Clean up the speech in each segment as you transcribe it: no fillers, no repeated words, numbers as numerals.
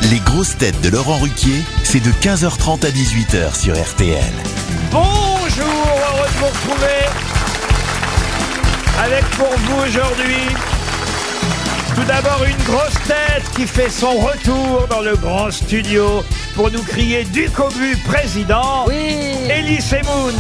Les grosses têtes de Laurent Ruquier, c'est de 15h30 à 18h sur RTL. Bonjour, heureux de vous retrouver avec pour vous aujourd'hui, tout d'abord une grosse tête qui fait son retour dans le grand studio pour nous crier du cobu président, Elie Semoun.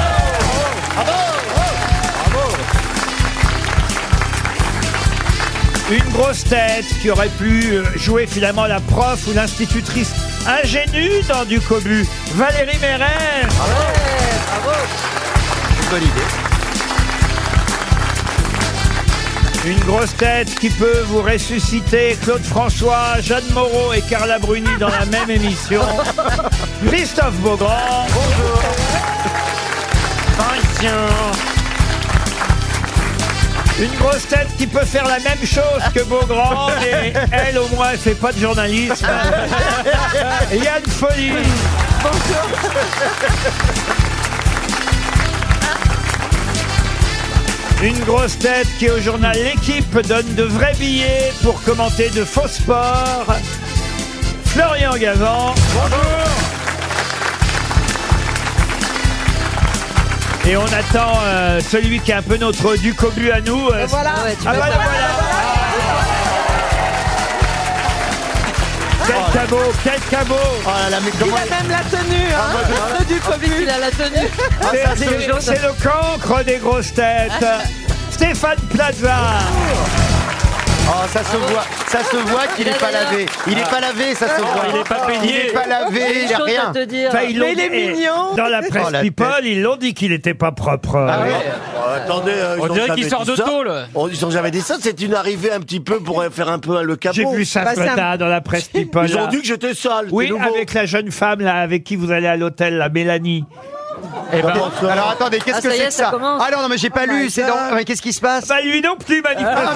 Une grosse tête qui aurait pu jouer finalement la prof ou l'institutrice ingénue dans du cobu, Valérie Mérès. Bravo. C'est une bonne idée. Une grosse tête qui peut vous ressusciter Claude François, Jeanne Moreau et Carla Bruni dans la même émission, Christophe Beaugrand. Bonjour. Une grosse tête qui peut faire la même chose que Beaugrand, mais elle au moins elle fait pas de journalisme. Yann Folly. Bonjour. Une grosse tête qui au journal L'Équipe donne de vrais billets pour commenter de faux sports, Florian Gazan. Bonjour. Et on attend celui qui est un peu notre du cobu à nous. Voilà. Voilà. Quel cabot. Oh là là, mais Il a même la tenue, hein. Du Covid, il a la tenue. C'est le cancre des grosses têtes. Stéphane Plaza. Oh, ça se voit qu'il n'est pas lavé. Il n'est pas lavé, ça se voit. Il n'est pas peigné. Il n'est pas lavé, il n'a rien. Enfin, Mais il est mignon. Dans la presse People, ils l'ont dit qu'il n'était pas propre. Attendez, On dirait qu'il sort de tôle. Ils ont jamais dit ça, c'est une arrivée un petit peu pour faire un peu le capot. J'ai vu ça ce matin dans la presse People. Ils ont dit que j'étais sale. Oui, avec la jeune femme là, avec qui vous allez à l'hôtel, la Mélanie. Alors attendez, qu'est-ce que ça y c'est est, que ça ça? commence. Ah non, mais j'ai pas lu, c'est dans... Mais qu'est-ce qui se passe? Bah lui non plus, manifestement.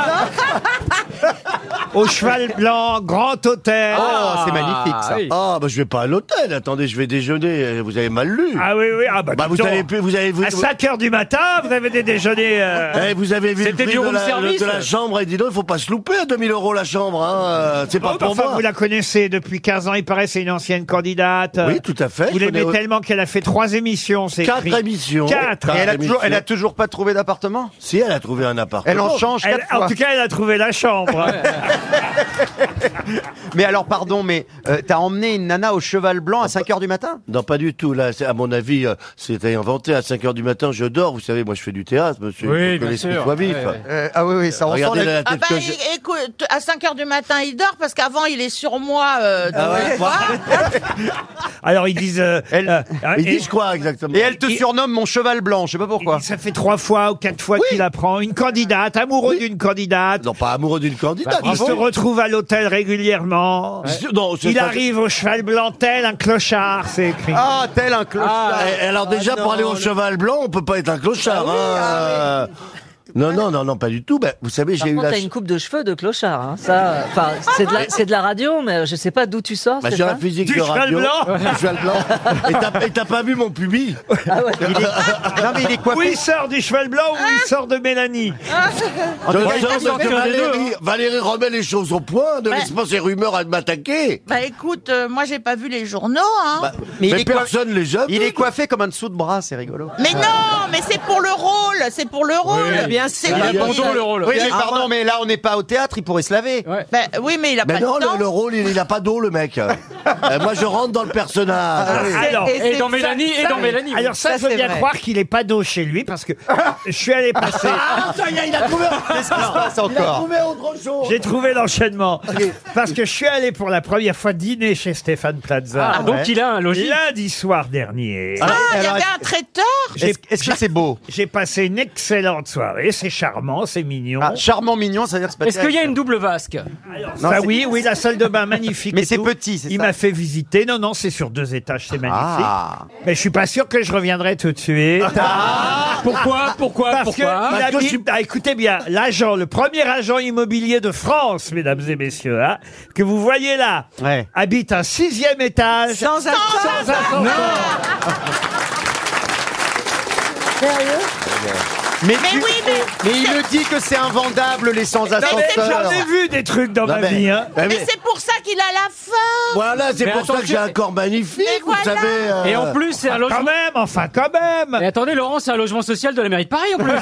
Au cheval blanc, grand hôtel. Oh, c'est magnifique ça. oui. Ah, bah je vais pas à l'hôtel, attendez, je vais déjeuner. Vous avez mal lu. Ah oui, ah bah, Bah dis vous donc. avez vu. À 5h du matin, vous avez des déjeuners. Vous avez vu le C'était prix du de room service. de la chambre et dis donc, il faut pas se louper à 2000 € la chambre, hein. C'est pas Oh, pour enfin, moi. vous la connaissez depuis 15 ans, il paraît, c'est une ancienne candidate. Oui, tout à fait. Vous Je l'aimez connais- tellement qu'elle a fait 3 émissions, c'est 4 écrit. émissions. 4. Et émissions. elle a toujours pas trouvé d'appartement? Si, elle a trouvé un appartement. Elle en change 4 En fois. tout cas, elle a trouvé la chambre. Mais alors, pardon, mais t'as emmené une nana au cheval blanc à 5h du matin? Non, pas du tout. Là, à mon avis, c'était inventé. À 5h du matin, je dors. Vous savez, moi, je fais du théâtre, monsieur. Oui, Il faut que bien l'esprit sûr. soit vif. Ouais. Ah oui, ça Regardez ressemble. la Ah tête bah que j'ai. écoute, à 5h du matin il dort parce qu'avant il est sur moi ouais. le soir. Alors, ils disent... Ils disent quoi exactement? Et elle te surnomme mon cheval blanc, je sais pas pourquoi. Ça fait 3 fois ou 4 fois qu'il apprend. Une candidate, amoureux d'une candidate. Non, pas amoureux d'une candidate. Il se retrouve à l'hôtel régulièrement. Non, c'est Il pas- arrive au cheval blanc tel un clochard, c'est écrit. Ah, tel un clochard. Et alors déjà, pour aller au cheval blanc, on peut pas être un clochard. hein. Non, pas du tout. Ben, vous savez, Par j'ai eu contre, la... t'as une coupe de cheveux de clochard. Hein. Ça, enfin, c'est de la radio, mais je sais pas d'où tu sors. Bah, c'est j'ai ça un physique Du de cheval radio. blanc. Du cheval blanc. Et t'as pas vu mon pubis? Non, mais il est coiffé. Où il sort du cheval blanc ou il sort de Mélanie? Je il sens faut que sortir des deux, Valérie remet les choses au point. Ne laisse pas ces rumeurs à m'attaquer. Bah écoute, moi j'ai pas vu les journaux hein. Mais il Mais est coiffé- personne les a. Il est coiffé comme un dessous de bras, c'est rigolo. Mais non, mais c'est pour le rôle, Bien C'est sûr. lui Il a qui- bonjour le rôle. Oui, mais pardon, mais là on n'est pas au théâtre, il pourrait se laver. Ouais. Bah, oui, mais il a Mais pas non, de temps. le rôle, il a pas d'eau, le mec. Moi, je rentre dans le personnage. Alors, Et dans Mélanie, et dans Mélanie. alors ça, je veux c'est bien vrai. croire qu'il est pas d'eau chez lui parce que je suis allé passer. Ah, ça y est, il a trouvé. Qu'est-ce qui se passe Il a encore? trouvé autre chose. J'ai trouvé l'enchaînement parce que je suis allé pour la première fois dîner chez Stéphane Plaza Ah, donc il a un logis. lundi soir dernier. Ah, il y Alors, avait un traiteur. Est-ce que c'est beau? J'ai passé une excellente soirée. C'est charmant, c'est mignon. Ah, charmant, mignon, ça veut dire que c'est pas Est-ce qu'il y a terrible. une double vasque? Non, Ça, c'est- oui, la salle de bain magnifique. Mais et c'est tout. petit, c'est Il ça. m'a fait visiter. Non, c'est sur 2 étages, c'est magnifique. Ah. Mais je suis pas sûr que je reviendrai tout de suite. Pourquoi Parce que il habite, écoutez bien, le premier agent immobilier de France, mesdames et messieurs, hein, que vous voyez là, Ouais. habite un 6e étage. Sans ascenseur. Sérieux? Mais il me dit que c'est invendable les sans Non, mais ascenseur. j'en ai vu des trucs dans Non, ma mais- vie. Hein. mais- Mais c'est pour ça qu'il a la faim. Voilà, c'est Mais pour ça que j'ai attention- un corps magnifique, Mais vous voilà. savez. Et en plus, c'est un logement. Quand même. Et attendez, Laurent, c'est un logement social de la mairie de Paris en plus.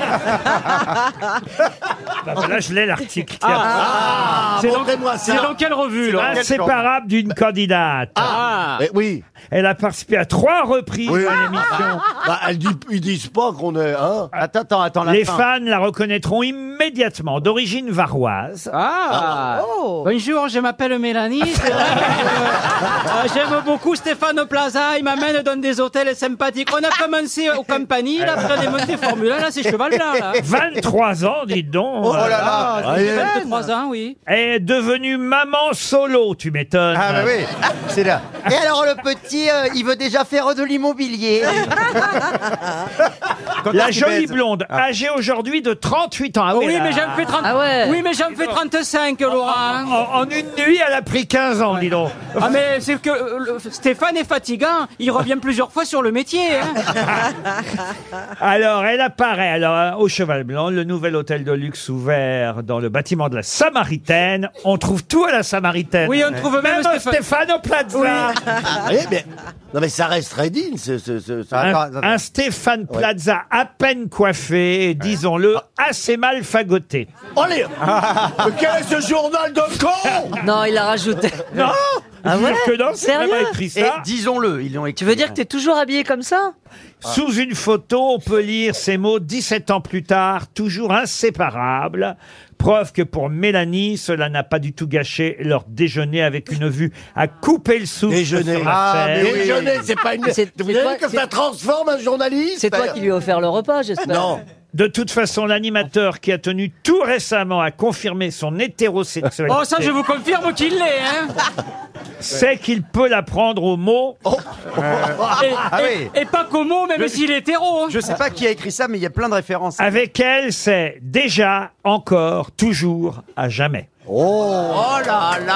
Bah, là, je l'ai l'article. tiens. c'est dans, montrez-moi ça. c'est dans quelle revue, Laurent Inséparable d'une candidate. Oui. Elle a participé à 3 reprises Oui. à l'émission. Bah, ils disent pas qu'on est. Hein. Attends, Les fans la reconnaîtront immédiatement. D'origine varoise. Bonjour, je m'appelle Mélanie. C'est vrai que, j'aime beaucoup Stéphane Plaza. Il m'amène dans des hôtels sympathiques. On a commencé aux compagnies, là, après on est monté Formule 1, là, c'est cheval blanc, là. 23 ans, dites donc. Oh là là. Ah, Ouais. 23 ans, oui. Elle est devenue maman solo, tu m'étonnes. Ah bah oui, c'est là. Et alors le petit, il veut déjà faire de l'immobilier. La jolie blonde, âgée aujourd'hui de 38 ans. Ah Oui, là. mais j'en fais 30. Ah ouais. Oui, mais j'en fais 35, Laurent. En une nuit, elle a pris 15 ans, dis donc. Ah, mais c'est que Stéphane est fatigant. Il revient plusieurs fois sur le métier. Hein. Alors, elle apparaît au Cheval Blanc, le nouvel hôtel de luxe ouvert dans le bâtiment de la Samaritaine. On trouve tout à la Samaritaine. Oui, on trouve même Stefano Plaza. Non, mais ça reste très digne. Un Stéphane Plaza à peine coiffé, et, disons-le, assez mal fagoté. Allez. Mais quel est ce journal de con? Non, il a rajouté. Non, Ah je vous ouais jure que non, c'est Sérieux vraiment écrit Et ça. disons-le, ils l'ont écrit. Tu veux dire que t'es toujours habillé comme ça? Sous une photo, on peut lire ces mots 17 ans plus tard, toujours inséparables. Preuve que pour Mélanie, cela n'a pas du tout gâché leur déjeuner avec une vue à couper le souffle Déjeuner. sur la scène. Déjeuner, c'est pas une. C'est- Vous c'est savez toi- que c'est- ça transforme un journaliste? C'est toi qui lui as offert le repas, j'espère. Non. De toute façon, l'animateur qui a tenu tout récemment à confirmer son hétérosexualité Oh, ça, je vous confirme qu'il l'est. Hein. sait qu'il peut la prendre au mot. Et pas qu'au mot, même s'il est hétéro. Hein. Je sais pas qui a écrit ça, mais il y a plein de références. Avec elle, c'est déjà, encore, toujours, à jamais. Oh là là.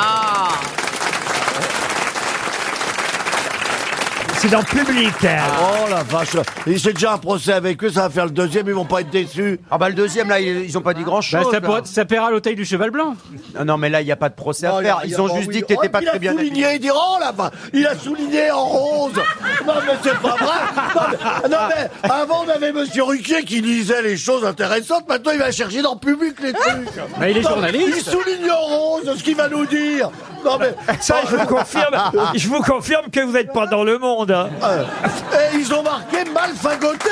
C'est dans Public. Oh la vache. Et c'est déjà un procès avec eux, ça va faire le deuxième, ils vont pas être déçus. Ah bah le deuxième là, ils ont pas dit grand chose. Ça paiera l'hôtel du Cheval Blanc. Non mais là il y a pas de procès à faire. Ils ont juste dit que t'étais pas très bien Il a souligné, il dit oh là bas, il a souligné en rose. Non mais c'est pas vrai. Non mais avant on avait Monsieur Ruquier qui lisait les choses intéressantes. Maintenant il va chercher dans Public les trucs. Mais il est Non, journaliste. Il souligne en rose ce qu'il va nous dire. Non mais Ça, je vous confirme que vous n'êtes pas dans le monde. Hein. Et ils ont marqué mal fagoté.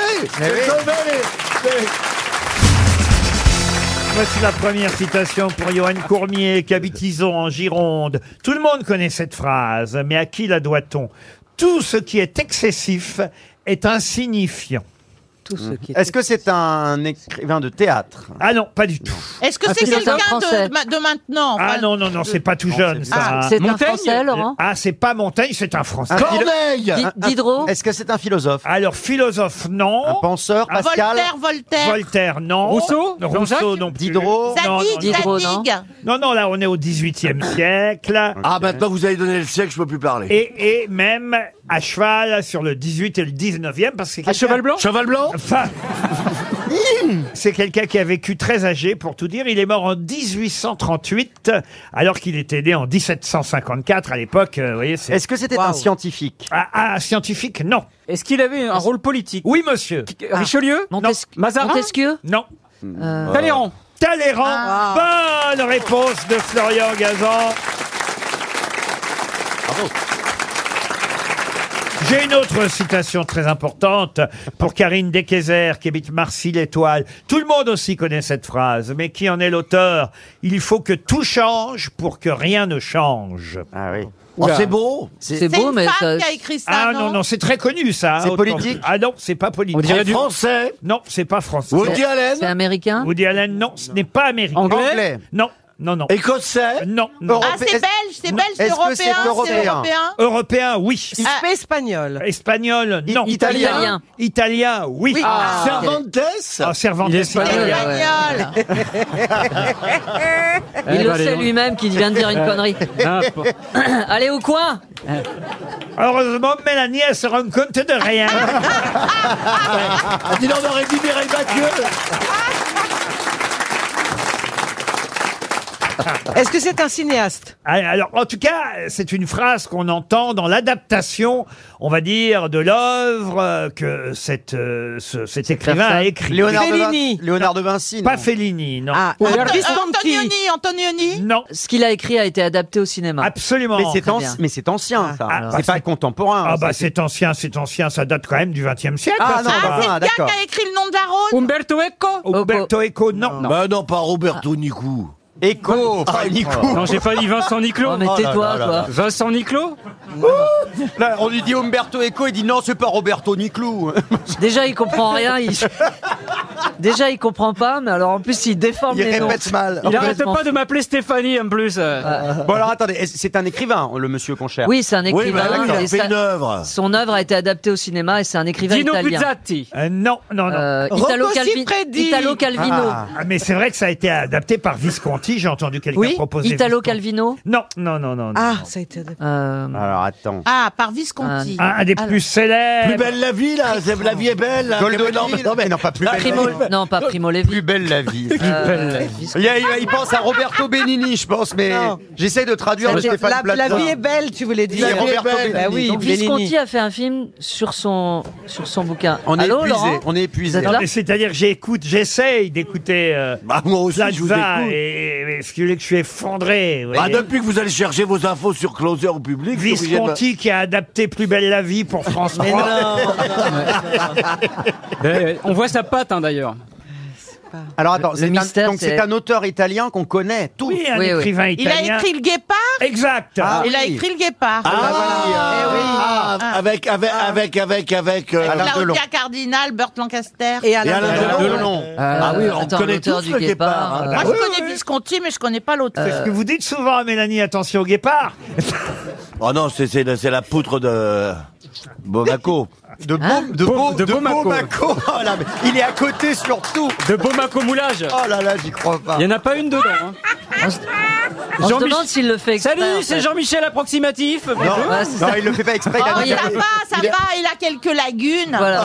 Voici la première citation pour Johan Courmier, qui habite Ison en Gironde. Tout le monde connaît cette phrase, mais à qui la doit-on? Tout ce qui est excessif est insignifiant. Tout ce qui est... Est-ce que c'est un écrivain de théâtre? Ah non, pas du tout. Est-ce que c'est philosophe quelqu'un français. de maintenant? Ah Enfin, non, non, non, c'est pas tout jeune, ça. C'est un Montaigne Français, Laurent? Ah, c'est pas Montaigne, c'est un Français. Corneille. Diderot? Est-ce que c'est un philosophe? Alors, philosophe, non. Un penseur, Pascal? Voltaire. Voltaire, non. Rousseau Rousseau, Jean-Jacques non plus. Diderot? Non, non, Zadig, Diderot, non. Zadig. non, non, là, on est au XVIIIe siècle. Ah maintenant vous avez donné le siècle, je peux plus parler. Et même à cheval sur le 18 et le 19e, parce que À Cheval Blanc. Cheval blanc. Enfin, c'est quelqu'un qui a vécu très âgé, pour tout dire. Il est mort en 1838, alors qu'il était né en 1754. À l'époque, vous voyez, c'est... Est-ce que c'était un scientifique? Scientifique, non. Est-ce qu'il avait un rôle politique? Oui, monsieur. Richelieu? Mazarin? Montesquieu? Non. Talleyrand? Talleyrand. Bonne réponse de Florian Gazan. J'ai une autre citation très importante pour Karine Dekeyzer, qui habite Marcy-l'Étoile. Tout le monde aussi connaît cette phrase, mais qui en est l'auteur? Il faut que tout change pour que rien ne change. Ah oui. Oh, c'est beau. C'est C'est beau, une mais femme ça... qui a écrit ça, Ah non, non, c'est très connu ça. C'est autant- politique? Ah non, c'est pas politique. On dirait du Français. Non, c'est pas français. Woody Allen. C'est américain? Woody Allen, non, ce n'est pas américain. Anglais? Non, non, non. Écossais. Non, non. Ah, c'est belge, Est-ce que européen, c'est européen? Européen, oui. Espagnol. Espagnol, non. Italien. Italien, oui. Cervantes. Ah, Cervantes, Il est espagnol. italien. Espagnol. Il le sait lui-même qu'il vient de dire une connerie. Allez au coin. Heureusement, Mélanie, elle se rend compte de rien. Dis donc, on aurait dit Mireille Mathieu. Est-ce que c'est un cinéaste? Alors, en tout cas, c'est une phrase qu'on entend dans l'adaptation, on va dire, de l'œuvre que cet écrivain a écrit. Léonard de Vinci. Pas Fellini, non. Ah, Antonioni. Non, Ce qu'il a écrit a été adapté au cinéma. absolument. Mais c'est ancien, ça. Ah, c'est pas contemporain. Ah ça, bah c'est- c'est ancien, ça date quand même du XXe siècle. Ah, hein, non, ça. bah, C'est le gars d'accord. qui a écrit le nom de la rose. Umberto Eco. Umberto Eco, non. Bah non, pas Roberto Nicou. Écho, pas Nico. Non, j'ai pas dit Vincent Niclot. Oh, mais tais-toi, toi. Vincent Niclot. Là, on lui dit Umberto Eco, il dit non, c'est pas Roberto Niclou. Déjà, il comprend rien. Déjà, il comprend pas, mais alors en plus, il déforme Il les noms. répète mal. Il arrête pas de m'appeler Stéphanie en plus. Bon alors attendez, c'est un écrivain, le monsieur qu'on cherche. Oui, c'est un Oui, écrivain. bah oui, il a et fait ça- une œuvre. Son œuvre a été adaptée au cinéma et c'est un écrivain Dino italien. Buzzati. Non. Italo Siffredi. Calvino. Ah, mais c'est vrai que ça a été adapté par Visconti, j'ai entendu quelqu'un proposer. Italo Visconti. Calvino. Non. Ah, ça a été adapté. Alors attends. Ah, par Visconti. Un des plus célèbres. Plus belle la vie, là. La vie est belle. Là. Goldoni. Non, pas plus belle Primo... la vie. Non, pas Primo Levi. Plus belle la vie. Visconti. Il pense à Roberto Benigni, je pense, mais Non. j'essaie de traduire le Stéphane La Plaza. vie est belle, tu voulais dire. La vie est Roberto belle. Benigni. Bah oui, Donc Bellini. Visconti a fait un film sur son bouquin. On est Allô, épuisé, Laurent on est Vous épuisé. êtes Non, là mais c'est-à-dire que j'essaye d'écouter Bah, moi aussi, je vous Plaza écoute. et ce qui voulait que je suis effondré. vous Bah, voyez. depuis que vous allez chercher vos infos sur Closer au public, je suis obligé de- Visconti qui a adapté Plus belle la vie pour France 3. On voit sa patte hein, d'ailleurs. Alors attends, Le mystère, donc c'est un auteur italien qu'on connaît tous. Oui, un Oui, oui. écrivain Il a italien. écrit le Guépard. Exact. Ah, Il a oui. écrit le Guépard. avec Alain Delon. Claudia Cardinal, Burt Lancaster. Et Alain Alain Delon. Delon. Ah oui, on attends, connaît l'auteur tous du le Guépard. Guépard, hein. Moi, oui, je connais Visconti, mais je connais pas l'autre. C'est ce que vous dites souvent à Mélanie, attention au guépard. Oh non, c'est la poutre de Monaco. De Bamako. Oh là, mais il est à côté surtout. De Bamako Moulage. Oh là là, j'y crois pas. Il y en a pas une dedans. Hein. On se Jean-Mich- demande s'il le fait exprès. Salut, en c'est fait. Jean-Michel Approximatif. Non, Ouais, c'est non, ça. il le fait pas exprès. Oh, Il il a a dit- pas, ça va, il a quelques lagunes. Voilà.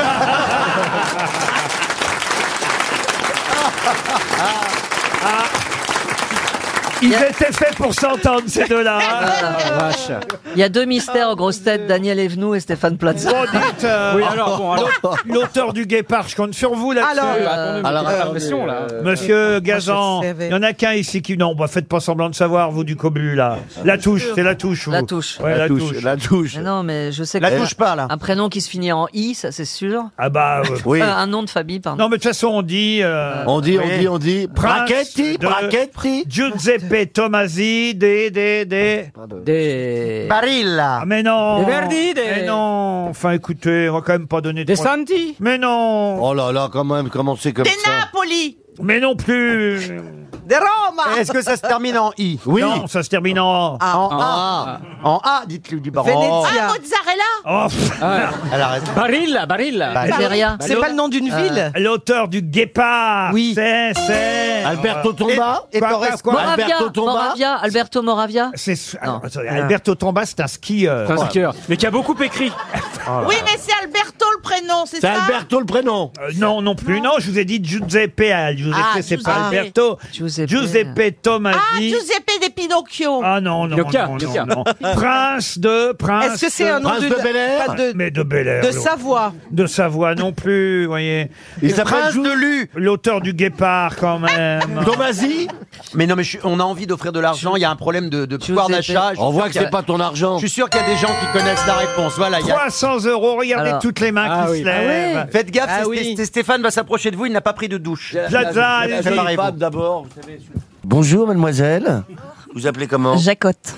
Ils étaient faits pour s'entendre, ces deux-là. Vache. Il y a deux mystères aux grosses têtes, Daniel Evenou et Stéphane Plaza. Bon, dites, Oui, alors, bon, alors. l'auteur du guépard, je compte sur vous là-dessus. Alors, Attendez, l'impression, là. Monsieur Gazan, je il savais. y en a qu'un ici qui... Non, bah, faites pas semblant de savoir, vous, du cobu, là. La touche, c'est la touche. Vous. La touche. Ouais, la touche. La touche. Mais non, mais je sais La que touche pas là. un prénom qui se finit en I, ça c'est sûr. Ah bah... Oui. Un nom de famille, pardon. Non, mais de toute façon, on dit... On dit. Prince Brachetti, de- Brachetti. Giuseppe Tomasi, Des... Barilla. Ah, mais non. Des Verdi, des- Mais non. Enfin, écoutez, on va quand même pas donner... Des trois- Santi. Mais non. Oh là là, quand même, comment c'est comme Des ça. Napoli. Mais non plus. De Roma. Est-ce que ça se termine en I? Oui. Non, ça se termine en... En A. En A, dites-lui du baron. Venezia. Ah, mozzarella. Oh, pff. Elle arrête. Barilla. Algéria. C'est pas le nom d'une ville. L'auteur du guépard. Oui. C'est... Alberto Tomba. Et Quoi, Torres- quoi, quoi Alberto Tomba. Alberto Moravia. C'est... Non. Attendez, Alberto Tomba, c'est un skieur. C'est un skieur. Mais qui a beaucoup écrit. Oui, mais c'est Alberto le prénom, c'est C'est ça. Alberto le prénom. Non, non plus. Non, je vous ai dit Giuseppe. Giuseppe, Ah, c'est pas Giuseppe. Alberto. Giuseppe. Giuseppe Tomasi. Ah, Giuseppe de Pinocchio. Ah non, non, Luca, non, Luca. non, non. Prince de... Est-ce que c'est un nom Prince de Bel-Air pas de, Mais de Bel-Air. de Savoie. De Savoie non plus, vous voyez. Il s'appelle Prince de Lu. L'auteur du guépard, quand même. Tomasi. Mais non, mais on a envie d'offrir de l'argent. Il y a un problème de pouvoir d'achat. Je On suis voit sûr que qu'il y a- c'est pas ton argent. Je suis sûr qu'il y a des gens qui connaissent la réponse. Voilà, il y a... 300 €, regardez Alors. toutes les mains Ah qui oui. se lèvent. Faites gaffe, Ah c'est- oui. c'est- Stéphane va s'approcher de vous, il n'a pas pris de douche. Plaza, allez-y. Préparez-vous. d'abord. Bonjour, mademoiselle. Vous appelez comment? Jacotte.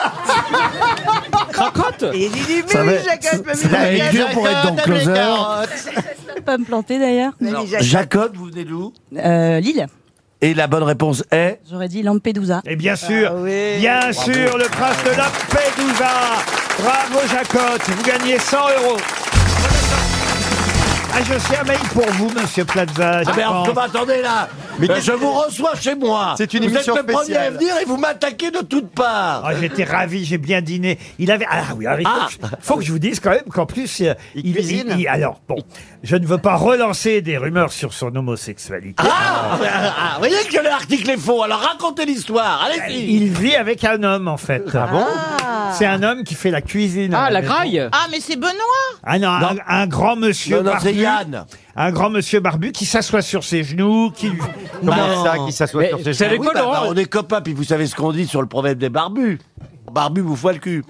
Cracotte. Et il dit, Ça va- mais oui, Jacob, mais ça va être dur pour être dans Closer. Pas me planter d'ailleurs. Jacob, vous venez d'où? Lille. Et la bonne réponse est? J'aurais dit Lampedusa. Et bien sûr, Ah oui. bien sûr, le prince de Lampedusa. Bravo, Jacotte. Vous gagnez 100 €. Ah, je sais un mail pour vous, monsieur Plaza. Ah, mais attendez là. Mais je vous reçois chez moi. C'est une vous émission êtes le premier à spéciale. venir et vous m'attaquez de toutes parts. Ah, j'étais ravi, j'ai bien dîné. Il avait. Ah oui, alors, faut que je vous dise quand même qu'en plus. Il cuisine. Alors, bon, je ne veux pas relancer des rumeurs sur son homosexualité. Vous voyez que l'article est faux, alors racontez l'histoire, allez-y. Il vit avec un homme, en fait. Ah bon? C'est un homme qui fait la cuisine. à Ah, la maison. graille. Ah, mais c'est Benoît. Ah non, un grand monsieur Non, c'est barbu. Yann. Un grand monsieur barbu qui s'assoit sur ses genoux, qui. Comment ça, qui s'assoit Mais sur ses c'est genoux? avec quoi, Laurent On est copains, puis vous savez ce qu'on dit sur le problème des barbus. Barbu vous fout le cul.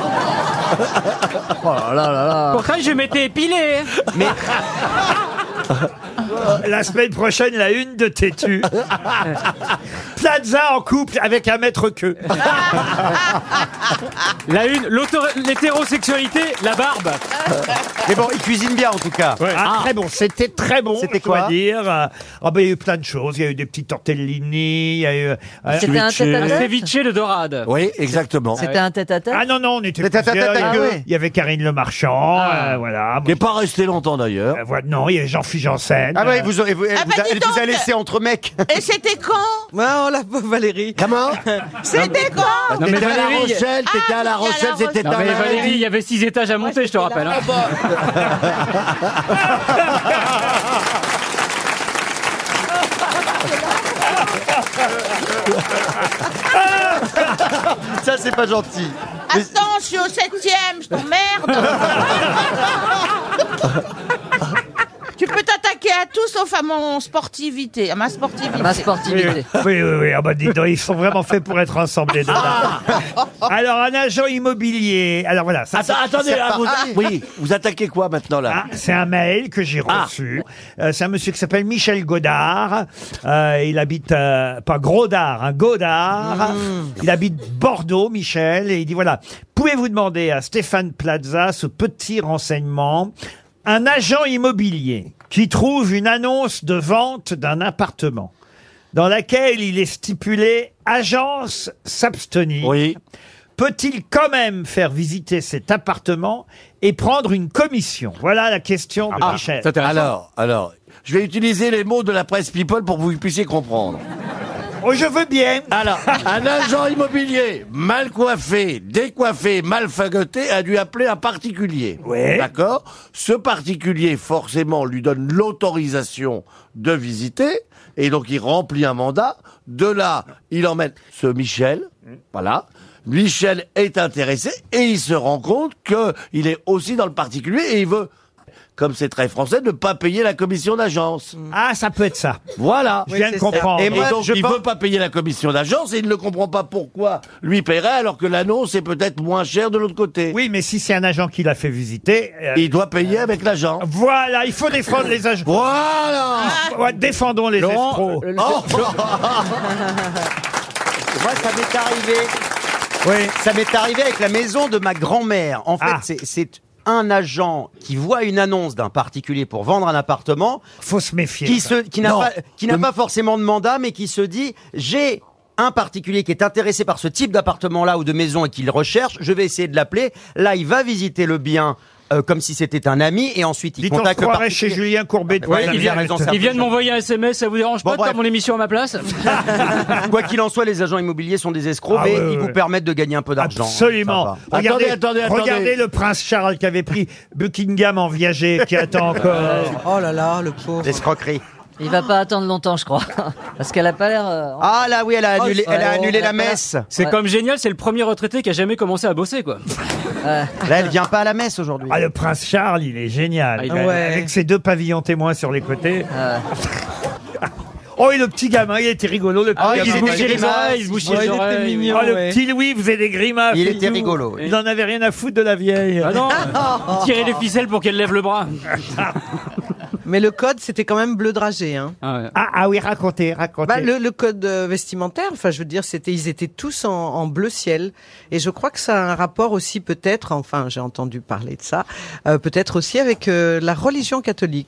Oh là là là là. Pourtant, je m'étais épilé. La semaine prochaine, la une de Tétu. Plaza en couple avec un maître queue. La une, l'hétérosexualité, la barbe. Mais bon, il cuisine bien en tout cas. Ah, très bon, c'était très bon. C'était je dois quoi dire. Ah ben, il y a eu plein de choses. Il y a eu des petits tortellini. Il y a eu. C'était un Un tête-à-tête. ceviche de dorade. Oui, exactement. C'était un tête-à-tête. Ah non, non, on était C'était à plusieurs. tête à Il y queue. avait- Il y avait Karine Le Marchand. voilà. Qui n'est pas resté longtemps d'ailleurs. Voilà, non, il y avait Jean-Philippe Janssen. Ah ouais, elle vous a bah, dis elle vous a donc. laissé entre mecs. Et c'était quand? Oh la pauvre Valérie. Comment C'était quand? Non, mais T'étais à La Valérie, Rochelle, t'étais à La Rochelle, c'était Non, un mais Valérie, il lundi. y avait 6 étages à monter, je te rappelle. hein. Ça, c'est pas gentil. Attends, je suis au 7e, je t'emmerde. Tu peux t'attaquer à tout sauf à mon sportivité, à ma sportivité. Ma sportivité. Oui. Ah bah, dis donc, ils sont vraiment faits pour être ensemble, les deux. Alors, un agent immobilier. Alors voilà. Ça, Attendez, c'est là, pareil. oui, vous attaquez quoi maintenant là Ah, c'est un mail que j'ai reçu. C'est un monsieur qui s'appelle Michel Godard. Il habite pas Grodard, hein, Godard. Il habite Bordeaux, Michel, et il dit voilà, pouvez-vous demander à Stéphane Plaza ce petit renseignement? Un agent immobilier qui trouve une annonce de vente d'un appartement dans laquelle il est stipulé agence s'abstenir. Oui. Peut-il quand même faire visiter cet appartement et prendre une commission? Voilà la question de Michel. c'est intéressant. Alors, je vais utiliser les mots de la presse People pour que vous puissiez comprendre. Oh, je veux bien. Alors, un agent immobilier mal coiffé, décoiffé, mal fagoté a dû appeler un particulier. Ouais. D'accord? Ce particulier, forcément, lui donne l'autorisation de visiter, et donc il remplit un mandat. De là, il emmène ce Michel, voilà. Michel est intéressé, et il se rend compte qu'il est aussi dans le particulier, et il veut, comme c'est très français, ne pas payer la commission d'agence. Ah, ça peut être ça. Voilà. Je viens de c'est ça. comprendre. Et, moi, donc, je il pense- veut pas payer la commission d'agence et il ne comprend pas pourquoi lui paierait alors que l'annonce est peut-être moins chère de l'autre côté. Oui, mais si c'est un agent qui l'a fait visiter, Il doit payer avec l'agent. voilà, il faut défendre les agents. Voilà. Ouais, défendons les Laurent, escrocs. Moi, ça m'est arrivé. Oui. Ça m'est arrivé avec la maison de ma grand-mère. En fait, Ah. c'est un agent qui voit une annonce d'un particulier pour vendre un appartement, Faut se méfier. qui n'a pas forcément de mandat, mais qui se dit j'ai un particulier qui est intéressé par ce type d'appartement-là ou de maison et qu'il recherche, je vais essayer de l'appeler. Là, il va visiter le bien comme si c'était un ami et ensuite il Dites-on se contacte le croirait chez particulier. Julien Courbet de Ouais, Voilà, il bien vient raison, raison. ça. Il vient de m'envoyer un SMS, ça vous dérange Bon, pas de bref. faire mon émission à ma place? Quoi qu'il en soit, les agents immobiliers sont des escrocs, Ah mais ouais, ils vous ouais. permettent de gagner un peu d'argent. Absolument. Ça va. Regardez, Attendez. regardez le prince Charles qui avait pris Buckingham en viager, qui attend encore. Oh là là, le pauvre. L'escroquerie. Il va pas attendre longtemps, je crois. Parce qu'elle a pas l'air. Ah là oui, elle a annulé, elle a ouais, annulé ouais, la ouais. messe. C'est Ouais. comme génial, c'est le premier retraité qui a jamais commencé à bosser, quoi. Là, elle vient pas à la messe aujourd'hui. Ah, le prince Charles, il est génial. Ah, il est- Ouais. Avec ses deux pavillons témoins sur les côtés. Oh, et le petit gamin, il était rigolo, le petit Ah, Il gamin. se était bouchait les grimaces. oreilles, il se bouchait Ouais, les il était oreilles. mignon. Oh, le Ouais. petit Louis faisait des grimaces. Il et était tout. rigolo. Il en avait rien à foutre de la vieille. Ah non, il tirait les ficelles pour qu'elle lève le bras. Mais le code, c'était quand même bleu dragé. Hein. Ah ouais. Ah oui, racontez. Bah, le code vestimentaire, enfin, je veux dire, ils étaient tous en bleu ciel. Et je crois que ça a un rapport aussi peut-être, enfin, j'ai entendu parler de ça, peut-être aussi avec la religion catholique.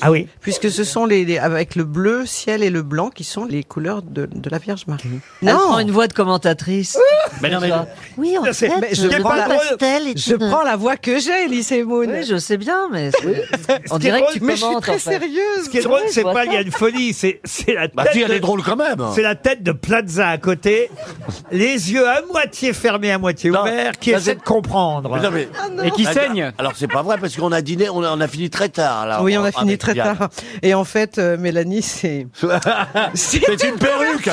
Ah oui. Puisque ce sont avec le bleu ciel et le blanc qui sont les couleurs de la Vierge Marie. Elle prend une voix de commentatrice. Mais non, mais Oui, en C'est- fait, mais je prends la- pastel est Je une- prends la voix que j'ai, Elise Moon. Oui, je sais bien, mais on qui est dirait drôle, que tu Mais je suis commentes. très en fait. sérieuse. Ce qui est drôle, c'est je vois pas ça. Liane Folie, c'est la Bah tête si, elle de- est drôle quand même. C'est la tête de Plaza à côté, les yeux à moitié fermés, à moitié Non, ouverts, qui ça, essaie c'est- de comprendre. Mais non, mais- Et qui Ah, saigne. Alors c'est pas vrai parce qu'on a dîné, on a fini très tard. Là, Oui, on a fini avec très Liane. tard. Et en fait, Mélanie, c'est... C'est une perruque.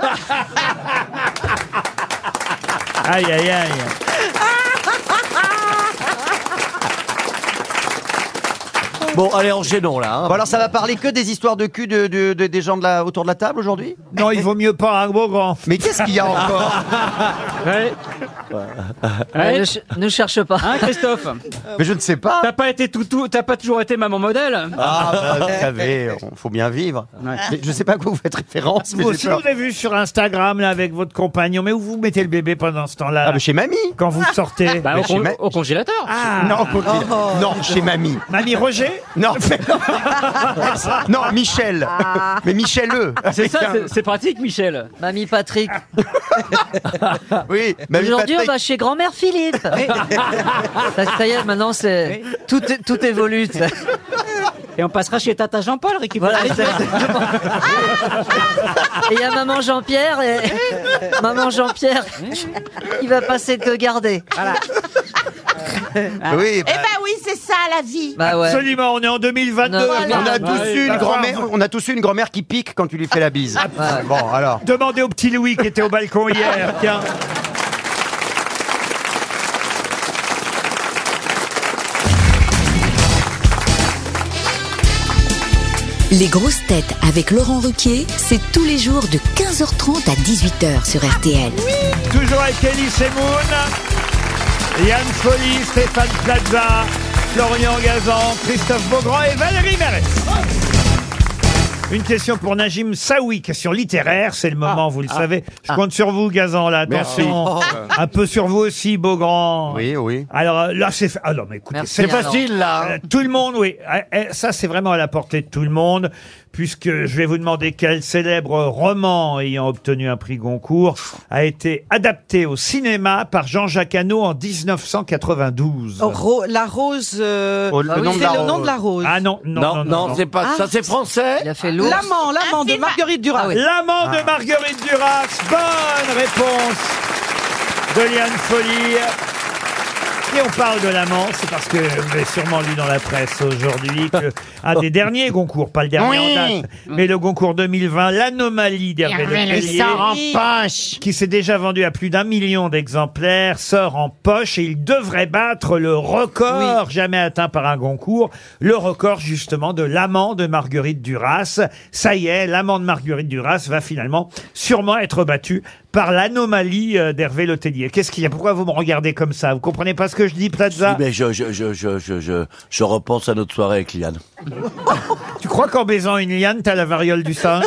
Aïe, aïe, aïe. Bon, allez, enchaînons là. Hein. Bon, alors ça va parler que des histoires de cul des gens autour de la table aujourd'hui? Non, il vaut mieux pas un gros grand. Mais qu'est-ce qu'il y a encore? Ouais. Ouais, ne cherche pas. Hein, Christophe? Mais je ne sais pas. T'as pas été t'as pas toujours été maman modèle? Ah, bah, vous savez, faut bien vivre. Ouais. Mais je sais pas à quoi vous faites référence, mais Vous j'ai aussi, peur. vous avez vu sur Instagram, là, avec votre compagnon, mais où vous mettez le bébé pendant ce temps-là? Ah, mais chez mamie. Quand vous sortez. Bah, Mais chez ma- au congélateur. Ah, Non, non, chez mamie. Mamie Roger? Non, non, Michel. Mais Michel E. C'est ça, c'est pratique, Michel. Mamie Patrick. Oui, mamie Aujourd'hui, on Patrick. va chez grand-mère Philippe. Ça y est, maintenant, c'est tout évolue. tu sais. Et on passera chez Tata Jean-Paul récupérer Voilà, les pièces. exactement. Et il y a maman Jean-Pierre. Et... Maman Jean-Pierre, il va passer te garder. Oui, Eh ben oui, c'est ça la vie. Bah ouais. Absolument, on est en 2022. Non, on a tous Ouais, eu une d'accord. grand-mère, on a tous eu une grand-mère qui pique quand tu lui fais la bise. Ouais. Bon, alors. Demandez au petit Louis qui était au balcon hier. Tiens. Les grosses têtes avec Laurent Ruquier, c'est tous les jours de 15h30 à 18h sur RTL. Toujours avec Elie Semoun, Yann Folly, Stéphane Plaza, Florian Gazan, Christophe Beaugrand et Valérie Mérès. Une question pour Najim Saoui, question littéraire, c'est le moment, vous le savez. Je compte sur vous, Gazan, là, attention. Un peu sur vous aussi, Beaugrand. Oui, oui. Alors là, c'est... Ah non, mais écoutez, Merci. C'est facile là. tout le monde, oui. Ça, c'est vraiment à la portée de tout le monde, puisque je vais vous demander quel célèbre roman ayant obtenu un prix Goncourt a été adapté au cinéma par Jean-Jacques Hano en 1992. La rose... Le nom de c'est la le rose. nom de la rose. Ah non, Non, c'est pas ça, c'est français. Il a fait l'ours. L'amant de Marguerite Duras. Ah oui. L'amant de Marguerite Duras. Bonne réponse de Liane Folly. Et on parle de l'amant, c'est parce que vous avez sûrement lu dans la presse aujourd'hui que un des derniers Goncourt, pas le dernier en date, mais le Goncourt 2020, l'anomalie d'Hervé Letellier, qui s'est déjà vendu à plus d'1 million d'exemplaires, sort en poche et il devrait battre le record jamais atteint par un Goncourt, le record justement de l'amant de Marguerite Duras. Ça y est, l'amant de Marguerite Duras va finalement sûrement être battu par l'anomalie d'Hervé Letellier. Qu'est-ce qu'il y a? Pourquoi vous me regardez comme ça? Vous comprenez pas ce que je dis, Plaza? Mais je repense à notre soirée avec Liane. Tu crois qu'en baisant une liane, t'as la variole du singe?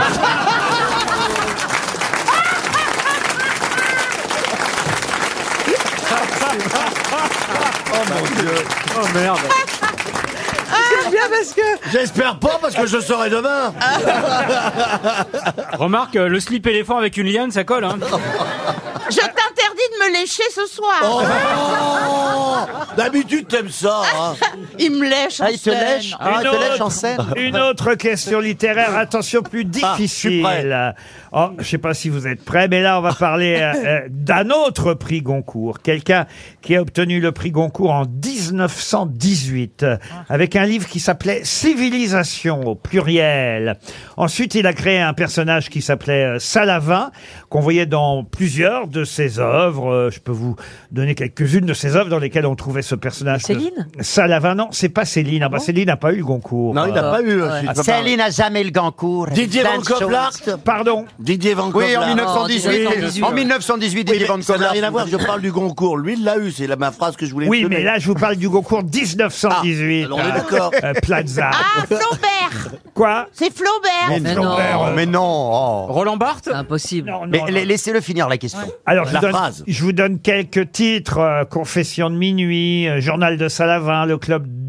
Oh merde. C'est bien parce que... J'espère pas parce que je saurai demain. Remarque, le slip éléphant avec une liane, ça colle, hein. Je t'interdis de me lécher ce soir. Oh, d'habitude t'aimes ça. Hein. Il me lèche en Ah, il te scène. lèche. Ah, il te lèche en scène. Une autre question littéraire, attention, plus je suis difficile. prêt. Oh, je sais pas si vous êtes prêts, mais là, on va parler d'un autre prix Goncourt. Quelqu'un qui a obtenu le prix Goncourt en 1918, avec un livre qui s'appelait Civilisation, au pluriel. Ensuite, il a créé un personnage qui s'appelait Salavin, qu'on voyait dans plusieurs de ses œuvres. Je peux vous donner quelques-unes de ses œuvres dans lesquelles on trouvait ce personnage. Céline Salavin, non, c'est pas Céline. Ah bah, Céline n'a pas eu le Goncourt. Non, il n'a pas eu. Ouais. je peux pas- Céline n'a jamais eu le Goncourt. Didier Van Coplart. Pardon. Didier Van Oui, en Coplart. 1918. 1918. En 1918, Oui, Didier mais Van ça n'a Coplart. rien à voir, je parle du Goncourt. Lui, il l'a eu, c'est ma phrase que je voulais Oui, donner. mais là, je vous parle du Goncourt 1918. alors on est d'accord. Plaza. Ah, Flaubert. Quoi? C'est Flaubert. Mais Flaubert, non. Mais non. oh. Roland Barthes. C'est impossible. Non, non, Mais non. laissez-le finir la question. Alors, La phrase. je vous donne quelques titres. Confession de minuit, Journal de Salavin, Le Club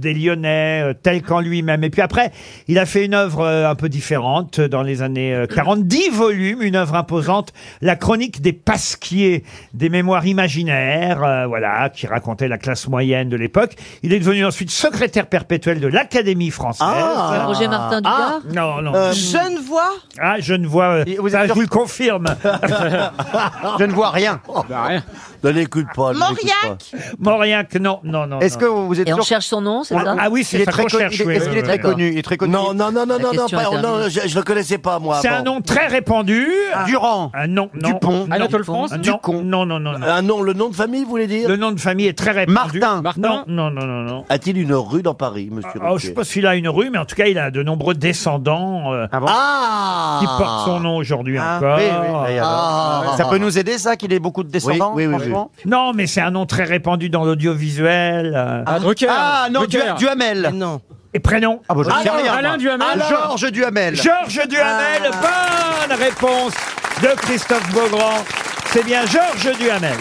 des Lyonnais, tel qu'en lui-même. Et puis après, il a fait une œuvre un peu différente dans les années 40. 10 volumes, une œuvre imposante, la chronique des Pasquiers, des mémoires imaginaires, voilà, qui racontait la classe moyenne de l'époque. Il est devenu ensuite secrétaire perpétuel de l'Académie française. Roger Martin Dugard. Non, non. Genevois. Ah, je ne vois... ça, je vous le confirme. Je ne vois rien. Rien. Ne l'écoute pas. Mauriac. Mauriac, non, non, non. Est-ce que non. vous êtes Et on sûr cherche son nom, c'est ça? Ah oui, c'est ça qu'on cherche. oui, Est-ce qu'il oui, est très oui. connu? Il est très connu. Non, question est terminée. je le connaissais pas, moi. C'est avant. un nom très répandu. Durand. Non, non. Dupont. Non, Anatole France. non, Ducon. Non, non, non, non. Un nom, le nom de famille, vous voulez dire? Le nom de famille est très répandu. Martin. Non, non, non, non, non. A-t-il une rue dans Paris, monsieur Oh, je Ruquier? sais pas s'il a une rue, mais en tout cas, il a de nombreux descendants Ah bon qui portent son nom aujourd'hui Ah, encore. oui, oui. Et alors ça peut nous aider, ça, qu'il ait beaucoup de descendants, Oui, oui, oui, franchement Non, mais c'est un nom très répandu dans l'audiovisuel. Drucker. Ah non, Drucker. Duhamel. Non. Et prénom Ah bon, je sais rien. Alain moi. Duhamel. Georges Duhamel. Georges Duhamel. Bonne réponse de Christophe Beaugrand. C'est bien Georges Duhamel.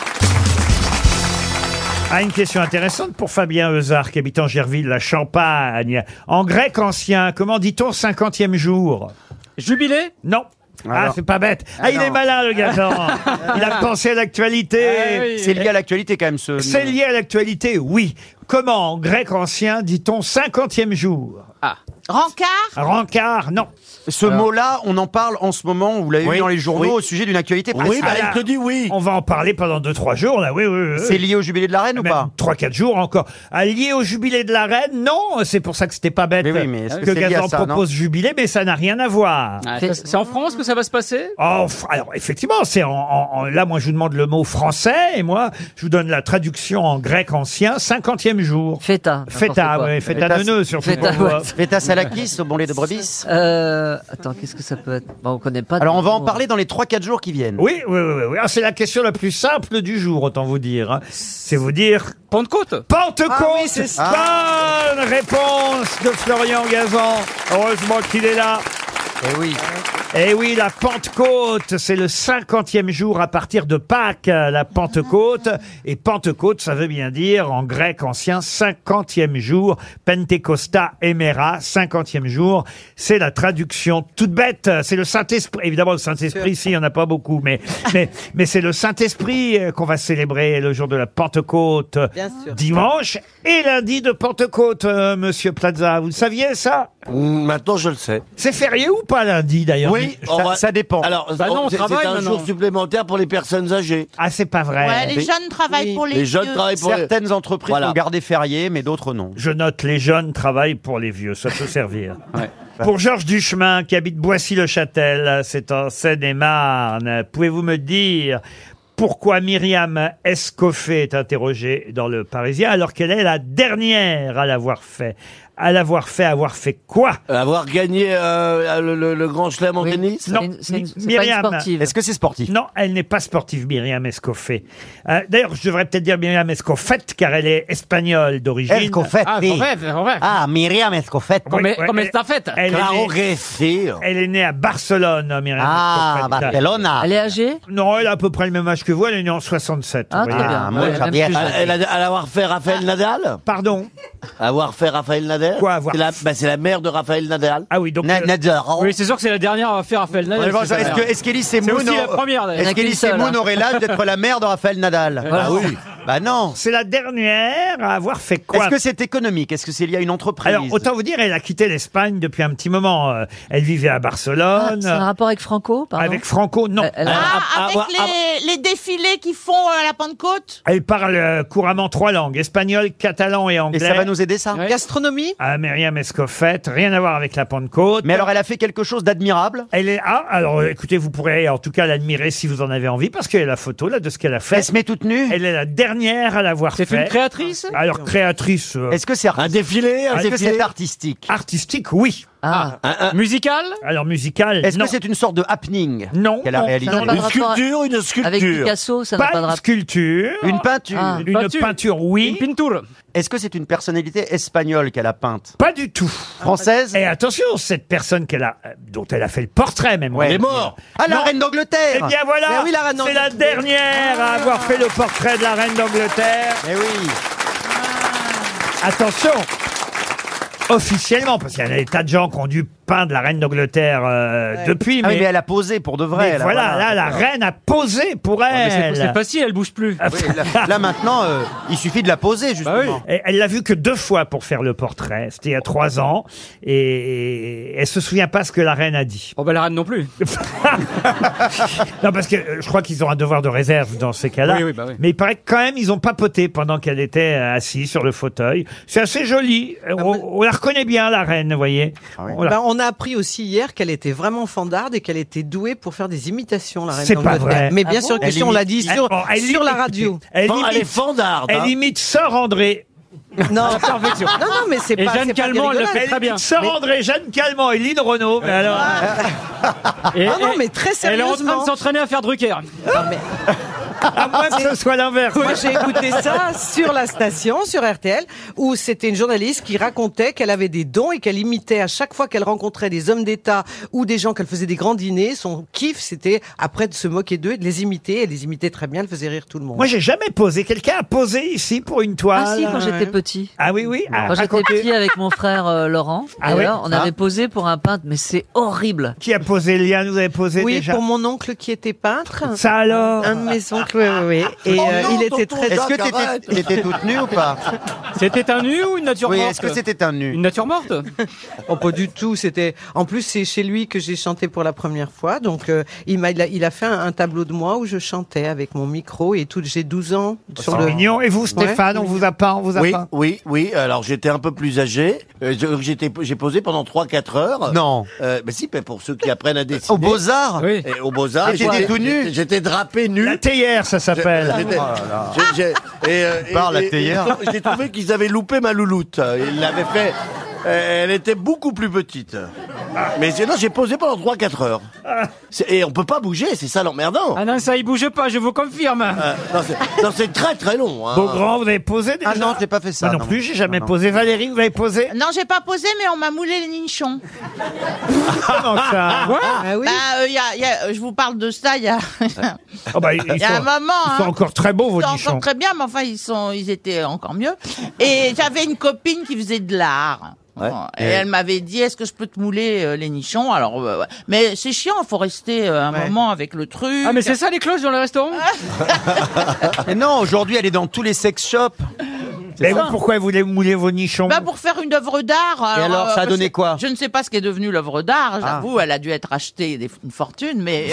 Ah, une question intéressante pour Fabien Euzard, qui habite en Gerville, la Champagne. En grec ancien, comment dit-on 50e jour? Jubilé. Non. Ah, Alors. c'est pas bête. Ah, il non. est malin, le gars. Il a pensé à l'actualité. oui. C'est lié à l'actualité quand même, ce... C'est lié à l'actualité, oui. Comment, en grec ancien, dit-on 50e jour? Rancard. Rencard, non. Ce mot-là, on en parle en ce moment, vous l'avez Oui, vu dans les journaux, oui. au sujet d'une actualité Oui, précise. bah, il te dit oui. On va en parler pendant 2-3 jours, là, oui, oui, oui. C'est lié au jubilé de la reine ou Même pas 3-4 jours encore. Lié au jubilé de la reine, non. C'est pour ça que c'était pas bête Mais oui, mais est-ce que que c'est lié à Gazan ça, non propose jubilé, mais ça n'a rien à voir. C'est en France que ça va se passer? Oh, alors effectivement, c'est là, moi, je vous demande le mot français, et moi, je vous donne la traduction en grec ancien, 50e jour. Feta. Feta, ouais, feta de nœud, surtout. Feta, pour ouais. moi. Feta salakis au bon lait de brebis. Attends, qu'est-ce que ça peut être? Bon, on connaît pas. Alors de on va en nom. parler dans les 3-4 jours qui viennent. Oui, oui, oui, oui. Ah, c'est la question la plus simple du jour, autant vous dire. hein. C'est vous dire Pentecôte. Pentecôte. Ah oui, c'est ça. Bonne réponse de Florian Gazan. Heureusement qu'il est là. Eh oui. Eh oui, la Pentecôte, c'est le 50e jour à partir de Pâques, la Pentecôte. Et Pentecôte, ça veut bien dire, en grec ancien, 50e jour. Pentecosta emera, 50e jour. C'est la traduction toute bête. C'est le Saint-Esprit. Évidemment, le Saint-Esprit, ici, il n'y en a pas beaucoup. Mais c'est le Saint-Esprit qu'on va célébrer le jour de la Pentecôte. Bien sûr. Dimanche et lundi de Pentecôte, monsieur Plaza. Vous le saviez, ça? Maintenant, je le sais. C'est férié ou pas lundi, d'ailleurs? Oui, Ça dépend. Alors, Bah non, on c'est travaille un maintenant. jour supplémentaire pour les personnes âgées. Ah, c'est pas vrai. Ouais, les jeunes travaillent Oui. pour les Les jeunes vieux. travaillent pour les... Certaines entreprises Voilà. ont gardé férié, mais d'autres non. Je note, les jeunes travaillent pour les vieux, ça peut servir. Pour Georges Duchemin, qui habite Boissy-le-Châtel, c'est en Seine-et-Marne, pouvez-vous me dire pourquoi Myriam Escoffet est interrogée dans le Parisien alors qu'elle est la dernière à l'avoir fait? Avoir fait quoi? Avoir gagné le grand chelem en Oui. tennis. Non. C'est pas une Myriam. sportive. Est-ce que c'est sportif? Non, elle n'est pas sportive, Myriam Escoffet. D'ailleurs, je devrais peut-être dire Myriam Escoffet, car elle est espagnole d'origine. Escoffet. Ah, oui. en fait. Ah, Myriam Escoffet. Comme ouais, est ta fête? Elle est, Claro née, que sí. elle est née à Barcelone, Myriam Ah, Escoffet. Barcelona. Elle est âgée? Non, elle a à peu près le même âge que vous, elle est née en 67. Ah, vous très voyez. bien. moi, Ouais, Javier. même plus jeune. Elle a avoir fait Raphaël Nadal. Pardon? Avoir fait Raphaël Nadal. Quoi, avoir C'est la mère de Raphaël Nadal. Ah oui, donc... Nader. Oui, c'est sûr que c'est la dernière à faire Raphaël Nadal. Est-ce c'est ça. que est-ce qu'Elie C'est Semoun aussi la première, d'ailleurs. Il y en a est-ce qu'Elie qu'une seule, Semoun hein. aurait l'âge d'être la mère de Raphaël Nadal? Voilà. Bah oui. Bah non. c'est la dernière à avoir fait quoi? Est-ce que c'est économique? Est-ce que c'est lié à une entreprise? Alors, autant vous dire, elle a quitté l'Espagne depuis un petit moment. Elle vivait à Ah, Barcelone. c'est un rapport avec Franco, pardon? Avec Franco, non. Elle a- Ah, avec les défilés qu'ils font à la Pentecôte. Elle parle couramment 3 langues, espagnol, catalan et Et anglais. ça va nous aider, ça? Ouais. Gastronomie. Ah, Myriam Escoffet, rien à voir avec la Pentecôte. Mais alors, elle a fait quelque chose d'admirable? Elle est... Ah, alors écoutez, vous pourrez en tout cas l'admirer si vous en avez envie, parce qu'il y a la photo là de ce qu'elle a fait. Elle se met toute nue? Elle est la dernière à l'avoir fait. C'est une créatrice? Alors, créatrice, Est-ce que c'est Un défilé. Un Est-ce que défilé. c'est artistique? artistique, oui. Ah, Musical? Alors, musicale, Est-ce non. que c'est une sorte de happening Non, qu'elle a non, réalisé? ça n'a pas de Une rapport sculpture, une avec sculpture. Picasso, ça n'a Pas pas de une rapport. sculpture. Une peinture? Ah. Une peinture, oui. Une pinture? Est-ce que c'est une personnalité espagnole qu'elle a peinte? Pas du tout. Française? Et attention, cette personne dont elle a fait le portrait même. Ouais. Elle est morte. Ah, la Non. reine d'Angleterre! Eh bien voilà, Mais oui, la reine c'est la d'Angleterre. dernière à avoir fait le portrait de la reine d'Angleterre. Eh oui. Attention, officiellement, parce qu'il y a des tas de gens qui ont dû peindre la reine d'Angleterre depuis. Ah oui, mais elle a posé pour de vrai. mais là, voilà, là, la reine a posé pour elle. C'est facile, elle bouge plus. Oui, là, maintenant, il suffit de la poser, justement. Et elle l'a vu que 2 fois pour faire le portrait. C'était il y a 3 ans. Et elle se souvient pas ce que la reine a dit. Oh bah la reine non plus. Non, parce que je crois qu'ils ont un devoir de réserve dans ces cas-là. Oui, bah oui. Mais il paraît que quand même, ils ont papoté pendant qu'elle était assise sur le fauteuil. C'est assez joli. On la reconnaît bien, la reine, vous voyez. On a appris aussi hier qu'elle était vraiment fandarde et qu'elle était douée pour faire des imitations, la reine C'est pas d'Angleterre. vrai. Mais bien sûr que si, on l'a dit sur la radio. Elle est fandarde. Elle imite Sœur André. Non, non, mais c'est Et pas. Jeanne c'est pas Calment, elle le dégueulasse. fait très bien. Sœur André, Jeanne Calment et Lynn Renaud. Mais alors, Non, mais très Elle est en train sérieusement. de s'entraîner à faire Drucker. à moins que ce soit l'inverse. Moi, j'ai écouté ça sur la station, sur RTL, où c'était une journaliste qui racontait qu'elle avait des dons et qu'elle imitait à chaque fois qu'elle rencontrait des hommes d'État ou des gens qu'elle faisait des grands dîners. Son kiff, c'était après de se moquer d'eux et de les imiter. Elle les imitait très bien, elle faisait rire tout le monde. Moi, j'ai jamais posé. Quelqu'un a posé ici pour une toile. Ah si, quand j'étais petit. Ah oui, oui. Quand j'étais petit avec mon frère Laurent, Ah oui, on avait posé pour un peintre, mais c'est horrible. Qui a posé, Liane? Vous avez posé Oui, déjà? pour mon oncle qui était peintre. Ça alors? Un de mes oncles, oui. Et non, il était tonton très... Est-ce que Jacques, arrête. t'étais toute nue ou pas? C'était un nu ou une nature Oui, morte? est-ce que c'était un nu? Une nature morte? Oh, pas du tout. C'était. En plus, c'est chez lui que j'ai chanté pour la première fois. Donc, il a fait un tableau de moi où je chantais avec mon micro et tout. J'ai 12 ans sur C'est le. mignon. Et vous, Stéphane, on vous a peint, on vous a Oui, peint? oui. Alors j'étais un peu plus âgé. J'ai posé pendant 3-4 heures. Non. Mais si, mais pour ceux qui apprennent à dessiner. Au Beaux-Arts? Oui. Et au Beaux-Arts. Et t'étais tout nu? J'étais drapé nu. La théière, ça s'appelle. Parle, la théière. J'ai trouvé qu'ils avaient loupé ma louloute. Ils l'avaient fait. Elle était beaucoup plus petite. Mais sinon, j'ai posé pendant 3-4 heures. Et on peut pas bouger, c'est ça l'emmerdant. Ah non, ça y bouge pas, je vous confirme. Non, c'est très très long. Hein. Beaugrand, vous avez posé déjà? Ah non, j'ai pas fait ça. Moi non plus, j'ai jamais posé. Valérie, vous avez posé? Non, j'ai pas posé, mais on m'a moulé les nichons. Comment ça? Ah oui. Je vous parle de ça, il y a, Oh bah, ils il y a un sont, moment. ils sont encore très beaux, vos Ils sont nichons. encore très bien, mais enfin, ils étaient encore mieux. Et j'avais une copine qui faisait de l'art. Ouais. Et elle m'avait dit, est-ce que je peux te mouler les nichons? Alors, ouais. Mais c'est chiant, il faut rester un moment avec le truc. Ah mais c'est ça les cloches dans le restaurant? Et non, aujourd'hui, elle est dans tous les sex shops. Mais vous, pourquoi vous voulez mouler vos nichons? Bah pour faire une œuvre d'art. Et alors, ça a parce donné que quoi? Je ne sais pas ce qu'est devenu l'œuvre d'art. J'avoue, elle a dû être achetée une fortune, mais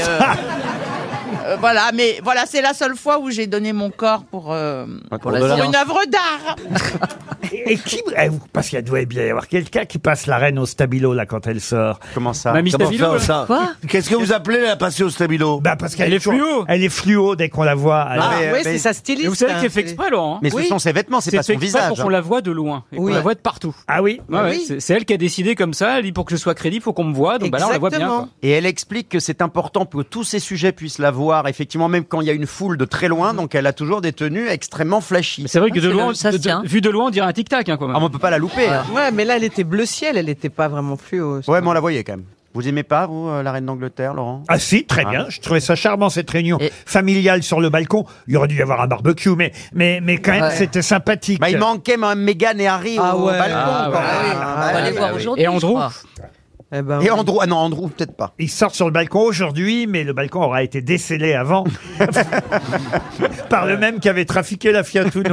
voilà. Mais voilà, c'est la seule fois où j'ai donné mon corps pour de une l'argent. œuvre d'art. Et qui, parce qu'il doit bien y avoir quelqu'un qui passe la reine au stabilo, là, quand elle sort. Comment ça? Mamie Comment Stabilo, là. ça Quoi? Qu'est-ce que vous appelez la passer au stabilo? Bah, parce qu'elle Elle est toujours- fluo. Elle est fluo dès qu'on la voit. Elle- Ah, mais- oui, mais- c'est sa styliste. Et vous savez que hein, c'est fait exprès, Laurent. hein. Mais ce Oui. sont ses vêtements, c'est pas fait son exprès visage. pour qu'on la voit de loin et qu'on Oui. la voit de partout. Ah oui? Ouais, ouais, Oui. c'est elle qui a décidé comme ça. Elle dit pour que je sois crédible, faut qu'on me voit. Donc bah là, on la voit bien. Exactement. Quoi. Et elle explique que c'est important pour que tous ces sujets puissent la voir, effectivement, même quand il y a une foule de très loin. Donc elle a toujours des tenues extrêmement flashy. Mais c'est vrai que de c'est loin, le- ça se tient. vu de loin, on dirait un tic-tac, hein, quand même. Ah, mais on peut pas la louper. hein. Ouais, mais là, elle était bleu ciel, elle était pas vraiment fluo. Ouais, mais on la voyait quand même. Vous aimez pas, vous, la reine d'Angleterre, Laurent? Ah si, très bien. Je trouvais ça charmant, cette réunion Et- familiale sur le balcon. Il y aurait dû y avoir un barbecue, mais quand même, Ouais. c'était sympathique. Bah, il manquait Meghan et Harry Ah au ouais. balcon, Ah quand ouais. même. On Ah, va les ouais, voir ouais. aujourd'hui. Et Andrew? je crois. Eh ben, Et Andrew, ah non, Andrew, peut-être pas. Ils sortent sur le balcon aujourd'hui, mais le balcon aura été décellé avant par le même qui avait trafiqué la Fiat Uno.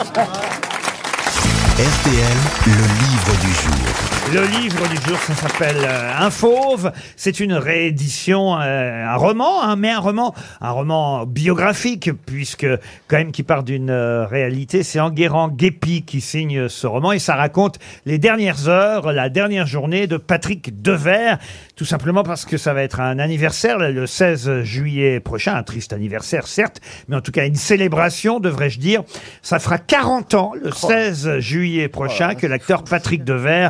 RTL, le livre du jour. Le livre du jour, ça s'appelle Un fauve. C'est une réédition, un roman, hein, mais un roman biographique, puisque quand même qui part d'une réalité. C'est Enguerrand Guépy qui signe ce roman et ça raconte les dernières heures, la dernière journée de Patrick Devers, tout simplement parce que ça va être un anniversaire le 16 juillet prochain, un triste anniversaire certes, mais en tout cas une célébration, devrais-je dire. Ça fera 40 ans, le 16 juillet prochain, que l'acteur Patrick Devers s'est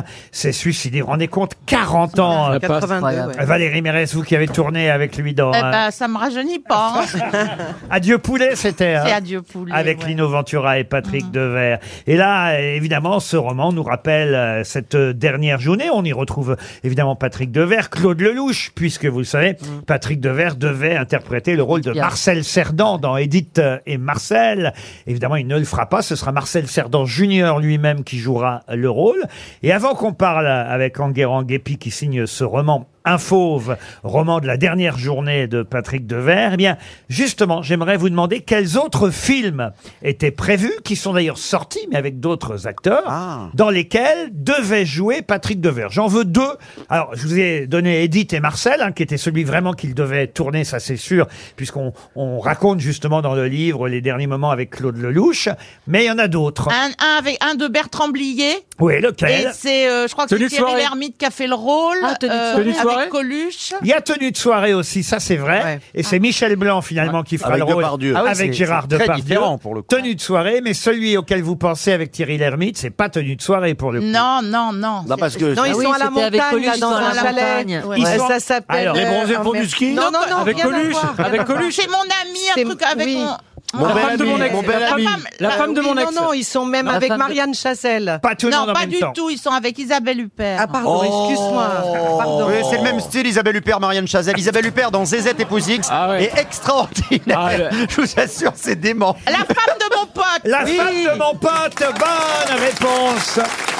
s'est suicidé. Vous vous rendez compte, 40 ans. 82, ouais. Valérie Mérès, vous qui avez tourné avec lui dans... Eh ben, ça me rajeunit pas. Hein. Adieu poulet, c'était. C'est Adieu poulet. Avec Lino Ventura et Patrick Devers. Et là, évidemment, ce roman nous rappelle cette dernière journée. On y retrouve évidemment Patrick Devers, Claude Lelouch, puisque vous le savez, Patrick Devers devait interpréter le rôle de Marcel Cerdan dans Édith et Marcel. Évidemment, il ne le fera pas. Ce sera Marcel Cerdan Junior lui-même qui jouera le rôle. Et avant qu'on parle avec Enguerrand Guépy qui signe ce roman Un Fauve, roman de la dernière journée de Patrick Devers, eh bien, justement, j'aimerais vous demander quels autres films étaient prévus, qui sont d'ailleurs sortis, mais avec d'autres acteurs, dans lesquels devait jouer Patrick Devers. J'en veux 2. Alors, je vous ai donné Édith et Marcel, qui était celui vraiment qu'il devait tourner, ça c'est sûr, puisqu'on raconte justement dans le livre les derniers moments avec Claude Lelouch, mais il y en a d'autres. Un de Bertrand Blier. Oui, lequel? Et c'est, je crois que c'est Thierry Lhermitte qui a fait le rôle. Tenue de soirée. Avec Coluche. Il y a Tenue de soirée aussi, ça c'est vrai. Ouais. Et c'est Michel Blanc finalement qui fera avec le rôle avec Gérard très Depardieu. Différent pour le coup. Tenue de soirée, mais celui auquel vous pensez avec Thierry Lhermitte, c'est pas Tenue de soirée pour le coup. Non. Non, parce que Non, ils sont à la montagne, là, dans un chalet. Ils sont- Ça s'appelle... Alors, les bronzés font du ski. Non, Avec rien à Coluche. voir. Avec Coluche. C'est mon ami, un C'est- truc avec oui. Mon La bel femme de ami, mon ex. mon bel ami. La femme de mon ex. Non, ils sont même La avec femme de- Marianne Chassel. Pas tout le monde Non, en pas même du temps. tout. Ils sont avec Isabelle Huppert. Ah, pardon, excuse-moi. Pardon. Oui, c'est le même style, Isabelle Huppert, Marianne Chazelle. Isabelle Huppert dans Zézette Épouse X Ah ouais. est extraordinaire. Je vous assure, c'est dément. La femme de mon pote. La femme de mon pote, bonne réponse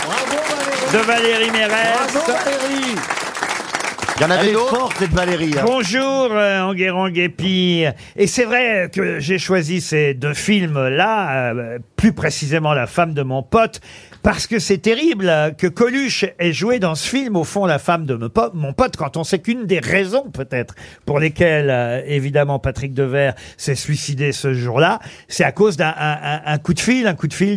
de Valérie Mérès. Bravo Valérie. Il y en Elle avait est d'autres. forte cette Valérie. Hein. Bonjour Enguerrand Guépy. Et c'est vrai que j'ai choisi ces 2 films-là, plus précisément La femme de mon pote, parce que c'est terrible que Coluche ait joué dans ce film, au fond, la femme de mon pote, quand on sait qu'une des raisons, peut-être, pour lesquelles, évidemment, Patrick Devers s'est suicidé ce jour-là, c'est à cause d'un un coup de fil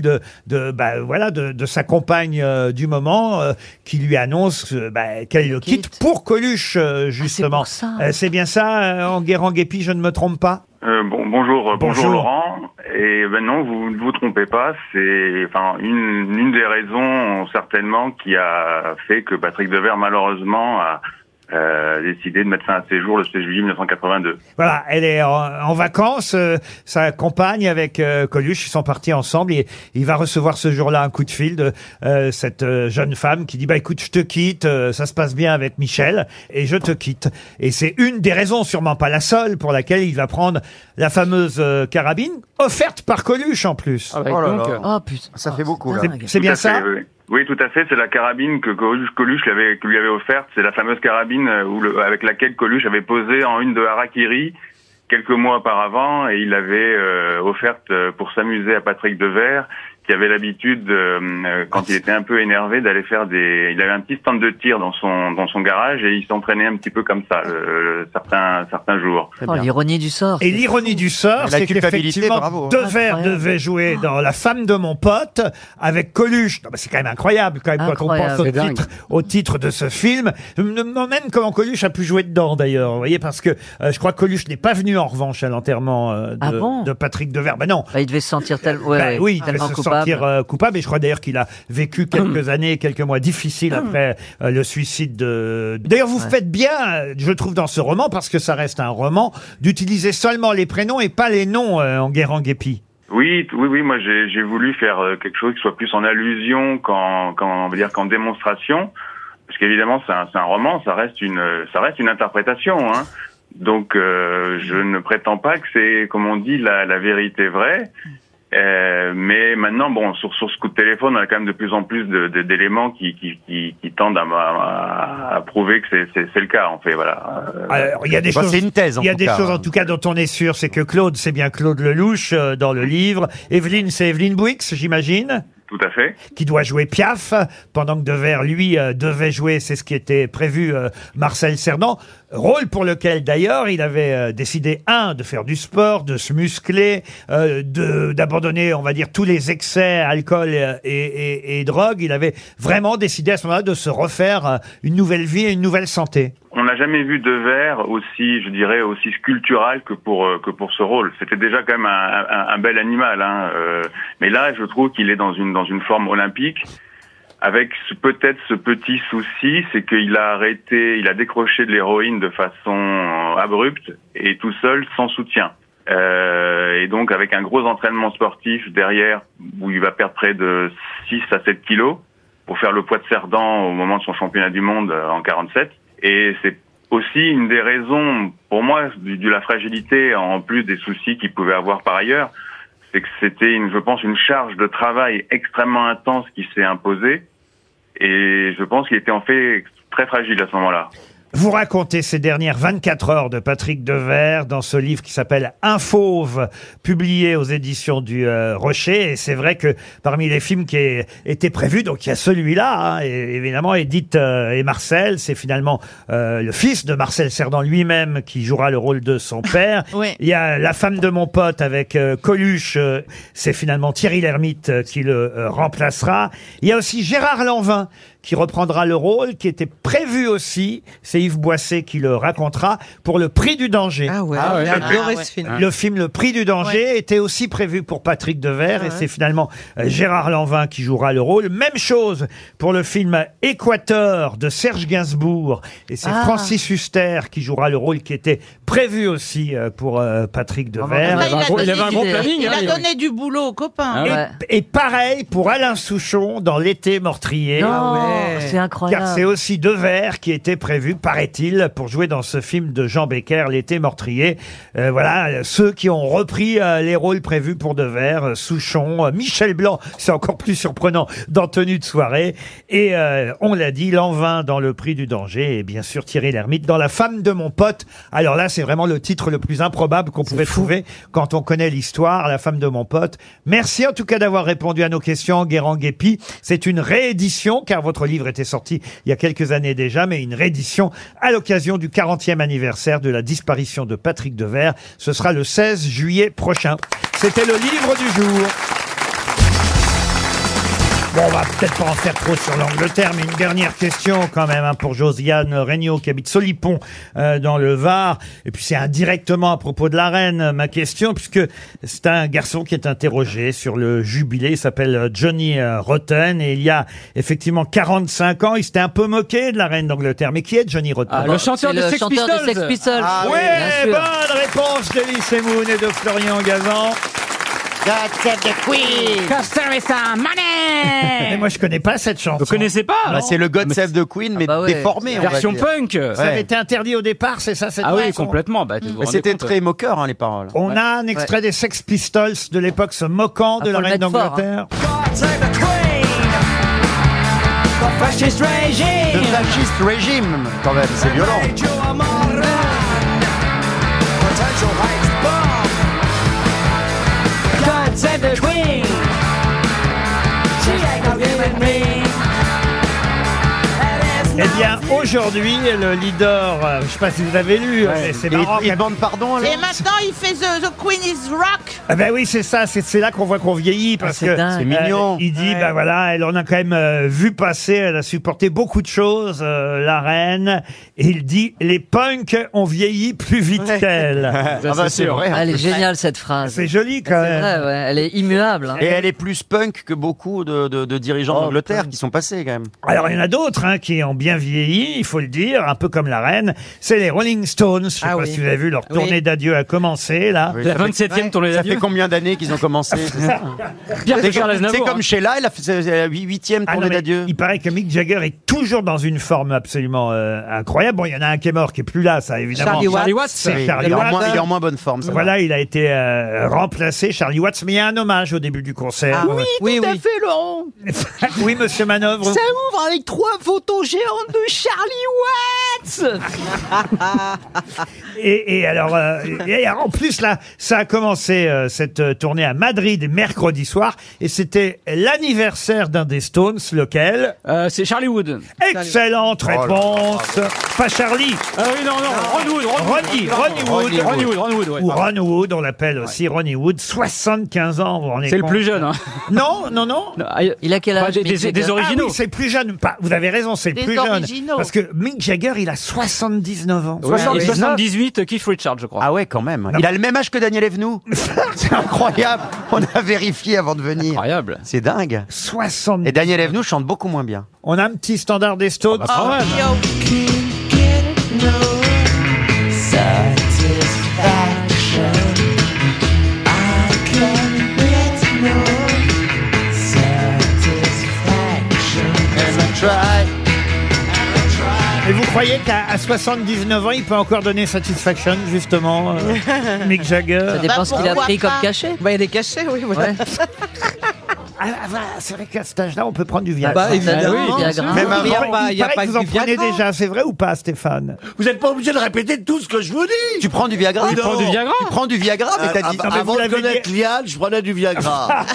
de sa compagne du moment, qui lui annonce qu'elle le quitte pour Coluche, justement. c'est pour ça. C'est bien ça, Enguerrand Guépy, je ne me trompe pas? Bonjour Laurent. Et ben non, vous ne vous trompez pas. C'est une des raisons certainement qui a fait que Patrick Devers malheureusement a décidé de mettre fin à ses jours le 16 juillet 1982. Voilà, elle est en vacances, sa compagne avec Coluche, ils sont partis ensemble et il va recevoir ce jour-là un coup de fil de cette jeune femme qui dit écoute, je te quitte, ça se passe bien avec Michel et je te quitte. Et c'est une des raisons, sûrement pas la seule, pour laquelle il va prendre la fameuse carabine offerte par Coluche en plus. Oh là là. Oh putain. Ça fait beaucoup. Là. C'est bien ça? Oui, tout à fait. C'est la carabine que Coluche lui avait offerte. C'est la fameuse carabine avec laquelle Coluche avait posé en une de Harakiri quelques mois auparavant, et il l'avait offerte pour s'amuser à Patrick Devers, qui avait l'habitude, quand il était un peu énervé, d'aller faire il avait un petit stand de tir dans son garage, et il s'entraînait un petit peu comme ça certains jours. Oh, l'ironie du sort. Et l'ironie du sort, La c'est culpabilité, qu'effectivement, bravo. Devers Incroyable. devait jouer dans La femme de mon pote avec Coluche. Non, c'est quand même incroyable, quand même, quand on pense C'est dingue. au titre de ce film. Je me demande même comment Coluche a pu jouer dedans, d'ailleurs. Vous voyez, parce que je crois que Coluche n'est pas venu, en revanche, à l'enterrement de Patrick Devers. Non. Il devait se sentir tellement, Oui, il devait tellement se coupable. sentir coupable. Et je crois d'ailleurs qu'il a vécu quelques années, quelques mois difficiles après le suicide de... D'ailleurs, vous faites bien, je trouve, dans ce roman, parce que ça reste un roman, d'utiliser seulement les prénoms et pas les noms, Enguerrand Guépy. Oui, moi j'ai voulu faire quelque chose qui soit plus en allusion qu'en démonstration, parce qu'évidemment c'est un roman, ça reste une interprétation, hein. Donc je ne prétends pas que c'est, comme on dit, la vérité vraie. Mais maintenant, sur ce coup de téléphone, on a quand même de plus en plus d'éléments qui tendent à prouver que c'est le cas, en fait, voilà. Alors, il y a des choses. C'est une thèse, Il y a des choses, en tout cas, dont on est sûr, c'est que Claude, c'est bien Claude Lelouch dans le livre. Evelyne, c'est Evelyne Bouix, j'imagine. Tout à fait. Qui doit jouer Piaf, pendant que Devers, lui, devait jouer, c'est ce qui était prévu, Marcel Cerdan. Rôle pour lequel, d'ailleurs, il avait décidé, de faire du sport, de se muscler, d'abandonner, on va dire, tous les excès, alcool et drogue. Il avait vraiment décidé à ce moment-là de se refaire une nouvelle vie et une nouvelle santé. On n'a jamais vu Devers aussi, je dirais, aussi sculptural que pour ce rôle. C'était déjà quand même un bel animal, hein. Mais là, je trouve qu'il est dans une forme olympique, avec peut-être ce petit souci, c'est qu'il il a décroché de l'héroïne de façon abrupte et tout seul, sans soutien. Et donc avec un gros entraînement sportif derrière, où il va perdre près de 6 à 7 kilos pour faire le poids de Cerdan au moment de son championnat du monde en 47. Et c'est aussi une des raisons, pour moi, de la fragilité, en plus des soucis qu'il pouvait avoir par ailleurs, c'est que c'était, je pense, une charge de travail extrêmement intense qui s'est imposée. Et je pense qu'il était en fait très fragile à ce moment-là. Vous racontez ces dernières 24 heures de Patrick Devers dans ce livre qui s'appelle Un Fauve, publié aux éditions du Rocher. Et c'est vrai que parmi les films qui étaient prévus, donc il y a celui-là, hein, et évidemment Edith et Marcel, c'est finalement le fils de Marcel Cerdan lui-même qui jouera le rôle de son père. Oui. Il y a La femme de mon pote avec Coluche, c'est finalement Thierry Lhermitte qui le remplacera. Il y a aussi Gérard Lanvin qui reprendra le rôle, qui était prévu aussi, c'est Yves Boisset qui le racontera, pour Le Prix du danger. Ah ouais, Ah ouais. j'ai adoré Ah ce film. Le film Le Prix du danger était aussi prévu pour Patrick Devers et c'est finalement Gérard Lanvin qui jouera le rôle. Même chose pour le film Équateur de Serge Gainsbourg et c'est Francis Huster qui jouera le rôle qui était prévu aussi pour Patrick Devers. Après, il avait un gros planning. Il hein, a donné du boulot aux copains. Ah ouais. Et pareil pour Alain Souchon dans L'été meurtrier. Non, ouais. c'est incroyable. Car c'est aussi Devers qui était prévu, paraît-il, pour jouer dans ce film de Jean Becker, L'été meurtrier. Voilà, ceux qui ont repris les rôles prévus pour Devers, Souchon, Michel Blanc, c'est encore plus surprenant, dans Tenue de soirée. Et on l'a dit, Lanvin dans Le Prix du danger, et bien sûr Thierry Lhermitte dans La femme de mon pote. Alors là, c'est vraiment le titre le plus improbable qu'on pouvait trouver quand on connaît l'histoire, La femme de mon pote. Merci en tout cas d'avoir répondu à nos questions, Guérand Guépi. C'est une réédition, car votre livre était sorti il y a quelques années déjà, mais une réédition à l'occasion du 40e anniversaire de la disparition de Patrick Devers. Ce sera le 16 juillet prochain. C'était le livre du jour. Bon, on va peut-être pas en faire trop sur l'Angleterre, mais une dernière question quand même pour Josiane Regnault qui habite Solipon dans le Var. Et puis c'est indirectement à propos de la reine ma question, puisque c'est un garçon qui est interrogé sur le jubilé. Il s'appelle Johnny Rotten et il y a effectivement 45 ans, il s'était un peu moqué de la reine d'Angleterre. Mais qui est Johnny Rotten? Le chanteur C'est des le Sex chanteur Pistols. des Sex Pistols. Ah Oui, bien sûr. bonne réponse d'Elie Semoun et de Florian Gazan. God save the Queen. Mais moi je connais pas cette chanson. Vous connaissez pas Bah, c'est le God Save the Queen, mais bah ouais. déformé. on va Version dire. punk. Ça avait été interdit au départ, c'est ça cette Ah oui, chanson complètement. Bah, vous vous Mais rendez c'était compte. très moqueur, hein, les paroles. On a un extrait des Sex Pistols de l'époque se moquant de Ah, la faut le reine mettre fort, d'Angleterre. Le fascist régime, quand même, c'est violent. Eh bien, aujourd'hui, le leader, je sais pas si vous avez lu, mais c'est marrant. Il demande pardon. Et maintenant, il fait The Queen is Rock. Ah ben oui, c'est ça, c'est là qu'on voit qu'on vieillit parce c'est que dingue. C'est mignon. il dit ben voilà, elle en a quand même vu passer, elle a supporté beaucoup de choses, la reine, et il dit les punks ont vieilli plus vite qu'elle. Ah bah, c'est vrai. Ah, elle est géniale cette phrase. C'est joli quand C'est même. vrai, ouais. Elle est immuable. hein. Et elle est plus punk que beaucoup de dirigeants d'Angleterre qui sont passés, quand même. Alors il y en a d'autres qui ont bien vieilli, il faut le dire, un peu comme la reine. C'est les Rolling Stones. Je sais Ah pas oui. si vous avez vu, leur Oui. tournée d'adieu a commencé là. Oui, La ça fait- 27e tournée Ça d'adieu. fait combien d'années qu'ils ont commencé c'est ça Pire que C'est Charles comme, Aznavour, hein. Sheila, elle a fait la 8e Ah non, tournée mais d'adieu. il paraît que Mick Jagger est toujours dans une forme absolument incroyable. Bon, il y en a un qui est mort, qui est plus là, ça évidemment. Charlie Watts. C'est Oui, Charlie il est en Watts. moins- il est en moins bonne forme. ça va. Voilà, il a été remplacé, Charlie Watts, mais il y a un hommage au début du concert. Ah, oui, oui. fait, Laurent. Oui, monsieur Manœuvre. ouvre avec 3 photos géantes de Charlie Watts. Et alors, et en plus, là, ça a commencé cette tournée à Madrid mercredi soir, et c'était l'anniversaire d'un des Stones, lequel? C'est Charlie Wood. Excellente réponse. Pas Charlie, Ah oui, non, Ron Wood. Ronnie Wood. Ouais. Ou Ron Wood, on l'appelle aussi Ronnie Wood, 75 ans, vous vous rendez C'est le compte? plus jeune. Hein. Non. Non, Il a quel âge des Mick Jagger originaux. Ah oui, c'est le plus jeune. Pas, vous avez raison, c'est le Des plus jeune. originaux. Parce que Mick Jagger, il a 79 ans. Ouais, et 78, Keith Richards, je crois. Ah ouais, quand même. Il a le même âge que Daniel Evenou. C'est incroyable. On a vérifié avant de venir. Incroyable. C'est dingue. 70. Et Daniel Evenou chante beaucoup moins bien. On a un petit standard des Stones. quand même. Et vous croyez qu'à 79 ans, il peut encore donner Satisfaction, justement, Mick Jagger? Ça dépend ce qu'il a pourquoi pris comme pas cachet. Bah, il est caché, oui. Voilà. Ouais. Voilà, c'est vrai qu'à cet âge-là, on peut prendre du Viagra. Bah, évidemment. oui, Viagra. Même Il y a avant, pas, il y a paraît pas que vous en que du prenez Viagra. déjà, c'est vrai ou pas, Stéphane? Vous n'êtes pas obligé de répéter tout ce que je vous dis. Tu prends du Viagra Tu prends du Viagra Tu prends du Viagra, mais t'as dit... Non, mais Avant vous de l'avez connaître dit- Liane, je prenais du Viagra.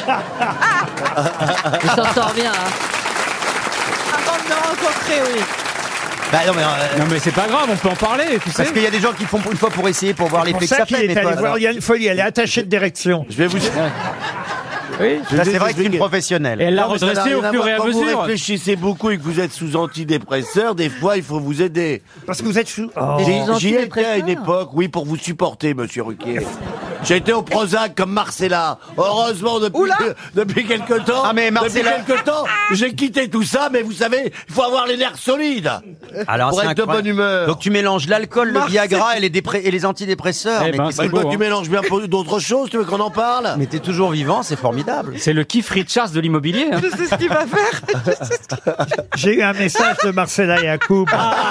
Il s'en sort bien. Hein. Avant de me rencontrer, oui. Bah non, mais, Non mais c'est pas grave, on peut en parler, tu sais. parce qu'il y a des gens qui font une fois pour essayer, pour voir C'est l'effet pour que ça ça qu'il fait. est Mais allé toi, voir alors. Liane Folly, elle est attachée de direction. Je vais vous dire. Oui. Ça, c'est vrai que c'est une professionnelle. Et elle l'a Non, mais ça n'a redressé au rien à fur voir. et à Quand vous mesure. réfléchissez beaucoup et que vous êtes sous antidépresseur, des fois, il faut vous aider. Parce que vous êtes sous... Oh. Des J'y étais à une antidépresseurs. époque, oui, pour vous supporter, monsieur Ruquier. J'ai été au Prozac comme Marcella. Heureusement, depuis quelque temps, Ah, mais Marcella- depuis quelque temps, j'ai quitté tout ça, mais vous savez, il faut avoir les nerfs solides Alors, pour c'est être de incroyable. bonne humeur. Donc tu mélanges l'alcool, le Viagra et les antidépresseurs. Eh mais ben, qu'est-ce c'est que- Bah, toi, beau, tu hein. mélanges bien d'autres choses, tu veux qu'on en parle? mais t'es toujours vivant, c'est formidable. C'est le Keith Richards de l'immobilier. Hein. Je sais ce qu'il va faire. J'ai eu un message de Marcella Yacoub.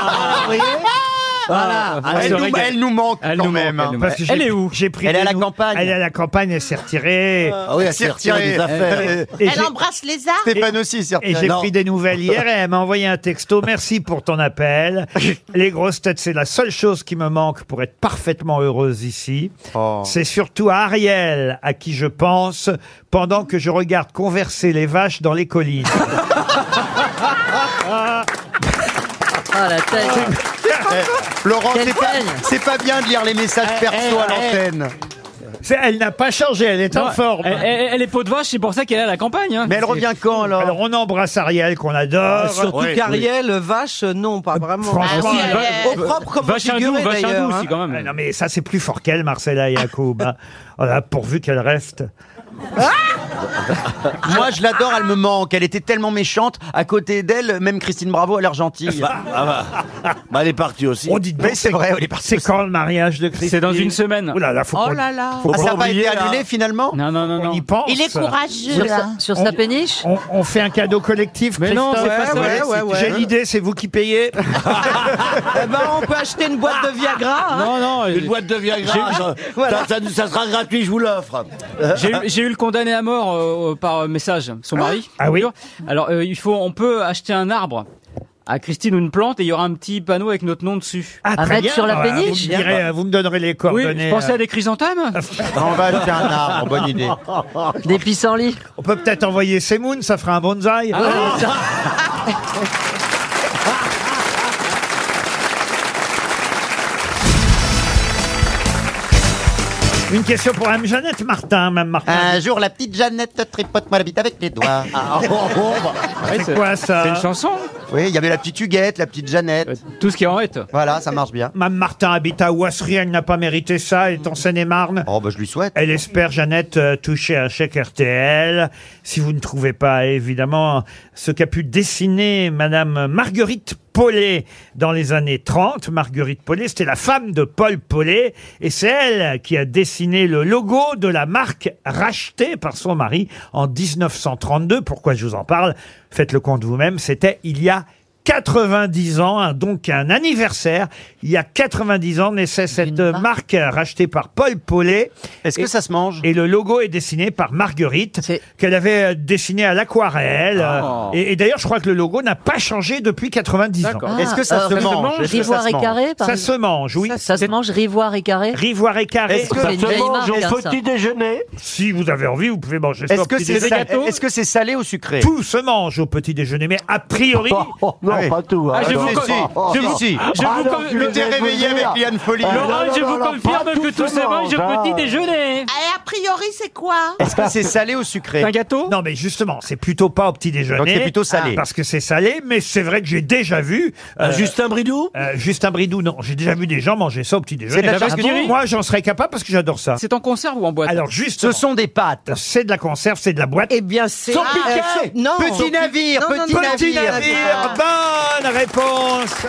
Voilà. Ah, Elle nous manque Elle quand nous même. manque, hein. elle nous Parce que Elle j'ai- est où j'ai pris Elle est des à la nou- campagne. Elle est à la campagne, elle s'est retirée. Ah oui, elle s'est retirée des affaires. Et Elle j'ai- embrasse les arbres. Stéphane aussi, Et certainement. j'ai pris des nouvelles hier et elle m'a envoyé un texto. Merci pour ton appel. Les grosses têtes, c'est la seule chose qui me manque pour être parfaitement heureuse ici. Oh. C'est surtout à Ariel à qui je pense pendant que je regarde converser les vaches dans les collines. Ah, la tête. Laurent, Quelle c'est peigne. pas bien de lire les messages perso à l'antenne. Elle n'a pas changé, elle est en Non, forme. elle est peau de vache, c'est pour ça qu'elle est à la campagne. Hein. Mais elle revient quand alors? Alors on embrasse Ariel qu'on adore. Surtout Ouais, qu'Ariel, vache, non, pas vraiment. Franchement, Ah, si, elle- elle- Au propre comme au Vache hindou, figuré, vache d'ailleurs. hindou hein. aussi quand Ah, même. non mais ça c'est plus fort qu'elle, Marcella Yacoub. Hein. Voilà, pourvu qu'elle reste. Moi, je l'adore, elle me manque. Elle était tellement méchante. À côté d'elle, même Christine Bravo a l'air gentille. Bah, elle est partie aussi. On dit Mais c'est vrai, elle est partie. C'est quand le mariage de Christine? C'est dans une semaine. Ouh là là, faut Oh qu'on- là là. Faut Ah, ça n'a pas oublier, été là. annulé finalement? Non, non, non, on non. y pense. Il est courageux, là. Sur On- sa péniche. On fait un cadeau collectif, Mais non, Christophe. c'est pas ça. Ouais. J'ai l'idée, c'est vous qui payez. Eh ben, on peut acheter une boîte de Viagra. Hein. Non, non. Une boîte de Viagra, ça sera gratuit, je vous l'offre. J'ai eu le condamné à mort par message, son mari. Ah oui. Alors on peut acheter un arbre à Christine ou une plante et il y aura un petit panneau avec notre nom dessus. Ah, À très mettre bien. sur la Voilà, péniche. vous me donnerez les Oui, coordonnées. je pensais à des chrysanthèmes. On va acheter un arbre, bonne idée. Des pissenlits. On peut peut-être envoyer Semoun, ça fera un bonsaï. Une question pour Mme Jeannette Martin. Mme Martin, Un jour, la petite Jeannette tripote-moi la bite avec les doigts. c'est quoi ça? C'est une chanson. Oui, il y avait la petite Huguette, la petite Jeannette. Tout ce qui en est. Voilà, ça marche bien. Mme Martin habite à Ouasserie, elle n'a pas mérité ça, elle est en Seine-et-Marne. Oh, bah, je lui souhaite. Elle espère, Jeannette, toucher un chèque RTL. Si vous ne trouvez pas, évidemment, ce qu'a pu dessiner Madame Marguerite Paulet dans les années 30. Marguerite Paulet, c'était la femme de Paul Paulet. Et c'est elle qui a dessiné le logo de la marque rachetée par son mari en 1932. Pourquoi je vous en parle? Faites le compte vous-même. C'était il y a 90 ans, hein, donc un anniversaire. Il y a 90 ans naissait cette marque rachetée par Paul Paulet. Est-ce que ça se mange? Et le logo est dessiné par Marguerite, qu'elle avait dessiné à l'aquarelle. Oh. Et d'ailleurs, je crois que le logo n'a pas changé depuis 90 ans. D'accord. Est-ce que ça se mange? Est-ce que Rivoire ça et se mange? carré, par Ça exemple. se mange, oui. Ça se mange rivoire et carré. Rivoire et carré. Est-ce que C'est une vieille marque, hein, ça. déjeuner? Si vous avez envie, vous pouvez manger ça. Est-ce au que petit c'est déjeuner. est-ce que c'est salé ou sucré? Tout se mange au petit déjeuner, mais a priori, Non, non, pas tout. Ah, je vous Tu t'es réveillé avec Liane Folly. Laurent, je vous confirme que tout se mange au petit déjeuner. Et a priori, c'est quoi? Est-ce que c'est salé ou sucré? Un gâteau? Non, mais justement, c'est plutôt pas au petit déjeuner. Donc c'est plutôt salé. Parce que c'est salé, mais c'est vrai que j'ai déjà vu. Justin Bridou? Justin Bridou, non. J'ai déjà vu des gens manger ça au petit déjeuner. C'est de la charcuterie? Moi, j'en serais capable parce que j'adore ça. C'est en conserve ou en boîte? Alors, Ce sont des pâtes. c'est de la conserve, c'est de la boîte. Eh bien, c'est... Sans piquer. non. Petit navire, Non, non, petit non, Petit navire, bonne réponse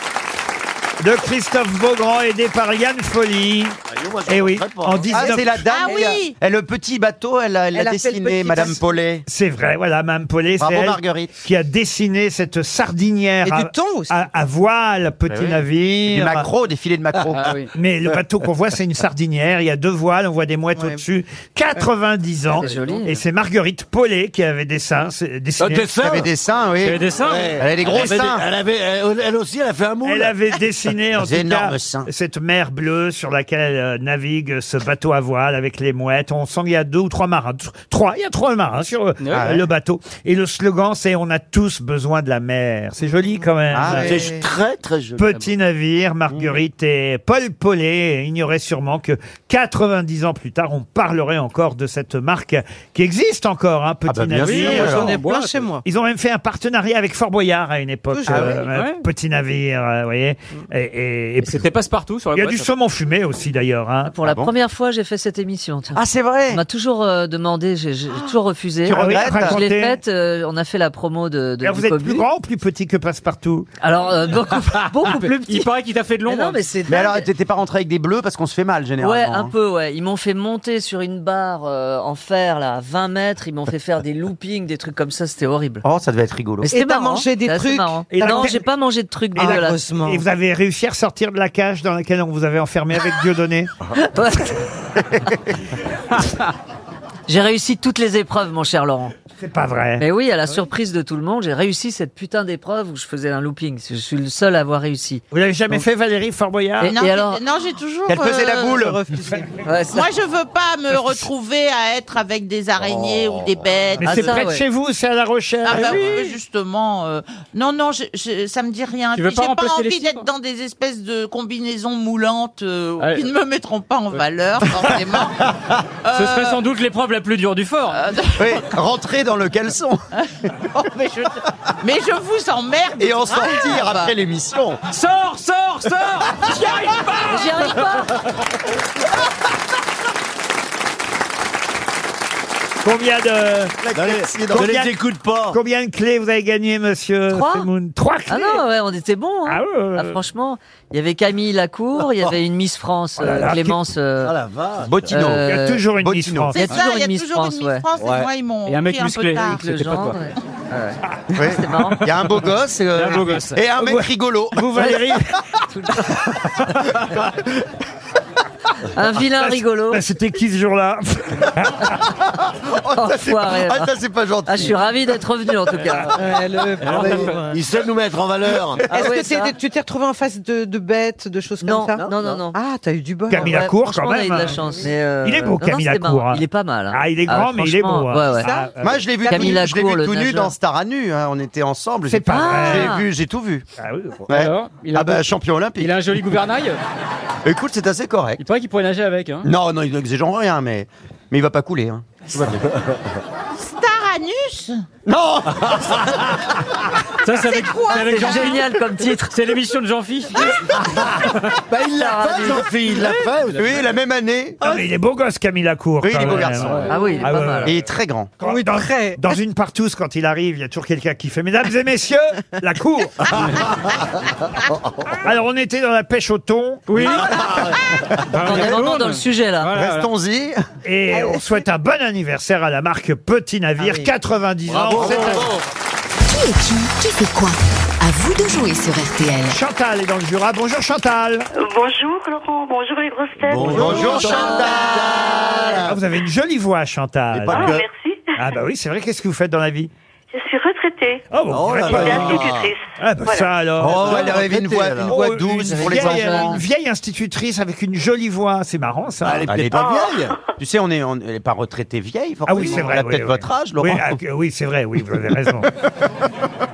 de Christophe Beaugrand, aidé par Liane Folly. Eh oui, en 19... Ah, c'est la dame. Ah oui. Le petit bateau, elle a Elle a fait le dessiné, petit Madame bateau. Paulet. C'est vrai, voilà, Mme Paulet, c'est Bravo, elle Marguerite. qui a dessiné cette sardinière Et du thon aussi. à voile, petit Du navire. maquereau, des filets de maquereau. Ah oui. Mais le bateau qu'on voit, c'est une sardinière. Il y a 2 voiles, on voit des mouettes au-dessus. 90 ans. C'est joli. Et c'est Marguerite Paulet qui avait dessiné. Elle avait des seins, oui. des seins? Elle avait des gros seins. Elle aussi, elle a fait un moule. Elle avait dessiné en tout Des cas énormes seins. cette mer bleue sur laquelle navigue ce bateau à voile avec les mouettes. On sent qu'il y a 2 ou 3 marins. Il y a 3 marins sur le bateau. Et le slogan, c'est « On a tous besoin de la mer ». C'est joli quand même. Ah, ouais. C'est très très joli. Petit navire, Marguerite et Paul Paulet ignoraient sûrement que 90 ans plus tard, on parlerait encore de cette marque qui existe encore, hein, Petit bien navire. sûr, J'en ai alors. plein chez moi. Ils ont même fait un partenariat avec Fort Boyard à une époque. Toujours. Ouais. Petit navire, vous voyez. Et C'était passe-partout sur la il y a boîte. du saumon fumé aussi d'ailleurs. Hein. Pour la première fois, j'ai fait cette émission. Tiens. Ah, c'est vrai. On m'a toujours demandé, j'ai toujours refusé. Tu regrettes? Je l'ai Racontez. faite, on a fait la promo de Alors, du vous êtes Cobu. plus grand ou plus petit que Passepartout? Alors, beaucoup plus petit. Il paraît qu'il t'a fait de Mais l'ombre. non, mais c'est Mais dingue. alors, t'étais pas rentré avec des bleus parce qu'on se fait mal, généralement. Ouais, hein. un peu, ouais. Ils m'ont fait monter sur une barre en fer, là, à 20 mètres. Ils m'ont fait faire des loopings, des trucs comme ça. C'était horrible. Oh, ça devait être rigolo. Mais c'était Et t'as marrant. mangé des C'était assez trucs marrant. Et Non, la- j'ai pas mangé de trucs Et la- dégueulasses. Heureusement. Et vous avez réussi à ressortir de la cage dans laquelle on vous avait enfermé avec Dieudonné? Ouais. J'ai réussi toutes les épreuves, mon cher Laurent. C'est pas vrai. Mais oui, à la surprise de tout le monde, j'ai réussi cette putain d'épreuve où je faisais un looping. Je suis le seul à avoir réussi. Vous l'avez jamais fait, Valérie Fort Boyard? Et- Non, alors non, j'ai toujours. Elle faisait la boule. Ouais, ça- Moi, je veux pas me retrouver à être avec des araignées ou des bêtes. Mais Ah, c'est ça, près de ouais. chez vous, c'est à La Rochelle. Ah bah oui, justement. Non, non, ça me dit rien. Tu veux Puis pas j'ai pas remplacer les envie cibres d'être dans des espèces de combinaisons moulantes Ouais. qui ne me mettront pas en valeur, forcément. Ce serait sans doute l'épreuve la plus dure du fort. Oui, rentrer dans le caleçon mais je vous emmerde. et en grave. sortir après l'émission. Sors, sors, sors. J'y arrive pas. J'y arrive pas. Combien de... Ne les écoute pas. Combien de clés vous avez gagné, monsieur 3. Semoun? 3 clés. Ah non, ouais, on était bons. Hein. Ah ouais, ouais, Ah, ouais. franchement, il y avait Camille Lacour, il y avait une Miss France, là là, Clémence. Ah la vache. Botino. Il y a toujours une Miss Botino. France. Il y a C'est ça, toujours il y a une Miss toujours France, une ouais. Miss France, Ouais. et moi, ils m'ont Et un mec pris un musclé. peu tard. Le C'était pas genre, toi. ouais. Oui. C'était marrant. Il y a un beau gosse, un beau gosse. et un mec Ouais. rigolo. Vous, Valérie? Un vilain rigolo. Bah, c'était qui ce jour-là? Enfoiré. Ah, ça, c'est pas gentil. Ah, je suis ravi d'être revenu en tout cas. Il sait nous mettre en valeur. Ah Est-ce ouais, que ça. tu t'es retrouvé en face de bêtes, de choses Non, comme ça non. Ah, t'as eu du bol. Camille Ouais, Lacour, franchement, quand on a eu même. de la chance. Mais, Il est beau, non, Camille c'était Lacour, marrant. hein. Il est pas mal. Hein. Ah, il est grand, mais il est beau. franchement, hein. ouais, ouais. Ah, Moi, je l'ai vu, Camille je l'ai Lacour, vu le tout nu nageur. dans Star à nu. Hein. On était ensemble. C'est pas Ah. vrai. J'ai tout vu. Ah oui. Ouais. Alors, il a, Ah bah, champion olympique. il a un joli gouvernail. Écoute, c'est assez correct. Il paraît qu'il pourrait nager avec. Hein. Non, non, il n'exige rien, mais il va pas couler. Hein. Tout va bien. Staranus Non. Ça, c'est avec, c'est avec C'est Jean-Philippe. génial comme titre. C'est l'émission de Jean-Philippe. Bah, il l'a fait, Jean-Philippe. Il l'a fait. Oui, la même année. Non, mais il est beau gosse, Camille Lacour. Oui, il quand est beau même. garçon. Ah oui, il est Ah pas ouais, mal. Et il est très grand. Quand- dans une partouze, quand il arrive, il y a toujours quelqu'un qui fait « Mesdames et messieurs, la cour !» Alors, on était dans la pêche au thon. Oui. On est vraiment dans le sujet là. Voilà, voilà. Restons-y. Et on souhaite un bon anniversaire à la marque Petit Navire, 90 ans. Bravo. C'est Qui fait quoi? À vous de jouer sur RTL. Chantal est dans le Jura. Bonjour Chantal. Bonjour Laurent, bonjour les grosses têtes. Bonjour Chantal. Ah, vous avez une jolie voix, Chantal. Mais pas Ah, que. merci. Ah bah oui, c'est vrai. Qu'est-ce que vous faites dans la vie? Je suis retraitée. Oh, bon, Oh vous là faites là. pas- J'étais institutrice. Ah bah Voilà. ça alors. Oh, elle avait une voix Oh, douce une pour les vieille, enfants. une vieille institutrice avec une jolie voix. C'est marrant ça. Elle est Elle peut-être est pas vieille. Tu sais, elle est pas retraitée vieille, Ah forcément. oui, c'est vrai. Elle a oui, peut-être oui. votre âge, Laurent. Oui, oui, c'est vrai, oui, vous avez raison.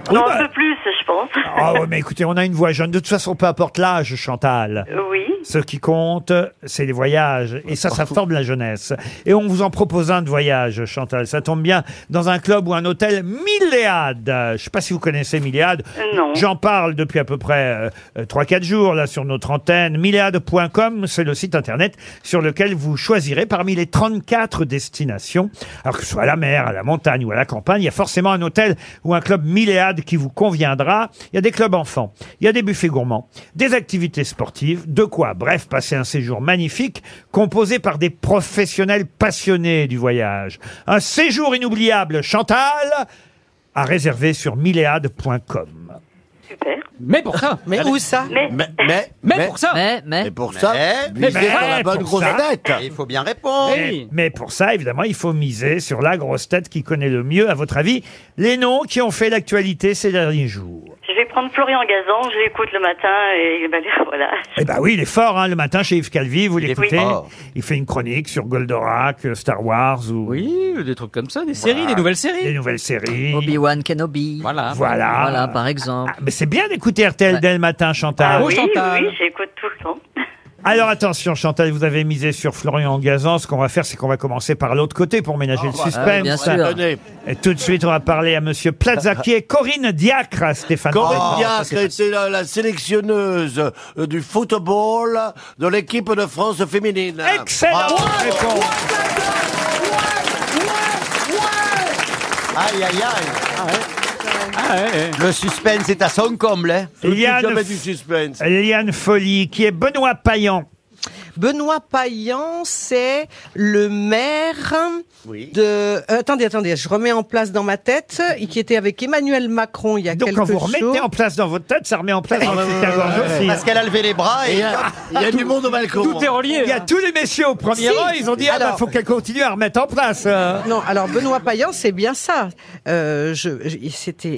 Non, bah. un peu plus, je pense. Ah ouais, mais écoutez, on a une voix jeune. De toute façon, peu importe l'âge, Chantal. Oui. Ce qui compte, c'est les voyages. Et ça forme la jeunesse. Et on vous en propose un de voyage, Chantal. Ça tombe bien, dans un club ou un hôtel Milléade. Je ne sais pas si vous connaissez Milléade. Non. J'en parle depuis à peu près 3-4 jours, là, sur notre antenne. Milléade.com, c'est le site internet sur lequel vous choisirez parmi les 34 destinations. Alors que ce soit à la mer, à la montagne ou à la campagne, il y a forcément un hôtel ou un club Milléade qui vous conviendra. Il y a des clubs enfants, il y a des buffets gourmands, des activités sportives, de quoi, bref, passer un séjour magnifique composé par des professionnels passionnés du voyage. Un séjour inoubliable, Chantal, à réserver sur milléade.com. Super. Mais pour ça. Mais où ça? Mais pour ça. Et pour ça, mais misez sur la bonne pour grosse ça, tête. Il faut bien répondre. Mais pour ça, évidemment, il faut miser sur la grosse tête qui connaît le mieux, à votre avis, les noms qui ont fait l'actualité ces derniers jours. Je vais prendre Florian Gazan, je l'écoute le matin et il va dire voilà. Eh ben oui, il est fort, hein, le matin chez Yves Calvi, vous l'écoutez. fort. Il fait une chronique sur Goldorak, Star Wars ou... Oui, des trucs comme ça, des séries, des nouvelles séries. Des nouvelles séries. Obi-Wan Kenobi. Voilà. Voilà. Par exemple. Ah, mais c'est bien d'écouter RTL dès le matin, Chantal. Oh, Oui, Chantal. oui, j'écoute tout le temps. Alors attention, Chantal, vous avez misé sur Florian Gazan. Ce qu'on va faire, c'est qu'on va commencer par l'autre côté pour ménager le suspense. bien sûr. Tenez. Et tout de suite, on va parler à Monsieur Plaza, qui est Corinne Diacre, Stéphane. Corinne Diacre était la sélectionneuse du football de l'équipe de France féminine. Excellente réponse. Aïe, aïe, aïe. Le suspense est à son comble. Hein. Jamais du suspense. Liane Folly, qui est Benoît Payan. Benoît Payan, c'est le maire de... attendez, je remets en place dans ma tête, qui était avec Emmanuel Macron il y a Donc quelques quand vous jours. remettez en place dans votre tête, ça remet en place dans votre tête aussi. Parce qu'elle a levé les bras et... Il y a du monde au balcon. Tout est relié. Il y a tous les messieurs au premier rang, ils ont dit Alors- faut qu'elle continue à remettre en place. Non, alors Benoît Payan, c'est bien ça. C'était...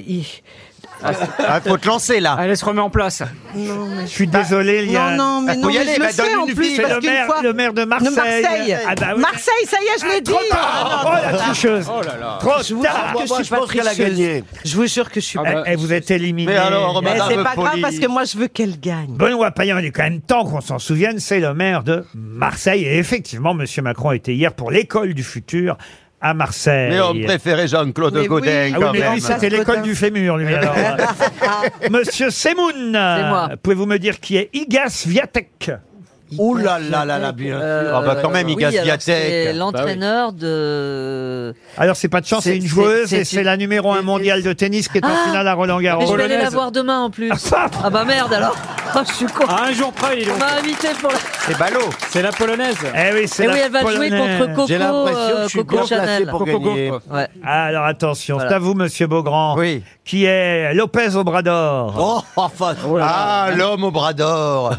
faut te lancer là. Allez, se remet en place. Non, mais... Je suis désolé, Liane. Non, mais faut non, y mais aller, je bah, le sais donne en une plus, fille. C'est parce le qu'une maire, fois... le maire de Marseille. Marseille. Ah bah oui. Marseille, ça y est, je l'ai dit. Trop tard. Oh la tricheuse. Oh là là. Trop Je vous tard. jure que Moi, je je suis pas pense qu'elle a tricheuse. gagné. Je vous jure que je suis Ah pas... bah, Et vous êtes éliminé. Mais alors, Mais Madame c'est pas grave Poli. parce que moi je veux qu'elle gagne. Benoît Payan, il est quand même temps qu'on s'en souvienne, c'est le maire de Marseille. Et effectivement, Monsieur Macron était hier pour l'école du futur à Marseille. Mais on préférait Jean-Claude Mais oui. Godin Ah oui, quand mais même. lui, c'était Godin. l'école du fémur, lui. Alors. Monsieur Semoun, moi. pouvez-vous me dire qui est Igas Viatek? Ouh là là là là, bien sûr. Ah bah quand même, Igas oui, alors, c'est Viatek. l'entraîneur de... Alors, c'est pas de chance, c'est une C'est- joueuse c'est- et c'est la numéro 1 mondiale de tennis qui est en finale à Roland-Garros. Mais je vais aller la Polonaise. voir demain en plus. Ah, Ah bah merde alors. Oh, je suis con. À un jour près, il est On m'a invité pour la... C'est ballot. C'est la polonaise. Eh oui, c'est Et la oui, elle va jouer Polonaise. contre Coco, J'ai l'impression que je suis Coco bien placé Chanel. pour Coco gagner. Gauff. Ouais. Alors attention, Voilà. c'est à vous, Monsieur Beaugrand, Oui. qui est Lopez Obrador. Oh, enfin. Ah, l'homme au bras d'or.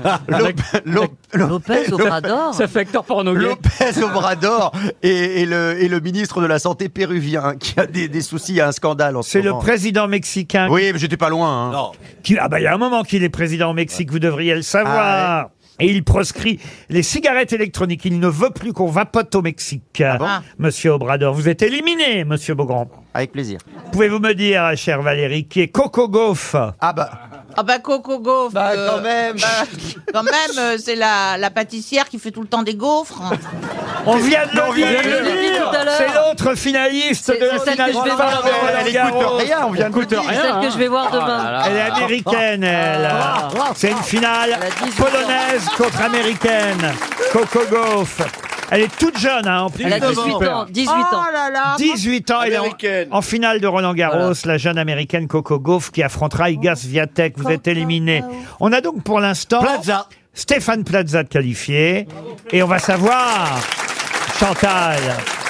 Lopez Obrador. Ça fait acteur porno gay. Lopez Obrador et le ministre de la Santé péruvien qui a des soucis, il y a un scandale en ce C'est le moment. président mexicain Oui, mais j'étais pas loin. Hein. Non. qui... Ah bah il y a un moment qu'il est président au Mexique, vous devriez le savoir. Et il proscrit les cigarettes électroniques. Il ne veut plus qu'on vapote au Mexique. Monsieur Obrador, vous êtes éliminé, Monsieur Beaugrand. Avec plaisir. Pouvez-vous me dire, chère Valérie, qui est Coco Gauff? Ah bah, Ah bah Coco Gauff. quand même. Quand même, c'est la pâtissière qui fait tout le temps des gaufres. On vient de le Je l'ai dit tout à l'heure. C'est l'autre finaliste C'est- de la c'est celle finale que je vais de voir. Roland Elle Garros. écoute rien, on vient de le dire. C'est celle que je vais voir demain. Elle est américaine, elle. C'est une finale Elle a 18 ans. polonaise contre américaine. Coco Gauff. Elle est toute jeune, hein, en plus. Elle a 18 ans. 18 ans. Oh là là. 18 ans, elle est Américaine. en finale de Roland Garros, la jeune américaine Coco Gauff qui affrontera Igas Viatek. Vous êtes éliminé. On a donc pour l'instant Plaza. Stéphane Plaza de qualifié. Et on va savoir, Chantal,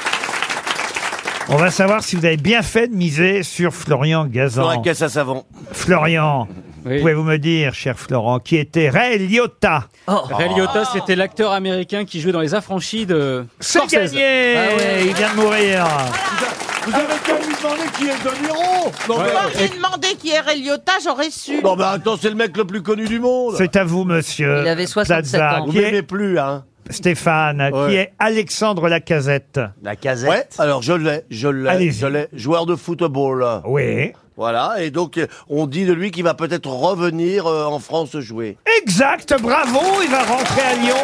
on va savoir si vous avez bien fait de miser sur Florian Dans la Gazan. caisse à savon. Florian, Oui. pouvez-vous me dire, cher Florent, qui était Ray Liotta? Ray Liotta, c'était l'acteur américain qui jouait dans Les Affranchis de C'est Scorsese. gagné. Ah ouais. Il vient de mourir. Vous avez qu'à lui demander qui est De Niro. Non, Moi, mais... j'ai demandé qui est Ray Liotta, j'aurais su. Non, mais attends, c'est le mec le plus connu du monde. C'est à vous, monsieur. Il avait 67 Plaza, ans. Vous qui est m'aimez plus, hein. Stéphane, Ouais. qui est Alexandre Lacazette. La casette. Ouais, alors je l'ai. Allez-y. Joueur de football. Oui. Voilà, et donc on dit de lui qu'il va peut-être revenir en France jouer. Exact, bravo, il va rentrer à Lyon.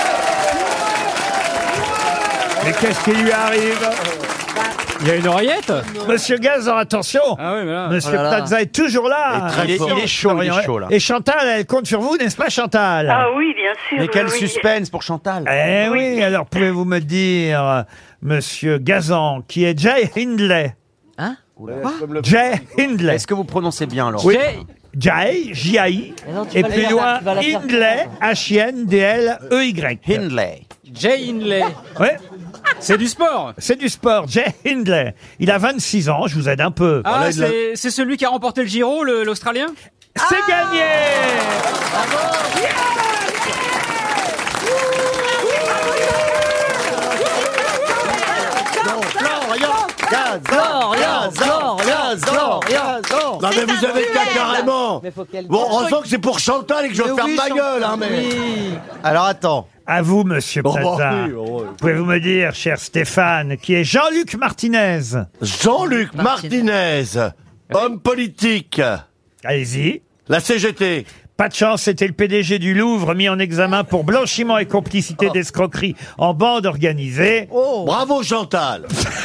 Mais qu'est-ce qui lui arrive? Il y a une oreillette. Monsieur Gazan, attention. Ah oui, mais là. Monsieur Oh là là. Plaza est toujours là. Il est chaud, là. Et Chantal, elle compte sur vous, n'est-ce pas, Chantal? Ah oui, bien sûr. Mais quel oui. suspense pour Chantal. Eh oui, alors pouvez-vous me dire, Monsieur Gazan, qui est Jay Hindley? Hein? Jay Hindley. Est-ce que vous prononcez bien, alors? Oui. Jay, J-A-I, Mais non, tu et vas plus la- loin, tu vas la faire. Hindley, H-I-N-D-L-E-Y. Hindley. Jay Hindley. Ouais, C'est du sport. c'est du sport, Jay Hindley. Il a 26 ans, je vous aide un peu. Ah, c'est celui qui a remporté le Giro, l'Australien. C'est gagné! Non mais vous avez qu'à carrément. Bon, heureusement que c'est pour Chantal et que je vais ferme ma gueule, hein, mais. Alors attends. À vous, Monsieur Plaza. oui. Pouvez-vous me dire, cher Stéphane, qui est Jean-Luc Martinez? Jean-Luc Martinez, homme politique, Allez-y. la CGT. Pas de chance, c'était le PDG du Louvre mis en examen pour blanchiment et complicité d'escroquerie en bande organisée. Bravo Chantal.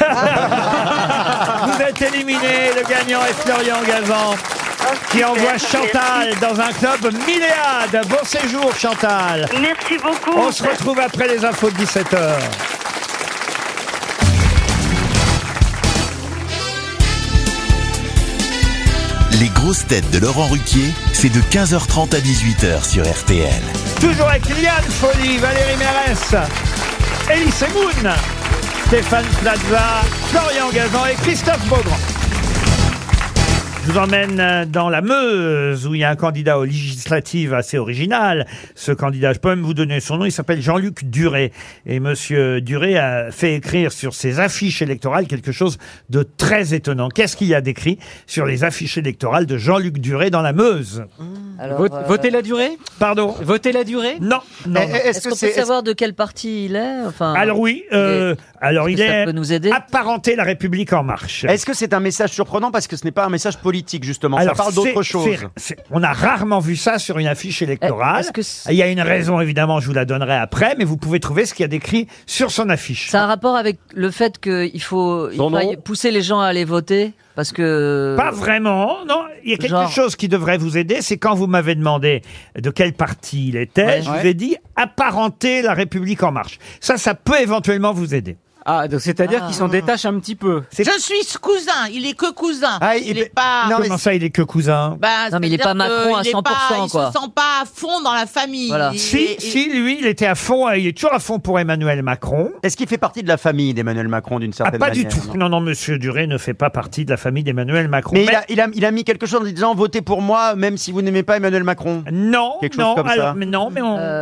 Vous êtes éliminé, le gagnant est Florian Gazan, qui envoie Chantal dans un club milléade. Bon séjour, Chantal. Merci beaucoup. On se retrouve après les infos de 17h. Les grosses têtes de Laurent Ruquier, c'est de 15h30 à 18h sur RTL. Toujours avec Liane Folly, Valérie Mérès, Elie Semoun, Stéphane Plaza, Florian Gazan et Christophe Beaugrand. Je vous emmène dans la Meuse, où il y a un candidat aux législatives assez original. Ce candidat, je peux même vous donner son nom, il s'appelle Jean-Luc Duret. Et monsieur Duret a fait écrire sur ses affiches électorales quelque chose de très étonnant. Qu'est-ce qu'il y a d'écrit sur les affiches électorales de Jean-Luc Duret dans la Meuse? Alors, Votez la durée. Pardon? Votez la durée. Non, non. non. Est-ce qu'on peut savoir de quel parti il est? Enfin, Alors oui, alors il que ça est peut nous aider apparenté La République En Marche. Est-ce que c'est un message surprenant parce que ce n'est pas un message politique, justement? Alors, ça parle d'autre chose. on a rarement vu ça sur une affiche électorale. Est-ce que Il y a une raison, évidemment, je vous la donnerai après, mais vous pouvez trouver ce qu'il y a d'écrit sur son affiche. ça a un rapport avec le fait qu'il faut pousser les gens à aller voter? Parce que... Pas vraiment, non. Il y a quelque Genre- chose qui devrait vous aider, c'est quand vous m'avez demandé de quel parti il était, Ouais. je vous ai dit apparenter La République En Marche. Ça peut éventuellement vous aider. Ah, donc c'est-à-dire qu'il s'en détache un petit peu. Je suis cousin, il est que cousin. Ah, il est pas. non, Comment ça, il est que cousin? Bah, Non, mais il est c'est-à-dire pas Macron à que il est 100%, pas- quoi. Il se sent pas à fond dans la famille. Voilà. Si, lui, il était à fond, il est toujours à fond pour Emmanuel Macron. Est-ce qu'il fait partie de la famille d'Emmanuel Macron d'une Ah, certaine pas manière? du tout. Non, monsieur Duret ne fait pas partie de la famille d'Emmanuel Macron. Mais il a mis quelque chose en disant votez pour moi, même si vous n'aimez pas Emmanuel Macron. Non, Quelque chose non, comme alors, ça. mais non, mais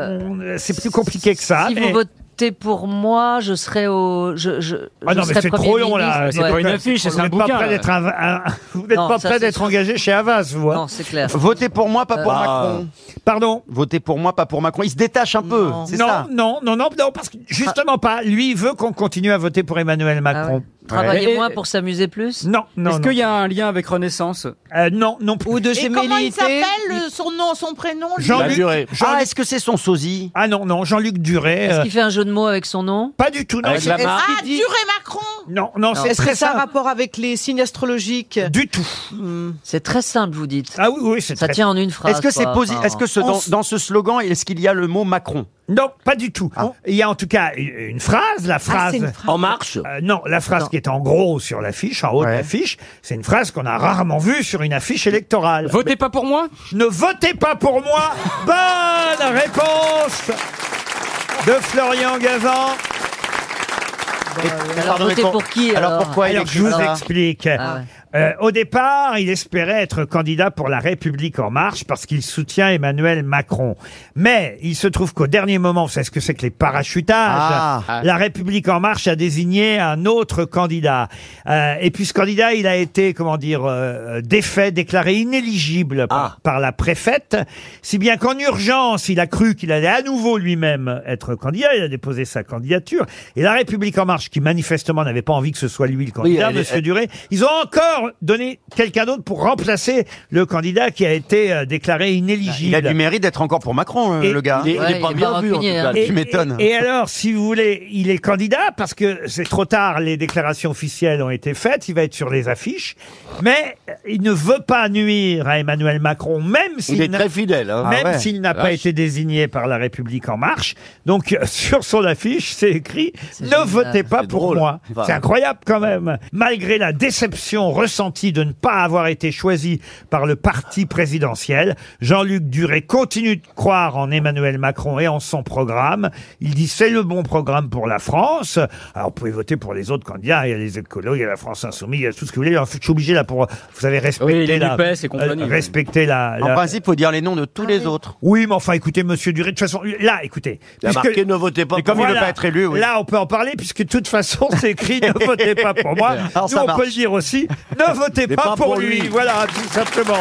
c'est plus compliqué que ça. Si mais- vous votez pour moi, je serai au... Ah non, mais c'est trop long, là. C'est pas une affiche, c'est un Vous n'êtes pas bouquin. prêt d'être vous n'êtes Non, pas ça, prêt c'est d'être sûr. engagé chez Havas, vous. hein. Non, c'est clair. Votez pour moi, pas pour Macron. Pardon? Votez pour moi, pas pour Macron. Il se détache un peu, Non. c'est Non, ça. non, parce que justement pas. Lui, il veut qu'on continue à voter pour Emmanuel Ah Macron. ouais. Travailler Ouais. moins pour s'amuser plus? Non, non, Est-ce non. qu'il y a un lien avec Renaissance? Non, non plus. Ou de Et chez comment il Mélité. s'appelle son nom, son prénom lui Jean-Luc. La durée. Ah, est-ce que c'est son sosie? Ah non, Jean-Luc Duret. Est-ce qu'il fait un jeu de mots avec son nom? Pas du tout, non. Avec la c'est- marque. Ah, Duret Macron. Non, c'est Est-ce très que ça a un simple. rapport avec les signes astrologiques? Du tout. C'est très simple, vous dites. Ah oui, c'est Ça très tient en une phrase. Est-ce que c'est quoi. positif? Enfin, Est-ce que dans ce slogan, est-ce qu'il y a le mot Macron? Non, pas du tout. Il y a en tout cas une phrase, la phrase. c'est une phrase. En marche. Non, la phrase Non. qui est en gros sur l'affiche, en haut de Ouais. l'affiche, c'est une phrase qu'on a rarement vue sur une affiche électorale. Votez pas pour moi. Ne votez pas pour moi. Bonne réponse de Florian Gazan. alors, votez pour qui, Alors pourquoi il Alors, écrit je vous ça? explique. Ah ouais. Au départ, il espérait être candidat pour La République En Marche parce qu'il soutient Emmanuel Macron. Mais il se trouve qu'au dernier moment, vous savez ce que c'est que les parachutages. La République En Marche a désigné un autre candidat. Et puis ce candidat, il a été, défait, déclaré inéligible par la préfète. Si bien qu'en urgence, il a cru qu'il allait à nouveau lui-même être candidat. Il a déposé sa candidature. Et La République En Marche, qui manifestement n'avait pas envie que ce soit lui le candidat, elle est- Monsieur Duret, ils ont encore donner quelqu'un d'autre pour remplacer le candidat qui a été déclaré inéligible. Il a du mérite d'être encore pour Macron, Et- le gars. Il est pas bien vu, en tout cas. Et- Tu m'étonnes. Et alors, si vous voulez, il est candidat parce que c'est trop tard, les déclarations officielles ont été faites, il va être sur les affiches, mais il ne veut pas nuire à Emmanuel Macron, même Il s'il est très fidèle. Hein. même ouais. s'il n'a pas été désigné par La République En Marche. Donc, sur son affiche, c'est écrit « Ne génial. votez pas C'est pour drôle. moi Enfin. C'est incroyable quand même. Malgré la déception ressentie de ne pas avoir été choisi par le parti présidentiel, Jean-Luc Duret continue de croire en Emmanuel Macron et en son programme. Il dit « C'est le bon programme pour la France ». Alors, vous pouvez voter pour les autres candidats. Il y a les écolos, il y a la France Insoumise, il y a tout ce que vous voulez. Alors, je suis obligé là pour... Vous avez respecté Oui, les la... NUPES et compagnie. respecter la... En principe, faut dire les noms de tous les autres. Oui, mais enfin, écoutez, monsieur Duret, de toute façon, là, écoutez. Il a marqué ne votez pas Mais comme pour il moi. veut pas être élu, oui. Là, on peut en parler, puisque de toute façon, c'est écrit « Ne votez pas pour moi ». Alors, Nous, ça on peut marche. le dire aussi « Ne votez Mais pas pour lui ». Voilà, tout simplement.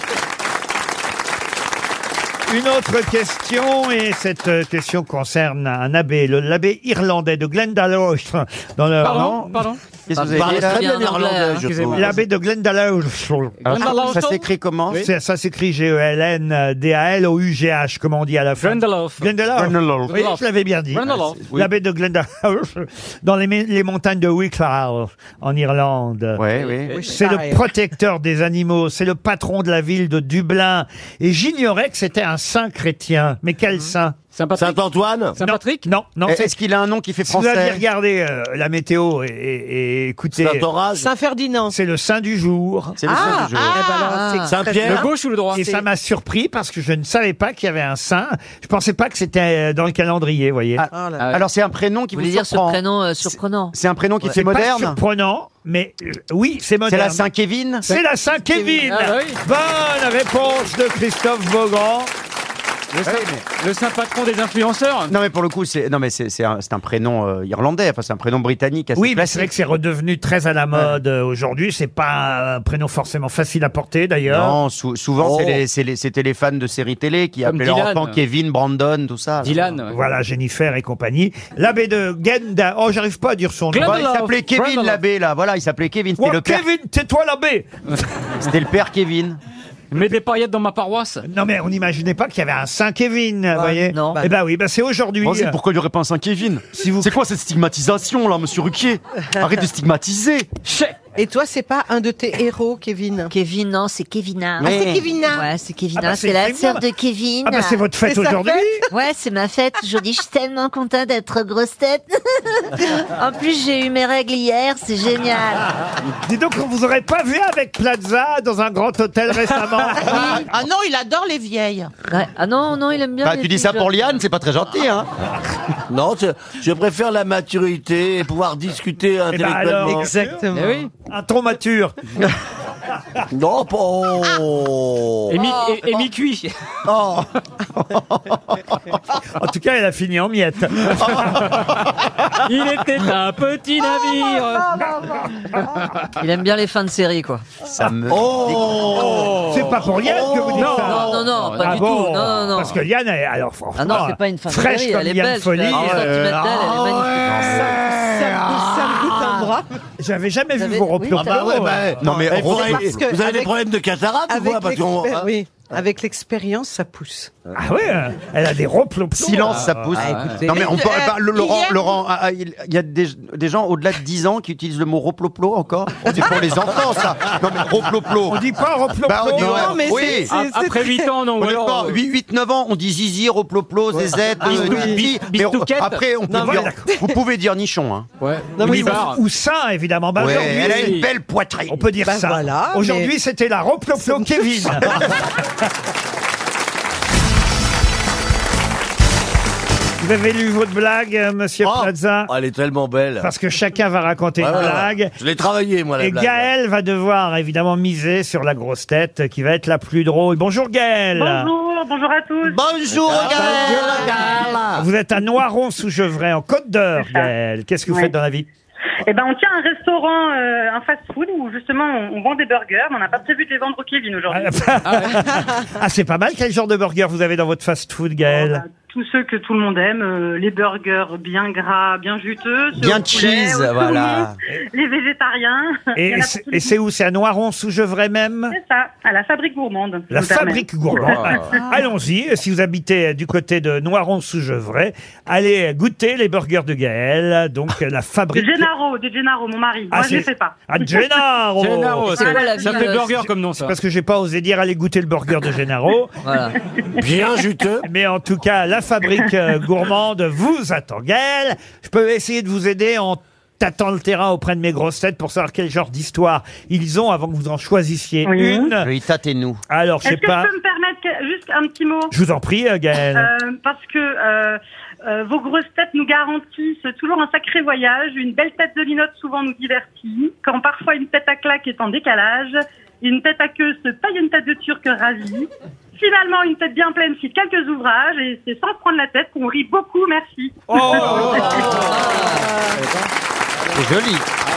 Une autre question, et cette question concerne un abbé, l'abbé irlandais de Glendalough, dans le... Pardon. Qu'est-ce que vous Il avez parle dit, là très bien bien anglais, irlandais, je excusez-moi. trouve. L'abbé de Glendalough. Ça s'écrit comment? Ça s'écrit G-E-L-N-D-A-L-O-U-G-H, comme on dit à la fin. Glendalough. Glendalough. Oui, je l'avais bien dit. Glendalough. L'abbé de Glendalough, dans les montagnes de Wicklow, en Irlande. Ouais, oui. C'est le protecteur des animaux, c'est le patron de la ville de Dublin. Et j'ignorais que c'était un saint chrétien. Mais quel saint? Saint-Patrick. Saint-Antoine. Saint-Patrick. Non, c'est... Est-ce qu'il a un nom qui fait Si vous aviez français? regardé la météo et écoutez, Saint-Orage. Saint-Ferdinand. c'est le saint du jour. C'est le saint du jour. Eh ben alors, c'est Saint-Pierre. Le gauche ou le droit? Et ça m'a surpris parce que je ne savais pas qu'il y avait un saint. Je pensais pas que c'était dans le calendrier, vous voyez. Oh là là. Alors, c'est un prénom qui Vous vous voulez dire ce surprend. prénom surprenant? C'est un prénom qui C'est fait pas moderne. surprenant, mais oui, c'est C'est moderne. la Saint-Kevin. C'est la Saint-Kevin. Ah, bah oui. Bonne réponse de Christophe Beaugrand. Le saint patron des influenceurs. Non mais pour le coup c'est un prénom irlandais, enfin c'est un prénom britannique assez Oui, mais c'est vrai classique. que c'est redevenu très à la mode aujourd'hui. C'est pas un prénom forcément facile à porter d'ailleurs. Non, souvent Oh. c'était les fans de séries télé qui Comme appelaient leur Dylan. enfant Kevin, Brandon, tout ça. Dylan. ouais. Voilà, Jennifer et compagnie. L'abbé de Glenda. Oh, j'arrive pas à dire son nom. Glenda- Bah, il s'appelait Kevin Brandon. l'abbé là, voilà, il s'appelait Kevin, c'était Oh, le père, Kevin, tais-toi l'abbé. c'était le père Kevin. Mets des paillettes dans ma paroisse. Non mais on n'imaginait pas qu'il y avait un Saint Kevin, vous voyez. non. Eh ben oui, c'est aujourd'hui. pourquoi il y aurait pas un Saint-Kevin? Si vous- C'est quoi cette stigmatisation là, monsieur Ruquier? Arrête de stigmatiser. Et toi, c'est pas un de tes héros, Kevin? Kevin, non, c'est Kevina. Ah, c'est Kevina. Ouais, c'est Kevina, Ah bah, c'est la c'est sœur moi. de Kevin. Ah bah c'est votre fête C'est sa aujourd'hui. Ouais, c'est ma fête. Aujourd'hui, je suis tellement contente d'être grosse tête. En plus, j'ai eu mes règles hier, c'est génial. Dis donc, on vous aurait pas vu avec Plaza dans un grand hôtel récemment. Ah non, il adore les vieilles. Ouais. Ah non, non, il aime bien. Bah, les tu dis filles ça pour jeunes. Liane, c'est pas très gentil hein. Non, je préfère la maturité et pouvoir discuter Eh ben alors, intellectuellement. Exactement. Eh oui. un ton mature. Non, pas. Oh. Et mi-cuit. Oh. En tout cas, elle a fini en miettes. Il était un petit navire. Il aime bien les fins de série, quoi. Ça me Oh. C'est pas pour Liane que vous dites ça. Non, non, non, pas Ah du bon, tout. Non, non, non. Parce que Liane, alors franchement, Ah non, c'est pas une fin de fraîche série, comme elle est Liane belle. Folly. Je fais 10 centimètres d'elle, elle est magnifique. Ça me goûte un bras. J'avais jamais vu avez- vos oui, reploplos. Ah bah ouais, bah, Non, mais il faudrait- parce que vous avez des avec- problèmes de cataracte ou Avec quoi? Parce qu'on. oui, avec l'expérience, ça pousse. Ah ouais, elle a des reploplos. silence, ça pousse. écoutez. Non mais on peut pas. Hier- Laurent, il y a des gens au-delà de 10 ans qui utilisent le mot roploplo encore. C'est pour les enfants ça. Non mais roploplo. On dit pas reploplo. Bah, on dit, ouais. Non, mais Oui. Après 8 ans, non. On ou dit alors, pas 8-9 ans, on dit zizi, roploplo, zézette, bibi. Mais bistouquette. après, on peut Non, dire, voilà. vous pouvez dire nichon. Hein. Ouais. Non, mais Bolivar. Ou ça, évidemment. Bah, Ouais, aujourd'hui, elle a c'est- une belle poitrine. on peut dire Bah, ça. voilà, Aujourd'hui, mais- c'était la reploplo Kevin. Vous avez lu votre blague, monsieur Oh. Plaza? Oh, elle est tellement belle. Parce que chacun va raconter Ouais, une ouais, ouais. blague. Je l'ai travaillé, moi, la Et blague. Gaël va devoir évidemment miser sur la grosse tête qui va être la plus drôle. Bonjour Gaël. Bonjour à tous. Bonjour Gaël. Vous êtes à Noiron-sous-Gevrey, en Côte d'Or, C'est ça. Gaël. Qu'est-ce que vous Ouais. faites dans la vie? Eh ben, on tient un restaurant, un fast-food où justement on vend des burgers, mais on n'a pas prévu de les vendre au Kevin aujourd'hui. Ah, c'est pas mal. Quel genre de burger vous avez dans votre fast-food, Gaël? tous ceux que tout le monde aime, les burgers bien gras, bien juteux, ceux Bien au poulet, cheese, au saumon, voilà. les végétariens. Il y en a pour tous les Et c'est où? C'est à Noiron-sous-Gevrey même? C'est ça, à la Fabrique Gourmande. La je me permets. Fabrique Gourmande. Allons-y, si vous habitez du côté de Noiron-sous-Gevrey, allez goûter les burgers de Gaël, donc la Fabrique... De Gennaro, mon mari. Ah, Moi, je ne c'est- fais pas. Ah, Gennaro. Gennaro, C'est quoi la ça ville, fait burger comme nom, ça. Parce que j'ai pas osé dire allez goûter le burger de Gennaro. Voilà. Bien juteux. Mais en tout cas, la Fabrique Gourmande vous attend. Gaël, je peux essayer de vous aider en tâtant le terrain auprès de mes grosses têtes pour savoir quel genre d'histoire ils ont avant que vous en choisissez Oui. une. Oui, tâtez-nous. Alors, je sais Est-ce que pas. je peux me permettre juste un petit mot? Je vous en prie, Gaël. Parce que vos grosses têtes nous garantissent toujours un sacré voyage. Une belle tête de linotte souvent nous divertit. Quand parfois une tête à claque est en décalage, une tête à queue se paye une tête de turc ravie. Finalement, une tête bien pleine cite quelques ouvrages et c'est sans se prendre la tête qu'on rit beaucoup. Merci. Oh C'est joli.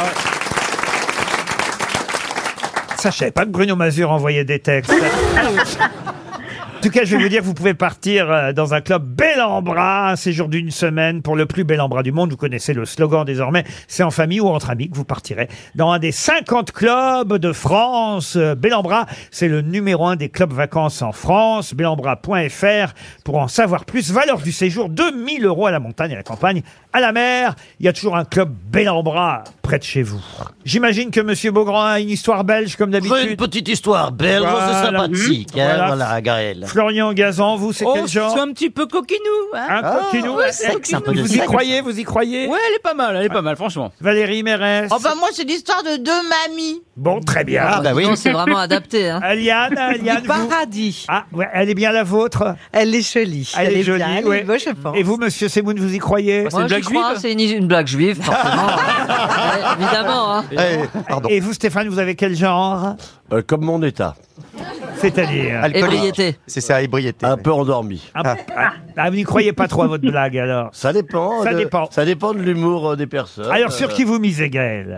Ça, je savais pas que Bruno Mazur envoyait des textes. En tout cas, je vais vous dire que vous pouvez partir dans un club bel en bras, un séjour d'une semaine pour le plus bel en bras du monde. Vous connaissez le slogan désormais, c'est en famille ou entre amis que vous partirez dans un des 50 clubs de France. Bel en bras, c'est le numéro 1 des clubs vacances en France. Belambra.fr pour en savoir plus. Valeur du séjour, 2000 € à la montagne, à la campagne, à la mer. Il y a toujours un club bel en bras près de chez vous. J'imagine que Monsieur Beaugrand a une histoire belge comme d'habitude. Une petite histoire belge, Voilà. c'est sympathique. Hein, Voilà. voilà, Gaël. Florian Gazan, vous, c'est quel genre? C'est un petit peu coquinou. Hein. Un coquinou. ouais, c'est sexe, un peu de Vous y sexe. croyez, vous y croyez? Ouais, elle est pas mal, franchement. Valérie Mérès. Oh, bah, moi, c'est l'histoire de deux mamies. Bon, très bien. Ah, bah oui. Non, c'est vraiment adapté. Hein. Liane, vous... Paradis. Ah, ouais, elle est bien la vôtre. Elle est jolie. Elle est jolie, bien, elle ouais. est beau, je pense. Et vous, monsieur Semoun, vous y croyez? Moi, j'y crois, c'est une blague juive, forcément. Ouais, évidemment. Hein. Pardon. Et vous, Stéphane, vous avez quel genre? Comme mon état. C'est-à-dire Ébriété. C'est ça, ébriété. Un peu endormi. Vous n'y croyez pas trop à votre blague, alors? Ça dépend. Ça dépend. Ça dépend de l'humour des personnes. Alors, sur qui vous misez, Gaël?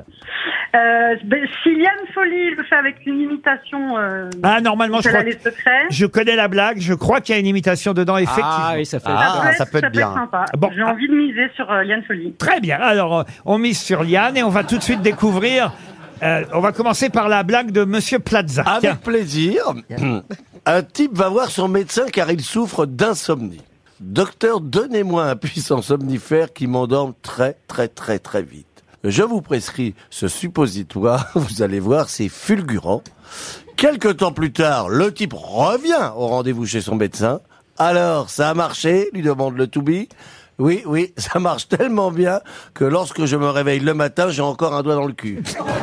Si Liane Folly le fait avec une imitation, Ah, normalement, je c'est crois les secrets. je connais la blague. Je crois qu'il y a une imitation dedans, effectivement. Ah oui, ça fait. Ça peut être bien. Sympa. Bon. J'ai envie de miser sur Liane Folly. Très bien. Alors, on mise sur Liane et on va tout de suite découvrir. On va commencer par la blague de Monsieur Plaza. Avec plaisir. Un type va voir son médecin car il souffre d'insomnie. Docteur, donnez-moi un puissant somnifère qui m'endorme très vite. Je vous prescris ce suppositoire, vous allez voir, c'est fulgurant. Quelque temps plus tard, le type revient au rendez-vous chez son médecin. Alors, ça a marché, lui demande le to-be. Oui, ça marche tellement bien que lorsque je me réveille le matin, j'ai encore un doigt dans le cul.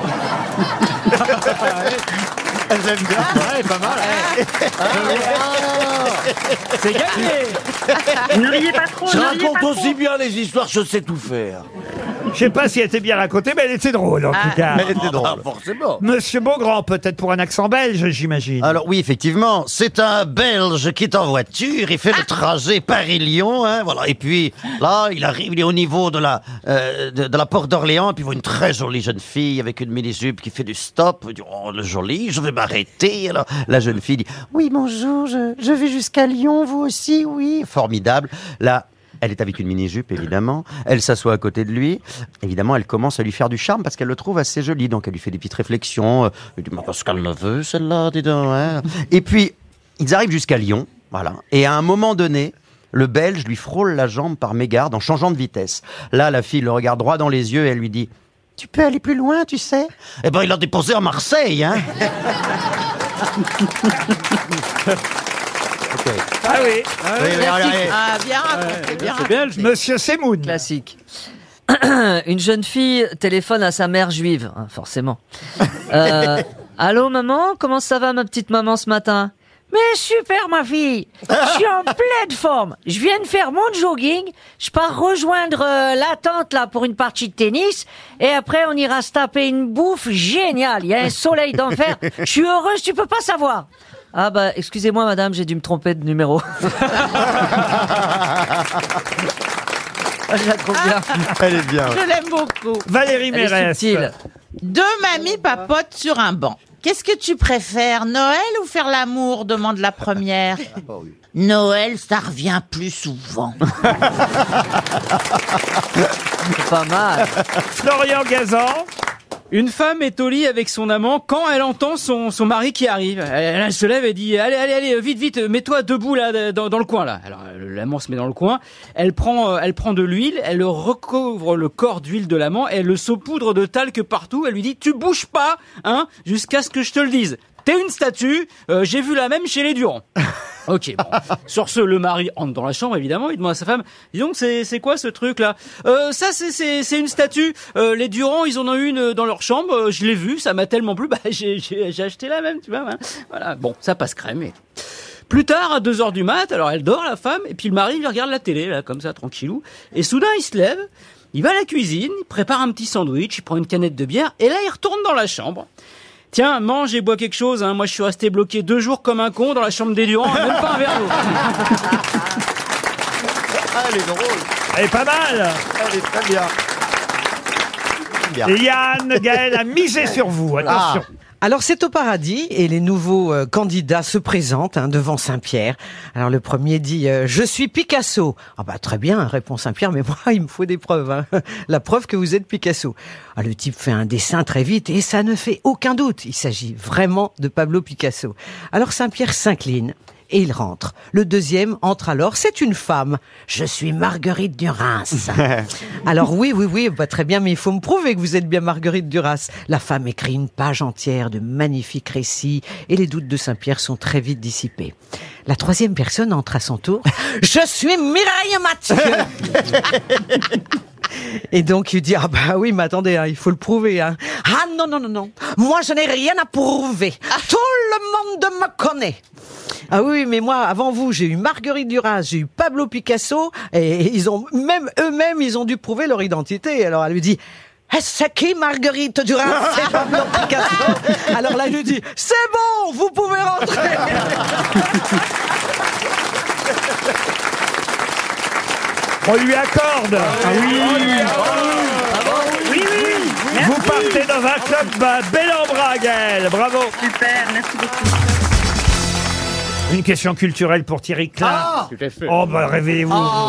J'aime bien. Ouais, pas mal. C'est gagné. Ne riez pas trop. Je ne riez raconte pas aussi trop. bien les histoires, je sais tout faire. Je sais pas si elle était bien racontée, mais elle était drôle, en tout cas. Elle était drôle. Ah, forcément. Monsieur Beaugrand, peut-être pour un accent belge, j'imagine. Alors oui, effectivement, c'est un Belge qui est en voiture, il fait le trajet Paris-Lyon, hein, voilà. Et puis là, il arrive, il est au niveau de la porte d'Orléans, et puis il voit une très jolie jeune fille avec une mini-jupe qui fait du stop. Il dit, oh, le joli, je vais m'arrêter. Alors la jeune fille dit, oui, bonjour, je vais jusqu'à Lyon, vous aussi, oui. Formidable. Là, elle est avec une mini-jupe, évidemment. Elle s'assoit à côté de lui. Évidemment, elle commence à lui faire du charme parce qu'elle le trouve assez joli. Donc, elle lui fait des petites réflexions. Elle dit, mais parce qu'elle me veut, celle-là, dis donc. Hein. Et puis, ils arrivent jusqu'à Lyon. Voilà. Et à un moment donné, le Belge lui frôle la jambe par mégarde en changeant de vitesse. Là, la fille le regarde droit dans les yeux et elle lui dit, tu peux aller plus loin, tu sais? Eh ben, il l'a déposé à Marseille, hein. Ah oui. Ah, bien raconté, bien raconté. Monsieur Semoun. Classique. Une jeune fille téléphone à sa mère juive, hein, forcément. Allô maman, comment ça va ma petite maman ce matin? Mais super ma fille, je suis en pleine forme. Je viens de faire mon jogging, je pars rejoindre la tante là pour une partie de tennis et après on ira se taper une bouffe géniale. Il y a un soleil d'enfer. Je suis heureuse, tu peux pas savoir. Ah bah excusez-moi madame, j'ai dû me tromper de numéro. Je la trouve bien. Elle est bien. Je l'aime beaucoup. Valérie Elle est Mérès. subtile. Deux mamies papotent sur un banc. Qu'est-ce que tu préfères, Noël ou faire l'amour, demande la première. Noël, ça revient plus souvent. C'est pas mal. Florian Gazan. Une femme est au lit avec son amant quand elle entend son mari qui arrive. Elle se lève et dit allez, vite, mets-toi debout là dans le coin là. Alors l'amant se met dans le coin. Elle prend de l'huile, elle recouvre le corps d'huile de l'amant, elle le saupoudre de talc partout. Elle lui dit tu bouges pas, hein, jusqu'à ce que je te le dise. T'es une statue, j'ai vu la même chez les Durand. Ok, bon. Sur ce, le mari entre dans la chambre, évidemment, il demande à sa femme, dis donc, c'est quoi ce truc-là? Ça, c'est une statue. Les Durand, ils en ont une dans leur chambre, je l'ai vue, ça m'a tellement plu, bah, j'ai acheté la même, tu vois, hein. Voilà, bon, ça passe crème. Et... Plus tard, à 2h du mat, alors elle dort, la femme, et puis le mari, il regarde la télé, là, comme ça, tranquillou, et soudain, il se lève, il va à la cuisine, il prépare un petit sandwich, il prend une canette de bière, et là, il retourne dans la chambre. Tiens, mange et bois quelque chose, hein. Moi, je suis resté bloqué 2 jours comme un con dans la chambre des Durand, même pas un verre d'eau. Elle est drôle. Elle est pas mal. Elle est très bien. Yann, Gaël a misé sur vous, attention. Alors c'est au paradis et les nouveaux candidats se présentent devant Saint-Pierre. Alors le premier dit je suis Picasso. Ah bah très bien, répond Saint-Pierre, mais moi il me faut des preuves. Hein. La preuve que vous êtes Picasso. Ah, le type fait un dessin très vite et ça ne fait aucun doute. Il s'agit vraiment de Pablo Picasso. Alors Saint-Pierre s'incline. Et il rentre. Le deuxième entre alors, c'est une femme. Je suis Marguerite Duras. Alors oui, bah très bien, mais il faut me prouver que vous êtes bien Marguerite Duras. La femme écrit une page entière de magnifiques récits et les doutes de Saint-Pierre sont très vite dissipés. La troisième personne entre à son tour. Je suis Mireille Mathieu. Et donc il dit ah bah oui mais attendez hein, il faut le prouver hein. Ah non moi je n'ai rien à prouver, tout le monde me connaît. Ah oui mais moi avant vous j'ai eu Marguerite Duras, j'ai eu Pablo Picasso et ils ont même eux-mêmes ils ont dû prouver leur identité. Alors elle lui dit c'est qui Marguerite Duras? C'est Pablo Picasso. Alors là il lui dit c'est bon vous pouvez rentrer. On lui accorde. Ah oui. Oui. Vous partez dans un club bel en bras, Gaël. Bravo. Super, merci beaucoup. Une question culturelle pour Thierry Klein. Oh bah réveillez-vous.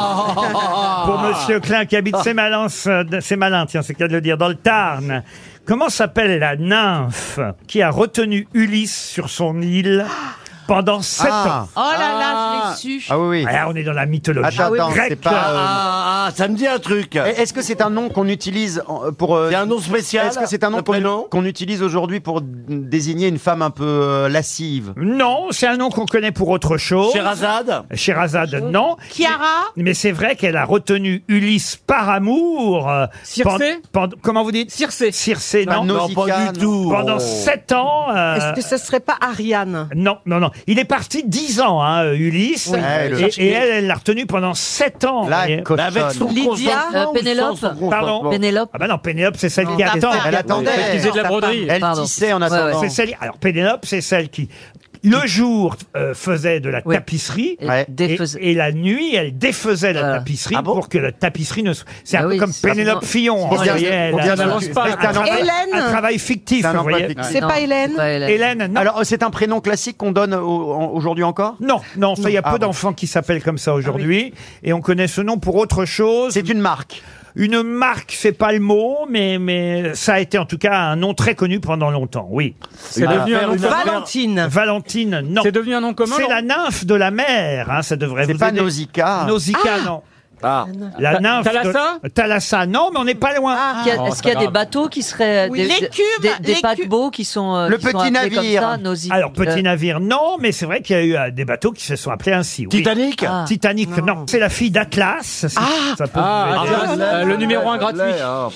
Pour Monsieur Klein qui habite Sémalin, tiens c'est le cas de le dire, dans le Tarn. Comment s'appelle la nymphe qui a retenu Ulysse sur son île pendant 7 ans? Oh là là, je l'ai su. Ah oui. Ah, on est dans la mythologie Attends, grecque. c'est pas, ça me dit un truc. Est-ce que c'est un nom qu'on utilise pour... C'est un nom spécial. Est-ce que c'est un nom qu'on utilise aujourd'hui pour désigner une femme un peu lascive? Non, c'est un nom qu'on connaît pour autre chose. Sherazade, non. Chiara. Mais c'est vrai qu'elle a retenu Ulysse par amour. Circé. Comment vous dites? Circé, non. Non, pas du tout. Pendant 7 ans. Est-ce que ça serait pas Ariane? Non. Il est parti 10 ans, hein, Ulysse. Oui. Et elle l'a retenu pendant 7 ans. La voyez. cochonne. Avec son Lydia, consentement ou Pénélope. sans son consentement? Pardon. Pénélope. Ah bah non, Pénélope, c'est celle qui attend. Elle attendait. Elle faisait de la broderie. Elle Pardon. tissait en attendant. C'est celle. Alors Pénélope, c'est celle qui le jour faisait de la Oui. tapisserie Ouais. et la nuit elle défaisait la Voilà. tapisserie Ah bon pour que la tapisserie ne. C'est un Ah peu oui, comme c'est- Pénélope Fillon. On vient- Elle on vient a- d'annoncer pas. un travail- Hélène. un travail fictif, C'est un vous emploi voyez. fictif. C'est Non, pas Hélène? pas Hélène. Hélène, non. Alors c'est un prénom classique qu'on donne aujourd'hui encore? Non, ça, il y a peu bon. d'enfants qui s'appellent comme ça aujourd'hui. Et on connaît ce nom pour autre chose. C'est une marque. Une marque, c'est pas le mot, mais ça a été en tout cas un nom très connu pendant longtemps, oui. C'est devenu un nom commun. Valentine. Valentine, non. C'est devenu un nom commun. C'est non la nymphe de la mer, hein, ça devrait C'est vous pas aider. Nausicaa. Nausicaa, non. Ah. La nymphe Thalassa de... Thalassa, non, mais on n'est pas loin. Est-ce qu'il y a des bateaux qui seraient Oui, des l'écume. paquebots qui sont Le qui sont petit appelés navire. comme ça, Nausicaa. Alors, petit navire, non, mais c'est vrai qu'il y a eu des bateaux qui se sont appelés ainsi. Oui. Titanic. Ah. Titanic, non. C'est la fille d'Atlas. si ça peut vous aider. Le numéro 1 gratuit.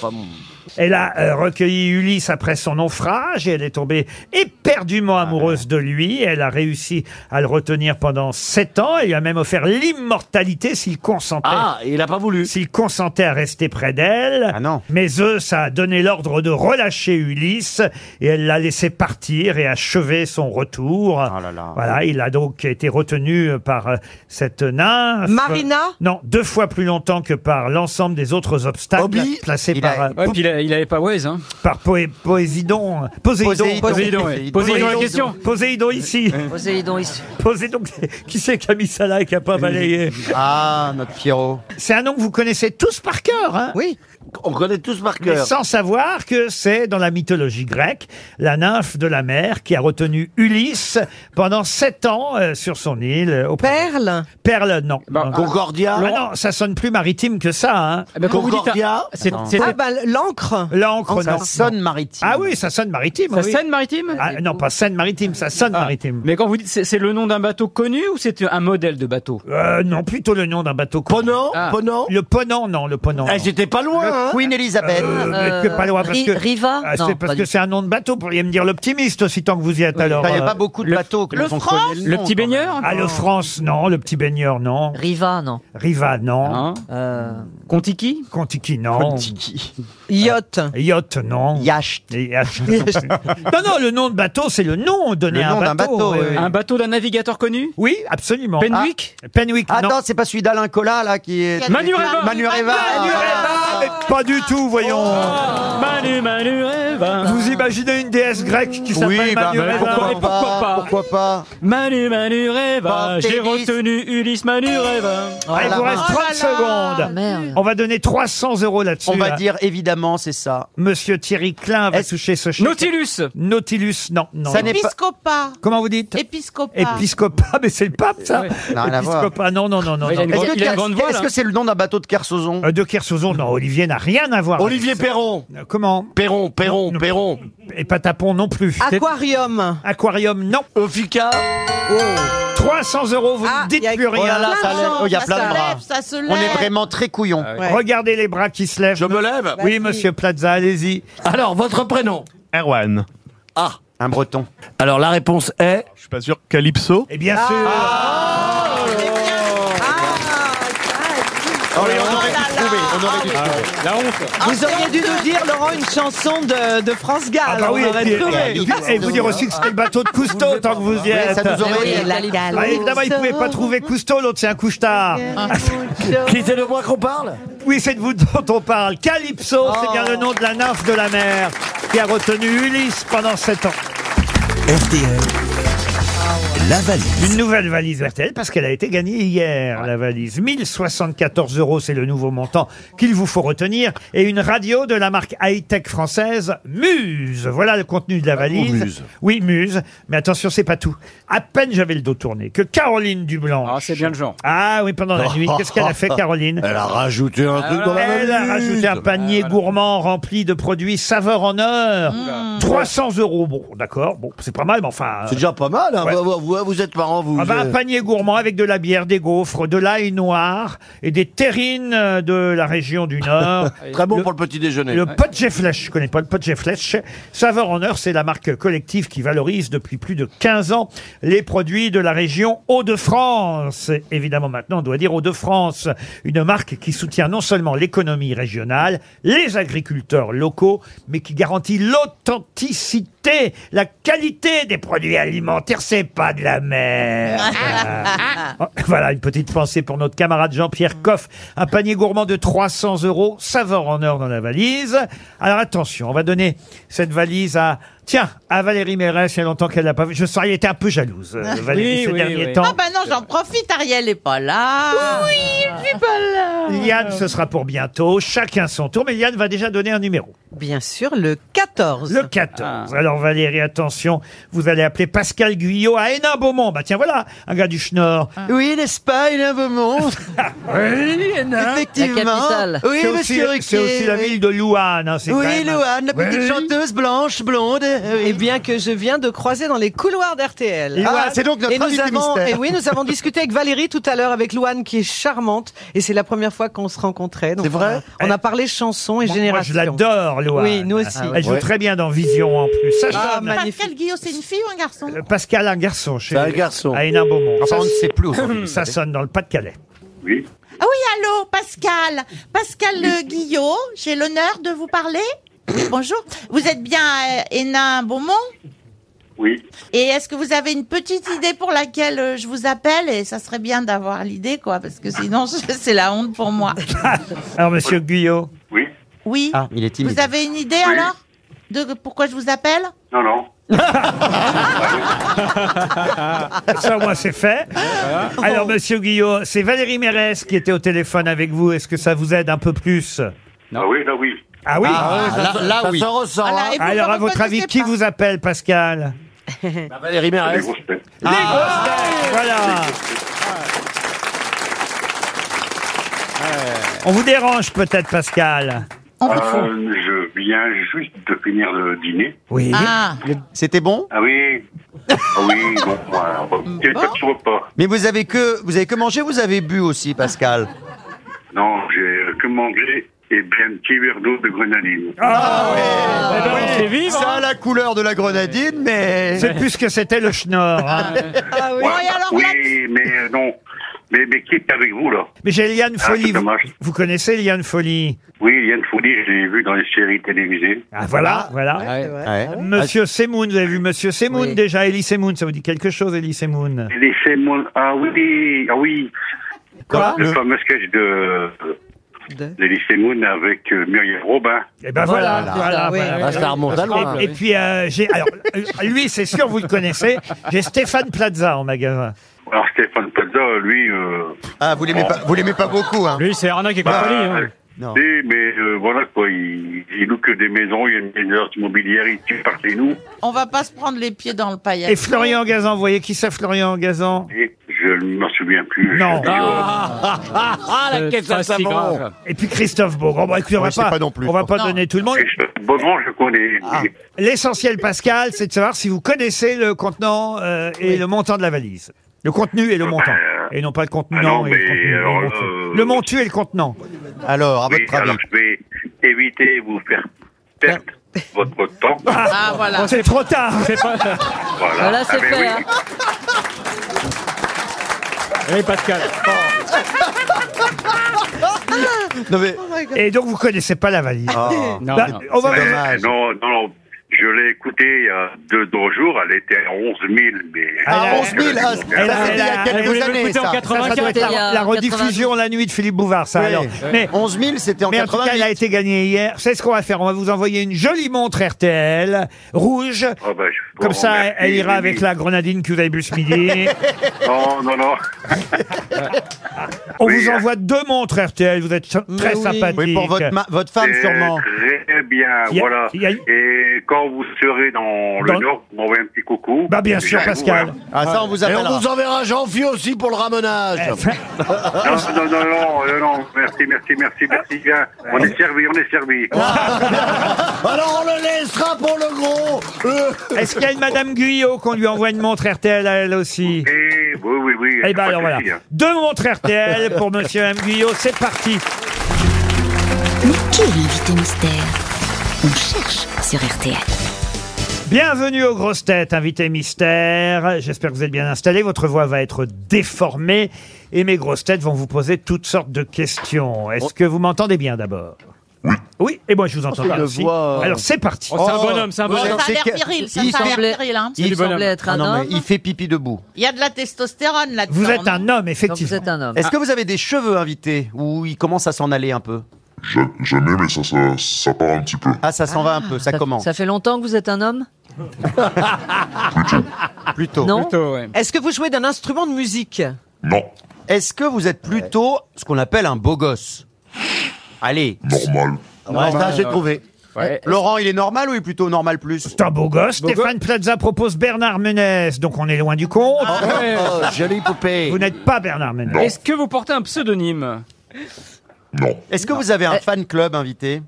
Elle a recueilli Ulysse après son naufrage et elle est tombée éperdument amoureuse de lui. Elle a réussi à le retenir pendant 7 ans. Elle lui a même offert l'immortalité s'il consentait. Ah, il a pas voulu. S'il consentait à rester près d'elle. Ah non. Mais Zeus a donné l'ordre de relâcher Ulysse et elle l'a laissé partir et achever son retour. Oh là là. Voilà, il a donc été retenu par cette nymphe. Marina? Non, 2 fois plus longtemps que par l'ensemble des autres obstacles Obi placés Il par... a- Ouais, puis il avait pas Waze, hein. Par Poséidon. Poséidon, ouais. Poséidon la question. Poséidon ici. Poséidon ici. Poséidon, qui c'est qui a mis ça là et qui a pas balayé? Ah, notre Pierrot. C'est un nom que vous connaissez tous par cœur, hein? Oui. On connaît tous par Mais cœur. sans savoir que c'est dans la mythologie grecque la nymphe de la mer qui a retenu Ulysse pendant 7 ans sur son île. Perle. Perle, non. Non. Concordia. Ah non, ça sonne plus maritime que ça. Hein. Eh ben, quand vous dites, Concordia. Ah bah l'encre. L'encre, Ça non. sonne maritime. Ah oui, ça sonne maritime. ça oui. Seine maritime. Ah, non, pas Seine maritime, ça sonne maritime. Mais quand vous dites c'est le nom d'un bateau connu ou c'est un modèle de bateau? Non, plutôt le nom d'un bateau. Ponant. Ah. Ponant. Le Ponant, non, le Ponant. Eh, j'étais pas loin. Hein. Queen Elizabeth. Vous êtes pas loin parce que Riva. Ah, Non, c'est parce pas que du c'est un nom de bateau. Vous pourriez me dire l'optimiste aussi tant que vous y êtes alors. Il n'y a pas beaucoup de bateaux que le l'on France. connaît Le nom, petit quand même. baigneur. Ah, le France, non. Le petit baigneur, non. Riva, non. Riva, non. Hein Contiki. Contiki, non. Yacht. Yacht, non. Yacht. Non, non, le nom de bateau, c'est le nom donné Le à nom un d'un bateau. bateau, oui. oui. Un bateau d'un navigateur connu. Oui, absolument. Penwick. Penwick, non. Attends, c'est pas celui d'Alain Colas, là, qui est... Manureva. Manureva. Mais pas du tout, voyons. Manureva. Vous imaginez une déesse grecque qui s'appelle Oui, bah, Manureva? pourquoi pas Pourquoi pas Manureva. J'ai Tennis. retenu Ulysse Manureva. Ah, il vous reste 30 secondes. Merde. On va donner 300 € là-dessus. On va là. dire, évidemment, c'est ça. Monsieur Thierry Klein va Est-ce- toucher ce chèque. Nautilus. Nautilus, non, non. Ça n'est pas... Épiscopat. Comment vous dites? Épiscopat. Épiscopat, mais c'est le pape, ça. Ouais. Non, rien à voir. Épiscopat, non, non, non, non. Ouais, il a non. une grande- il a une grande voix, Est-ce là. que c'est le nom d'un bateau de Kersozon De Kersozon, non. Olivier n'a rien à voir. Olivier Perron. Comment? Perron. Non. Perron. Et Patapon non plus. Aquarium. Aquarium, non. Ophika. 300 €, vous Ah, ne dites y a- plus Oh rien. là là, ça lève. Oh, il y a Ça plein de se bras. lève, ça se lève. On est vraiment très couillons. Ouais. Regardez les bras qui se lèvent. Je me lève. Oui, monsieur Plaza, allez-y. Alors, votre prénom. Erwan. Ah. Un breton. Alors, la réponse est. Je suis pas sûr. Calypso. Et bien sûr. Oh, mais on aurait dû trouver. On aurait dû trouver. La honte. Vous auriez dû nous dire, Laurent, une chanson de France Gall. Ah bah oui, on aurait et, trouvé. et vous dire aussi que c'était le bateau de Cousteau tant que vous y Oui, êtes. ça nous aurait Oui, aidé. la Calypso. Ah, évidemment, il ne pouvait pas trouver Cousteau, l'autre c'est un couche-tard. Qui c'est de moi qu'on parle? Oui, c'est de vous dont on parle. Calypso, c'est bien le nom de la nymphe de la mer qui a retenu Ulysse pendant 7 ans. RTL, la valise. Une nouvelle valise RTL parce qu'elle a été gagnée hier, la valise. 1074 €, c'est le nouveau montant qu'il vous faut retenir. Et une radio de la marque high-tech française, Muse. Voilà le contenu de la valise. Muse. Oui, Muse. Mais attention, c'est pas tout. À peine j'avais le dos tourné que Caroline Dublanche. Ah, c'est bien le genre. Ah oui, pendant la nuit. Qu'est-ce qu'elle a fait, Caroline? Elle a rajouté un truc dans la Elle a valise. rajouté un panier gourmand rempli de produits saveur en or. 300 €. Bon, d'accord. Bon, c'est pas mal, mais enfin. C'est déjà pas mal. Hein. Ouais. Vous êtes marrant, vous. Ah bah, un panier gourmand avec de la bière, des gaufres, de l'ail noir et des terrines de la région du Nord. Très bon pour le petit déjeuner. Le Potgeflèche, je connais pas le Potgeflèche. Saveur en or, c'est la marque collective qui valorise depuis plus de 15 ans les produits de la région Hauts-de-France. Évidemment, maintenant, on doit dire Hauts-de-France. Une marque qui soutient non seulement l'économie régionale, les agriculteurs locaux, mais qui garantit l'authenticité, la qualité des produits alimentaires. C'est pas de la merde. Voilà, une petite pensée pour notre camarade Jean-Pierre Coff. Un panier gourmand de 300 €, saveur en or dans la valise. Alors attention, on va donner cette valise à... Tiens, à Valérie Mérès, il y a longtemps qu'elle l'a pas vu. Je sens qu'elle était un peu jalouse, Valérie, ces derniers temps. Ah bah non, j'en profite, Ariel est pas là. Oui, je suis pas là. Liane, ce sera pour bientôt. Chacun son tour. Mais Liane va déjà donner un numéro. Bien sûr, le 14. Le 14. Alors Valérie, attention, vous allez appeler Pascal Guyot à Hénin-Beaumont. Bah tiens, voilà, un gars du Schnorr. Oui, n'est-ce pas, Hénin-Beaumont? Oui, Effectivement. La capitale. Oui, c'est aussi, monsieur Ruquier. c'est aussi la ville de Louane. Hein, c'est quand Oui, même- Louane, la petite Oui. chanteuse blanche, blonde. Et bien que je viens de croiser dans les couloirs d'RTL. Ah, c'est donc notre Et nous invité avons, mystère. et oui, nous avons discuté avec Valérie tout à l'heure, avec Louane, qui est charmante. Et c'est la première fois qu'on se rencontrait. Donc C'est vrai on a parlé chansons et Moi, génération. je l'adore, Louane. Oui, nous aussi. Elle joue très bien dans Vision en plus. Ça Ah, sonne. magnifique. Pascal Guillot, c'est une fille ou un garçon? Pascal, un garçon chez C'est un garçon. à Hénin-Beaumont. Enfin, on ne sait plus aujourd'hui. Ça sonne dans le Pas-de-Calais. Oui. Ah oui, allô, Pascal. Pascal Guillot, j'ai l'honneur de vous parler. Bonjour. Vous êtes bien à Hénin-Beaumont? Oui. Et est-ce que vous avez une petite idée pour laquelle je vous appelle? Et ça serait bien d'avoir l'idée, quoi, parce que sinon, c'est la honte pour moi. Alors, monsieur Guyot. Oui. Oui. Ah, il est timide. Vous avez une idée alors de pourquoi je vous appelle? Non, non. Ça, moi, c'est fait. Alors, monsieur Guyot, c'est Valérie Mérès qui était au téléphone avec vous. Est-ce que ça vous aide un peu plus? Ah oui, là, oui. Ah oui? Là, oui. Ça se ressent. Voilà, hein. et vous Alors, ne à votre avis, reconnaissez qui pas. vous appelle, Pascal? Valérie Les Mérès. grosses têtes. Les grosses têtes, voilà. On vous dérange peut-être, Pascal? Je viens juste de finir le dîner. Oui. Ah, C'était bon? Ah oui. Ah oui, bon, voilà. C'est pas de repas. Mais vous avez que mangé, vous avez bu aussi, Pascal. Non, j'ai que mangé et bien un petit verre d'eau de grenadine. Ah Eh ben, on sait vivre, Ça hein. a la couleur de la grenadine, mais... C'est plus que c'était le schnorr. Hein. ah oui. Bon, et alors Oui, là, mais non. Mais qui est avec vous, là? Mais j'ai Liane Ah, Folly. c'est dommage. Vous connaissez Liane Folly? Oui, Yann Foudy, je l'ai vu dans les séries télévisées. Ah, voilà, voilà. Ouais. Monsieur Semoun, vous avez vu Monsieur Semoun Oui. déjà? Elie Semoun, ça vous dit quelque chose, Elie Semoun? Et les Semoun, ah oui. Quoi? Le fameux sketch de Elie Semoun avec Muriel Robin. Eh ben voilà. Ah, ça remonte à loin. Et puis, lui, c'est sûr, vous le connaissez. J'ai Stéphane Plaza en magasin. Alors Stéphane Plaza, lui... Ah, vous l'aimez pas beaucoup, hein? Lui, c'est Arnaque et compagnie. Hein. Non. Oui, mais voilà quoi, il loue que des maisons, il y a une maison immobilière, il tire par chez nous. on va pas se prendre les pieds dans le paillasson. Et Florian Gazan, vous voyez qui c'est Florian Gazan? Et je ne m'en souviens plus. Non. la caisse à savon. Et puis Christophe Beaugrand. Bon, écoutez, on va Ouais, c'est pas non plus, on va je pas pense. donner tout le monde. Beaugrand, je connais. L'essentiel, Pascal, c'est de savoir si vous connaissez le contenant et le montant de la valise. Le contenu et le montant. Et non pas le contenu, non, et mais le contenu. et le alors, montant. Le montu et le contenant. Alors, à Oui, votre avis. alors je vais éviter de vous faire perdre votre temps. Ah, voilà. Bon, c'est trop tard. Voilà, Voilà, c'est Ah, ben fait. oui. Hein. Oui, Pascal. Non, mais... Et donc, vous connaissez pas la valise. Non, Bah, non. on va C'est vous- dommage. Non, je l'ai écouté il y a 2 jours, elle était à 11 000, mais... Ah, 11 000, ah, ça, Elle a- c'était il y a elle a- quelques voulait années, l'écouter en ça. 80. Ça doit être C'était il y la, a la rediffusion la nuit de Philippe Bouvard, ça. Alors. Mais 11 000, c'était en Mais en tout cas, 88. elle a été gagnée hier. C'est ce qu'on va faire. On va vous envoyer une jolie montre RTL rouge. Oh, bah, Comme ça, merci, elle ira oui, avec oui. la grenadine que vous avez bu ce midi. Non. On Oui, vous envoie 2 montres RTL. Vous êtes très oui. sympathique. Oui, pour votre femme, C'est sûrement. Très bien, Il y a- voilà. il y a- Et quand vous serez dans le Nord, vous m'envoyez un petit coucou. Bah, bien sûr, J'arrive, Pascal. voilà. Ah, ça, on vous Et appellera. on vous enverra Jean-Phi aussi pour le ramenage. Non, merci bien. On est servi. Alors on le laissera pour le gros. Est-ce qu'il y a une Madame Guyot qu'on lui envoie une montre RTL à elle aussi? Et oui. Eh ben pas alors de voilà. souci, hein. 2 montres RTL pour Monsieur et Mme Guyot. C'est parti. Mais qui est l'invité mystère? On cherche sur RTL. Bienvenue aux grosses têtes, invité mystère. J'espère que vous êtes bien installés. Votre voix va être déformée et mes grosses têtes vont vous poser toutes sortes de questions. Est-ce que vous m'entendez bien d'abord? Oui. Et moi je vous entends bien une aussi. voix, Alors c'est parti. Oh, c'est un bonhomme, c'est un bonhomme. Ça a l'air c'est que- viril, ça il a l'air semblait- viril, hein. Il du semblait bonhomme. être un non, mais homme. il fait pipi debout. Il y a de la testostérone là-dedans. Vous êtes un non homme, Donc effectivement. vous êtes un homme. Est-ce que vous avez des cheveux invités ou il commence à s'en aller un peu? Jamais, mais ça part un petit peu. Ah, ça s'en va un peu, ça commence. Ça fait longtemps que vous êtes un homme? Plutôt. Non. Plutôt, ouais. Est-ce que vous jouez d'un instrument de musique? Non, Est-ce que vous êtes plutôt ce qu'on appelle un beau gosse? Allez. normal. Ouais, ça j'ai trouvé. Ouais. Laurent, il est normal ou il est plutôt normal plus? C'est un beau gosse. Beau Stéphane Plaza propose Bernard Ménez. Donc on est loin du compte. Ouais. Oh, jolie poupée. Vous n'êtes pas Bernard Ménez. Non. Est-ce que vous portez un pseudonyme? Non. Est-ce que vous avez un fan club invité?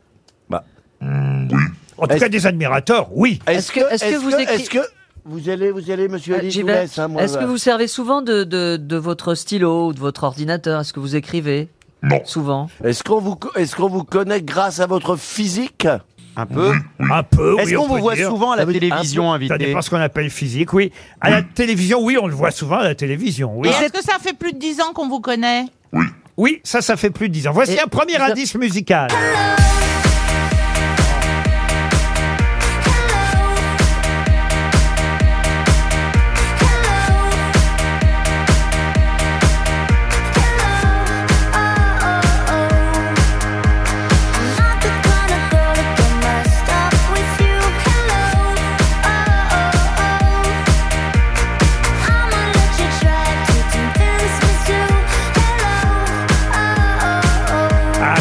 En tout cas, des admirateurs, oui. Est-ce que vous écri- Est-ce que vous allez, monsieur Ali, je J'y vous vais. laisse, hein, moi, Est-ce que voilà. vous servez souvent de votre stylo ou de votre ordinateur? Est-ce que vous écrivez? Non. Souvent. Est-ce qu'on vous connaît grâce à votre physique? Un peu. Un peu, Est-ce oui. qu'on on vous peut voit dire. souvent à la Ah oui, télévision Ça invité? dépend ce qu'on appelle physique, oui. À la télévision, oui, on le voit souvent à la télévision, oui. Et est-ce que ça fait plus de 10 ans qu'on vous connaît? Oui, ça fait plus de 10 ans. Voici Et un premier vous- indice musical.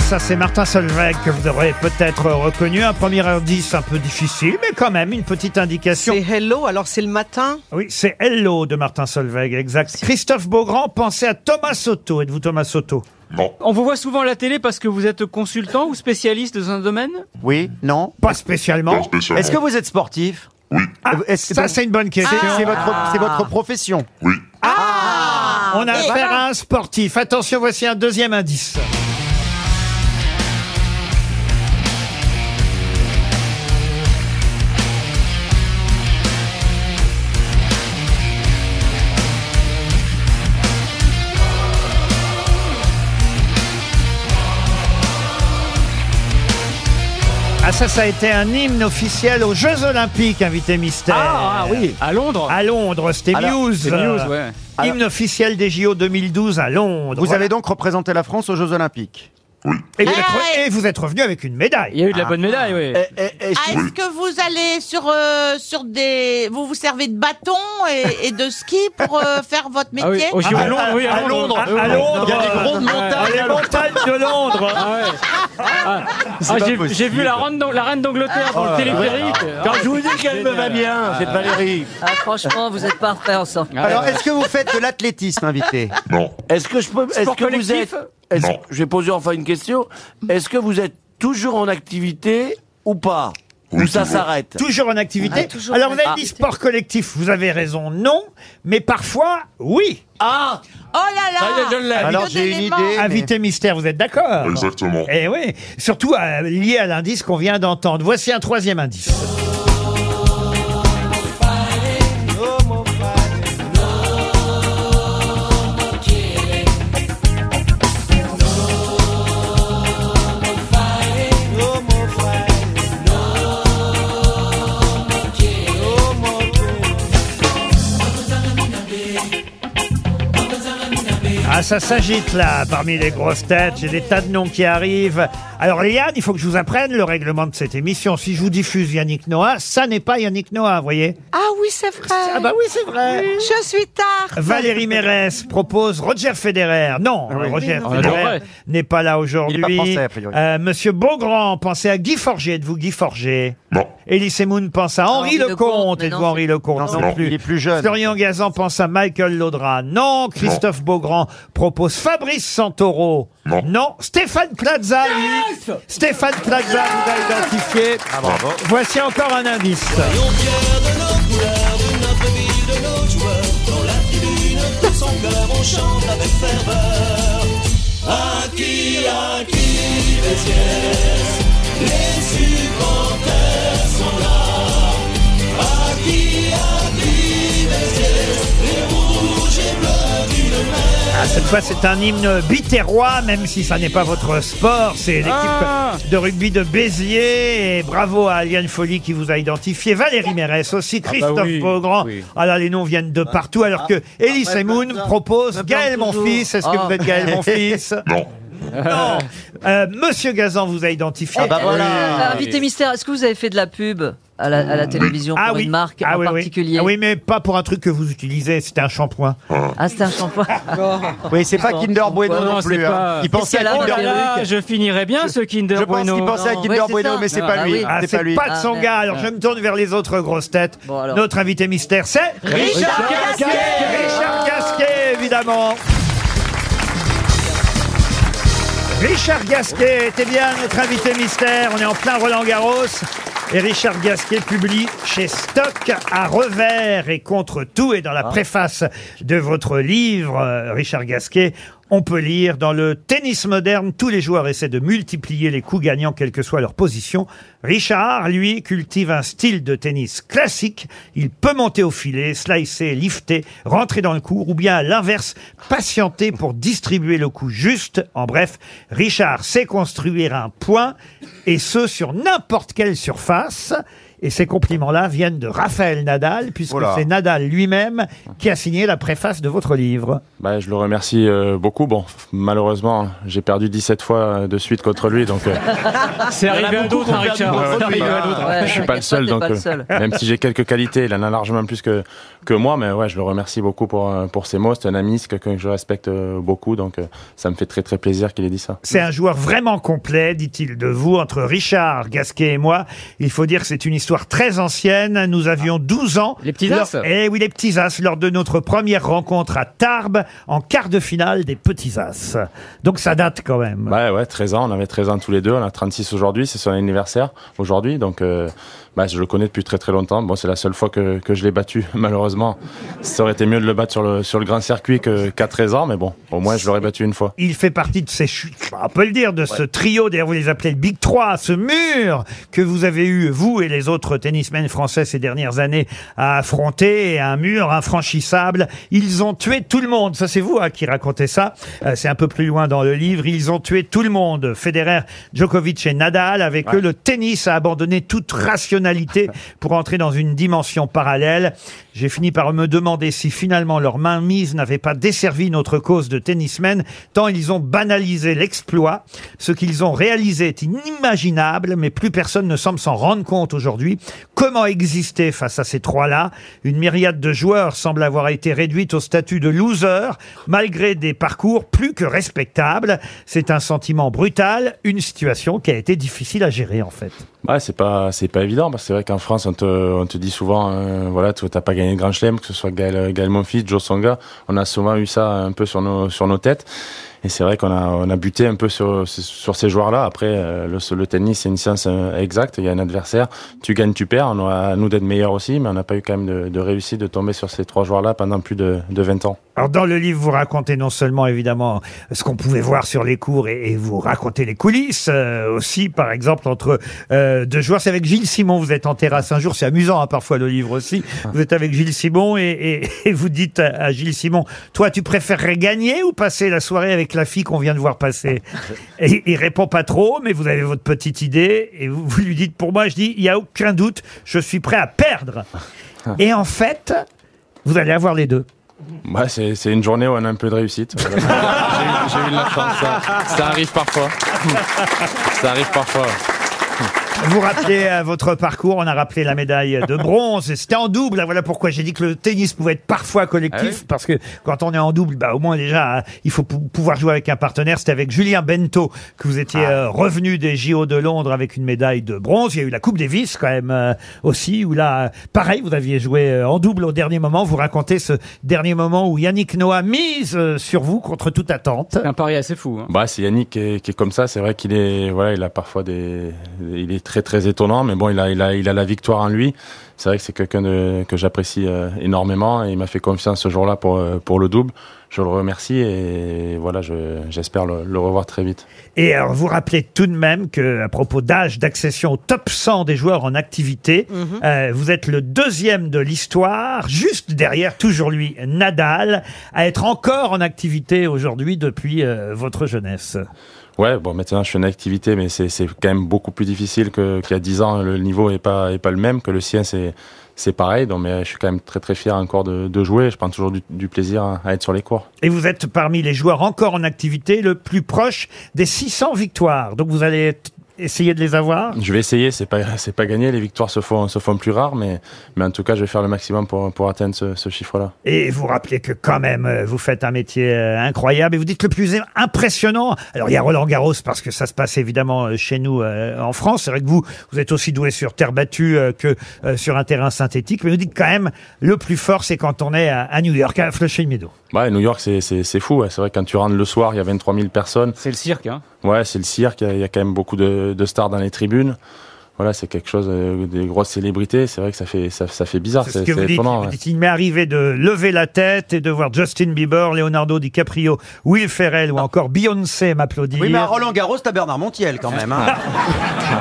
ça c'est Martin Solveig que vous aurez peut-être reconnu. Un premier indice un peu difficile, mais quand même une petite indication. C'est Hello, alors c'est le matin? Oui, c'est Hello de Martin Solveig, exact. Christophe Beaugrand, pensez à Thomas Soto. Êtes-vous Thomas Soto? Non. On vous voit souvent à la télé parce que vous êtes consultant ou spécialiste dans un domaine? Oui, non. Pas spécialement. Pas spécialement. Est-ce que vous êtes sportif? Oui. Ah, ça c'est une bonne question. C'est votre profession? Oui. On a affaire à un sportif. Attention, voici un deuxième indice. Ah ça a été un hymne officiel aux Jeux Olympiques, invité mystère. Ah oui, à Londres. À Londres, c'était Muse. C'est Muse, ouais. Hymne officiel des JO 2012 à Londres. Vous avez donc représenté la France aux Jeux Olympiques? Oui. Et vous êtes revenu avec une médaille. Il y a eu de la bonne médaille, oui. Est-ce que vous allez sur des... Vous vous servez de bâton et de ski pour faire votre Ah oui, métier? au JO de Londres, oui, à Londres. À Londres. Il y a des grandes montagnes. Les montagnes de Londres. J'ai vu la reine d'Angleterre dans le téléphérique. Quand je vous dis qu'elle me va bien, cette Valérie. Ah, franchement, vous êtes parfait ensemble. Alors, est-ce que vous faites de l'athlétisme, invité? Non. Est-ce que je peux... Est-ce Sport que vous collectif? êtes... Non. Je vais poser enfin une question. Est-ce que vous êtes toujours en activité ou pas? Oui, Ou ça toujours. s'arrête? Toujours en activité. toujours Alors en vous avez dit activité. sport collectif, vous avez raison, non, mais parfois, oui. Ah! Oh là Ça y est, là! je l'ai. Alors, j'ai une idée. mais- Invité mystère, vous êtes d'accord? Exactement. Eh oui, surtout lié à l'indice qu'on vient d'entendre. Voici un troisième indice. Ah, ça s'agite là, parmi les grosses têtes. J'ai des tas de noms qui arrivent. Alors, Yann, il faut que je vous apprenne le règlement de cette émission. Si je vous diffuse Yannick Noah, ça n'est pas Yannick Noah, vous voyez? Ah oui, c'est vrai. Ah bah oui, c'est vrai. Je suis tard. Valérie Mérès propose Roger Federer. Non, Roger Federer n'est pas là aujourd'hui. Il est pas français, a priori. Monsieur Beaugrand, pensez à Guy Forget. Êtes-vous Guy Forget? Non. Elie Semoun pense à Henri Henri Lecomte. Lecomte, mais Êtes-vous non, Henri Lecomte? Non, Non plus. il est plus jeune. Florian Gazan pense à Michael Laudrat. Non. Christophe Beaugrand propose Fabrice Santoro. Non. Stéphane Plaza, lui. Stéphane Plaza vous a identifié. Ah, bravo. Voici encore un indice. Ah, cette fois, c'est un hymne biterrois, même si ça n'est pas votre sport. C'est l'équipe de rugby de Béziers. Et bravo à Aliane Folly qui vous a identifié. Valérie Mérès aussi, Christophe oui, Beaugrand. oui. Ah là, les noms viennent de partout. Alors que Elie Semoun propose Gaël Monfils. Est-ce que vous êtes Gaël Monfils? Non. Non. Monsieur Gazan vous a identifié. Ah bah voilà. Invité mystère, est-ce que vous avez fait de la pub à la télévision pour une marque en oui, particulier? Ah oui, mais pas pour un truc que vous utilisez. C'était un shampoing. Ah, c'était un shampoing. Oui, c'est pas Kinder Bueno non c'est plus. pas- hein. Il pensait Qu'est-ce à qu'elle a Kinder dans Là, je finirais bien ce Kinder Je pense Bueno. qu'il pensait à Non, Kinder oui, c'est Bueno, ça. mais c'est Ah, pas ah lui. oui. Ah, C'est pas lui. pas de son Ah, gars. Alors je me tourne vers les autres grosses têtes. Bon, alors. Notre invité mystère, c'est Richard Gasquet. Richard Gasquet, évidemment. Richard Gasquet était bien notre invité mystère. On est en plein Roland-Garros. Et Richard Gasquet publie chez Stock à revers et contre tout. Et dans la préface de votre livre, Richard Gasquet, on peut lire: dans le tennis moderne, tous les joueurs essaient de multiplier les coups gagnants, quelle que soit leur position. Richard, lui, cultive un style de tennis classique. Il peut monter au filet, slicer, lifter, rentrer dans le court, ou bien à l'inverse, patienter pour distribuer le coup juste. En bref, Richard sait construire un point, et ce, sur n'importe quelle surface. Et ces compliments-là viennent de Raphaël Nadal, puisque Voilà. c'est Nadal lui-même qui a signé la préface de votre livre. Bah, je le remercie beaucoup. Bon, malheureusement, j'ai perdu 17 fois de suite contre lui, donc... C'est arrivé à d'autres, hein, Richard. C'est arrivé à d'autres. Je suis pas le seul, donc même si j'ai quelques qualités, il en a largement plus que moi, mais ouais, je le remercie beaucoup pour ses mots. C'est un ami, c'est quelqu'un que je respecte beaucoup, donc ça me fait très très plaisir qu'il ait dit ça. C'est un joueur vraiment complet, dit-il de vous, entre Richard Gasquet et moi. Il faut dire que c'est une histoire très ancienne. Nous avions 12 ans. Les petits as. Eh oui, les petits as, lors de notre première rencontre à Tarbes, en quart de finale des petits as. Donc ça date quand même. Ouais, 13 ans, on avait 13 ans tous les deux, on a 36 aujourd'hui, c'est son anniversaire aujourd'hui, donc je le connais depuis très très longtemps. Bon, c'est la seule fois que je l'ai battu, malheureusement. Ça aurait été mieux de le battre sur le grand circuit qu'à 13 ans, mais bon, au moins je l'aurais battu une fois. Il fait partie de ces, on peut le dire, de ce trio, d'ailleurs vous les appelez le Big 3, ce mur que vous avez eu, vous et les autres tennismen français ces dernières années, à affronter, un mur infranchissable. Ils ont tué tout le monde. Ça, c'est vous qui racontez ça. C'est un peu plus loin dans le livre. Ils ont tué tout le monde. Federer, Djokovic et Nadal. Avec eux, le tennis a abandonné toute rationalité pour entrer dans une dimension parallèle. J'ai fini par me demander si finalement leur mainmise n'avait pas desservi notre cause de tennismen, tant ils ont banalisé l'exploit. Ce qu'ils ont réalisé est inimaginable, mais plus personne ne semble s'en rendre compte aujourd'hui. Comment exister face à ces trois-là? Une myriade de joueurs semble avoir été réduite au statut de loser, malgré des parcours plus que respectables. C'est un sentiment brutal, une situation qui a été difficile à gérer en fait. Ouais, c'est pas évident, parce que c'est vrai qu'en France, on te dit souvent, voilà, t'as pas gagné de Grand Chelem, que ce soit Gaël Monfils, Joe Tsonga, on a souvent eu ça un peu sur nos têtes. Et c'est vrai qu'on a buté un peu sur ces joueurs-là. Après, le tennis, c'est une science exacte. Il y a un adversaire. Tu gagnes, tu perds. On a à nous d'être meilleurs aussi, mais on n'a pas eu quand même de réussite de tomber sur ces trois joueurs-là pendant plus de 20 ans. Alors, dans le livre, vous racontez non seulement, évidemment, ce qu'on pouvait voir sur les cours et vous racontez les coulisses aussi, par exemple, entre deux joueurs. C'est avec Gilles Simon, vous êtes en terrasse un jour. C'est amusant, hein, parfois, le livre aussi. Vous êtes avec Gilles Simon et vous dites à Gilles Simon, toi, tu préférerais gagner ou passer la soirée avec la fille qu'on vient de voir passer? Et il répond pas trop, mais vous avez votre petite idée et vous lui dites, pour moi, je dis, il n'y a aucun doute, je suis prêt à perdre. Et en fait, vous allez avoir les deux. Ouais, c'est une journée où on a un peu de réussite. J'ai eu de la chance. Ça arrive parfois. Ça arrive parfois. Vous rappelez votre parcours, on a rappelé la médaille de bronze, et c'était en double, voilà pourquoi j'ai dit que le tennis pouvait être parfois collectif, parce que quand on est en double, au moins déjà, il faut pouvoir jouer avec un partenaire. C'était avec Julien Bento que vous étiez revenu des JO de Londres avec une médaille de bronze. Il y a eu la Coupe Davis quand même aussi, où là, pareil, vous aviez joué en double au dernier moment. Vous racontez ce dernier moment où Yannick Noah mise sur vous contre toute attente. C'est un pari assez fou. Hein. Bah, c'est Yannick qui est comme ça. C'est vrai qu'il est, voilà, il a parfois il est très très étonnant, mais bon, il a la victoire en lui. C'est vrai que c'est quelqu'un que j'apprécie énormément, et il m'a fait confiance ce jour-là pour le double. Je le remercie, et voilà, j'espère le revoir très vite. Et alors, vous rappelez tout de même que, à propos d'âge d'accession au top 100 des joueurs en activité, vous êtes le deuxième de l'histoire, juste derrière, toujours lui, Nadal, à être encore en activité aujourd'hui depuis votre jeunesse. Ouais, bon, maintenant je suis en activité, mais c'est quand même beaucoup plus difficile qu'il y a 10 ans. Le niveau est pas le même, que le sien c'est pareil. Donc, mais je suis quand même très très fier encore de jouer. Je prends toujours du plaisir à être sur les cours. Et vous êtes parmi les joueurs encore en activité le plus proche des 600 victoires. Donc vous allez essayer de les avoir? Je vais essayer, c'est pas gagné, les victoires se font plus rares, mais en tout cas je vais faire le maximum pour atteindre ce chiffre-là. Et vous rappelez que quand même vous faites un métier incroyable, et vous dites le plus impressionnant. Alors il y a Roland Garros, parce que ça se passe évidemment chez nous en France. C'est vrai que vous êtes aussi doué sur terre battue que sur un terrain synthétique, mais vous dites quand même le plus fort, c'est quand on est à New York, à Flushing Meadows. Ouais, New York c'est fou, ouais. C'est vrai, quand tu rentres le soir, il y a 23 000 personnes. C'est le cirque, hein. Ouais, c'est le cirque, il y a quand même beaucoup de stars dans les tribunes. Voilà, c'est quelque chose, des grosses célébrités. C'est vrai que ça fait bizarre, c'est étonnant. Vous dites, il m'est arrivé de lever la tête et de voir Justin Bieber, Leonardo DiCaprio, Will Ferrell ou encore Beyoncé m'applaudir. Oui, mais à Roland Garros, t'as Bernard Montiel quand même. Hein.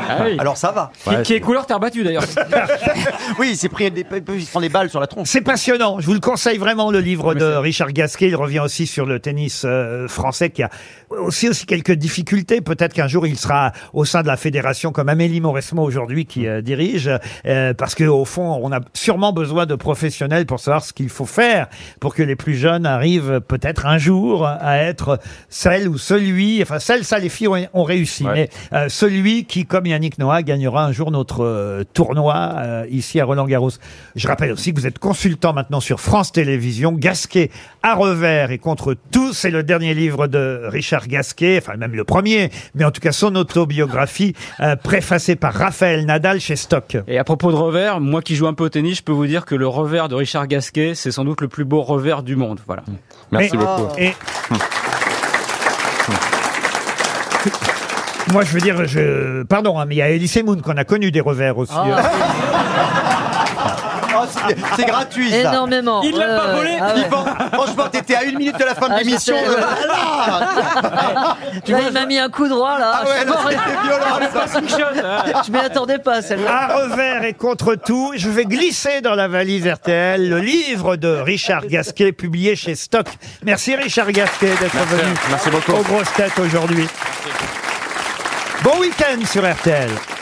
Ah oui. Alors ça va. Qui est couleur terre battue d'ailleurs. Oui, il s'est pris il prend des balles sur la tronche. C'est passionnant. Je vous le conseille vraiment, le livre de Richard Gasquet. Il revient aussi sur le tennis français qui a aussi quelques difficultés. Peut-être qu'un jour il sera au sein de la fédération comme Amélie Mauresmo aujourd'hui qui dirige, parce que au fond on a sûrement besoin de professionnels pour savoir ce qu'il faut faire pour que les plus jeunes arrivent peut-être un jour à être celle ou celui, enfin ça les filles ont réussi, mais celui qui, comme Yannick Noah, gagnera un jour notre tournoi ici à Roland-Garros. Je rappelle aussi que vous êtes consultant maintenant sur France Télévisions. Gasquet à revers et contre tout, c'est le dernier livre de Richard Gasquet, enfin même le premier, mais en tout cas son autobiographie préfacée par Raphaël Nadal chez Stock. Et à propos de revers, moi qui joue un peu au tennis, je peux vous dire que le revers de Richard Gasquet, c'est sans doute le plus beau revers du monde. Voilà. Merci beaucoup. Moi, je veux dire, pardon, mais il y a Elise Moon qu'on a connu des revers aussi. C'est gratuit, ça. Énormément. Il l'a pas volé. Franchement, t'étais à 1 minute de la fin de l'émission. Là, il m'a mis un coup droit, là. Ah ouais, là, c'était violent. Je m'y attendais pas, celle-là. À revers et contre tout, je vais glisser dans la valise RTL le livre de Richard Gasquet, publié chez Stock. Merci Richard Gasquet d'être venu Merci beaucoup. aux grosses têtes aujourd'hui. Bon week-end sur RTL.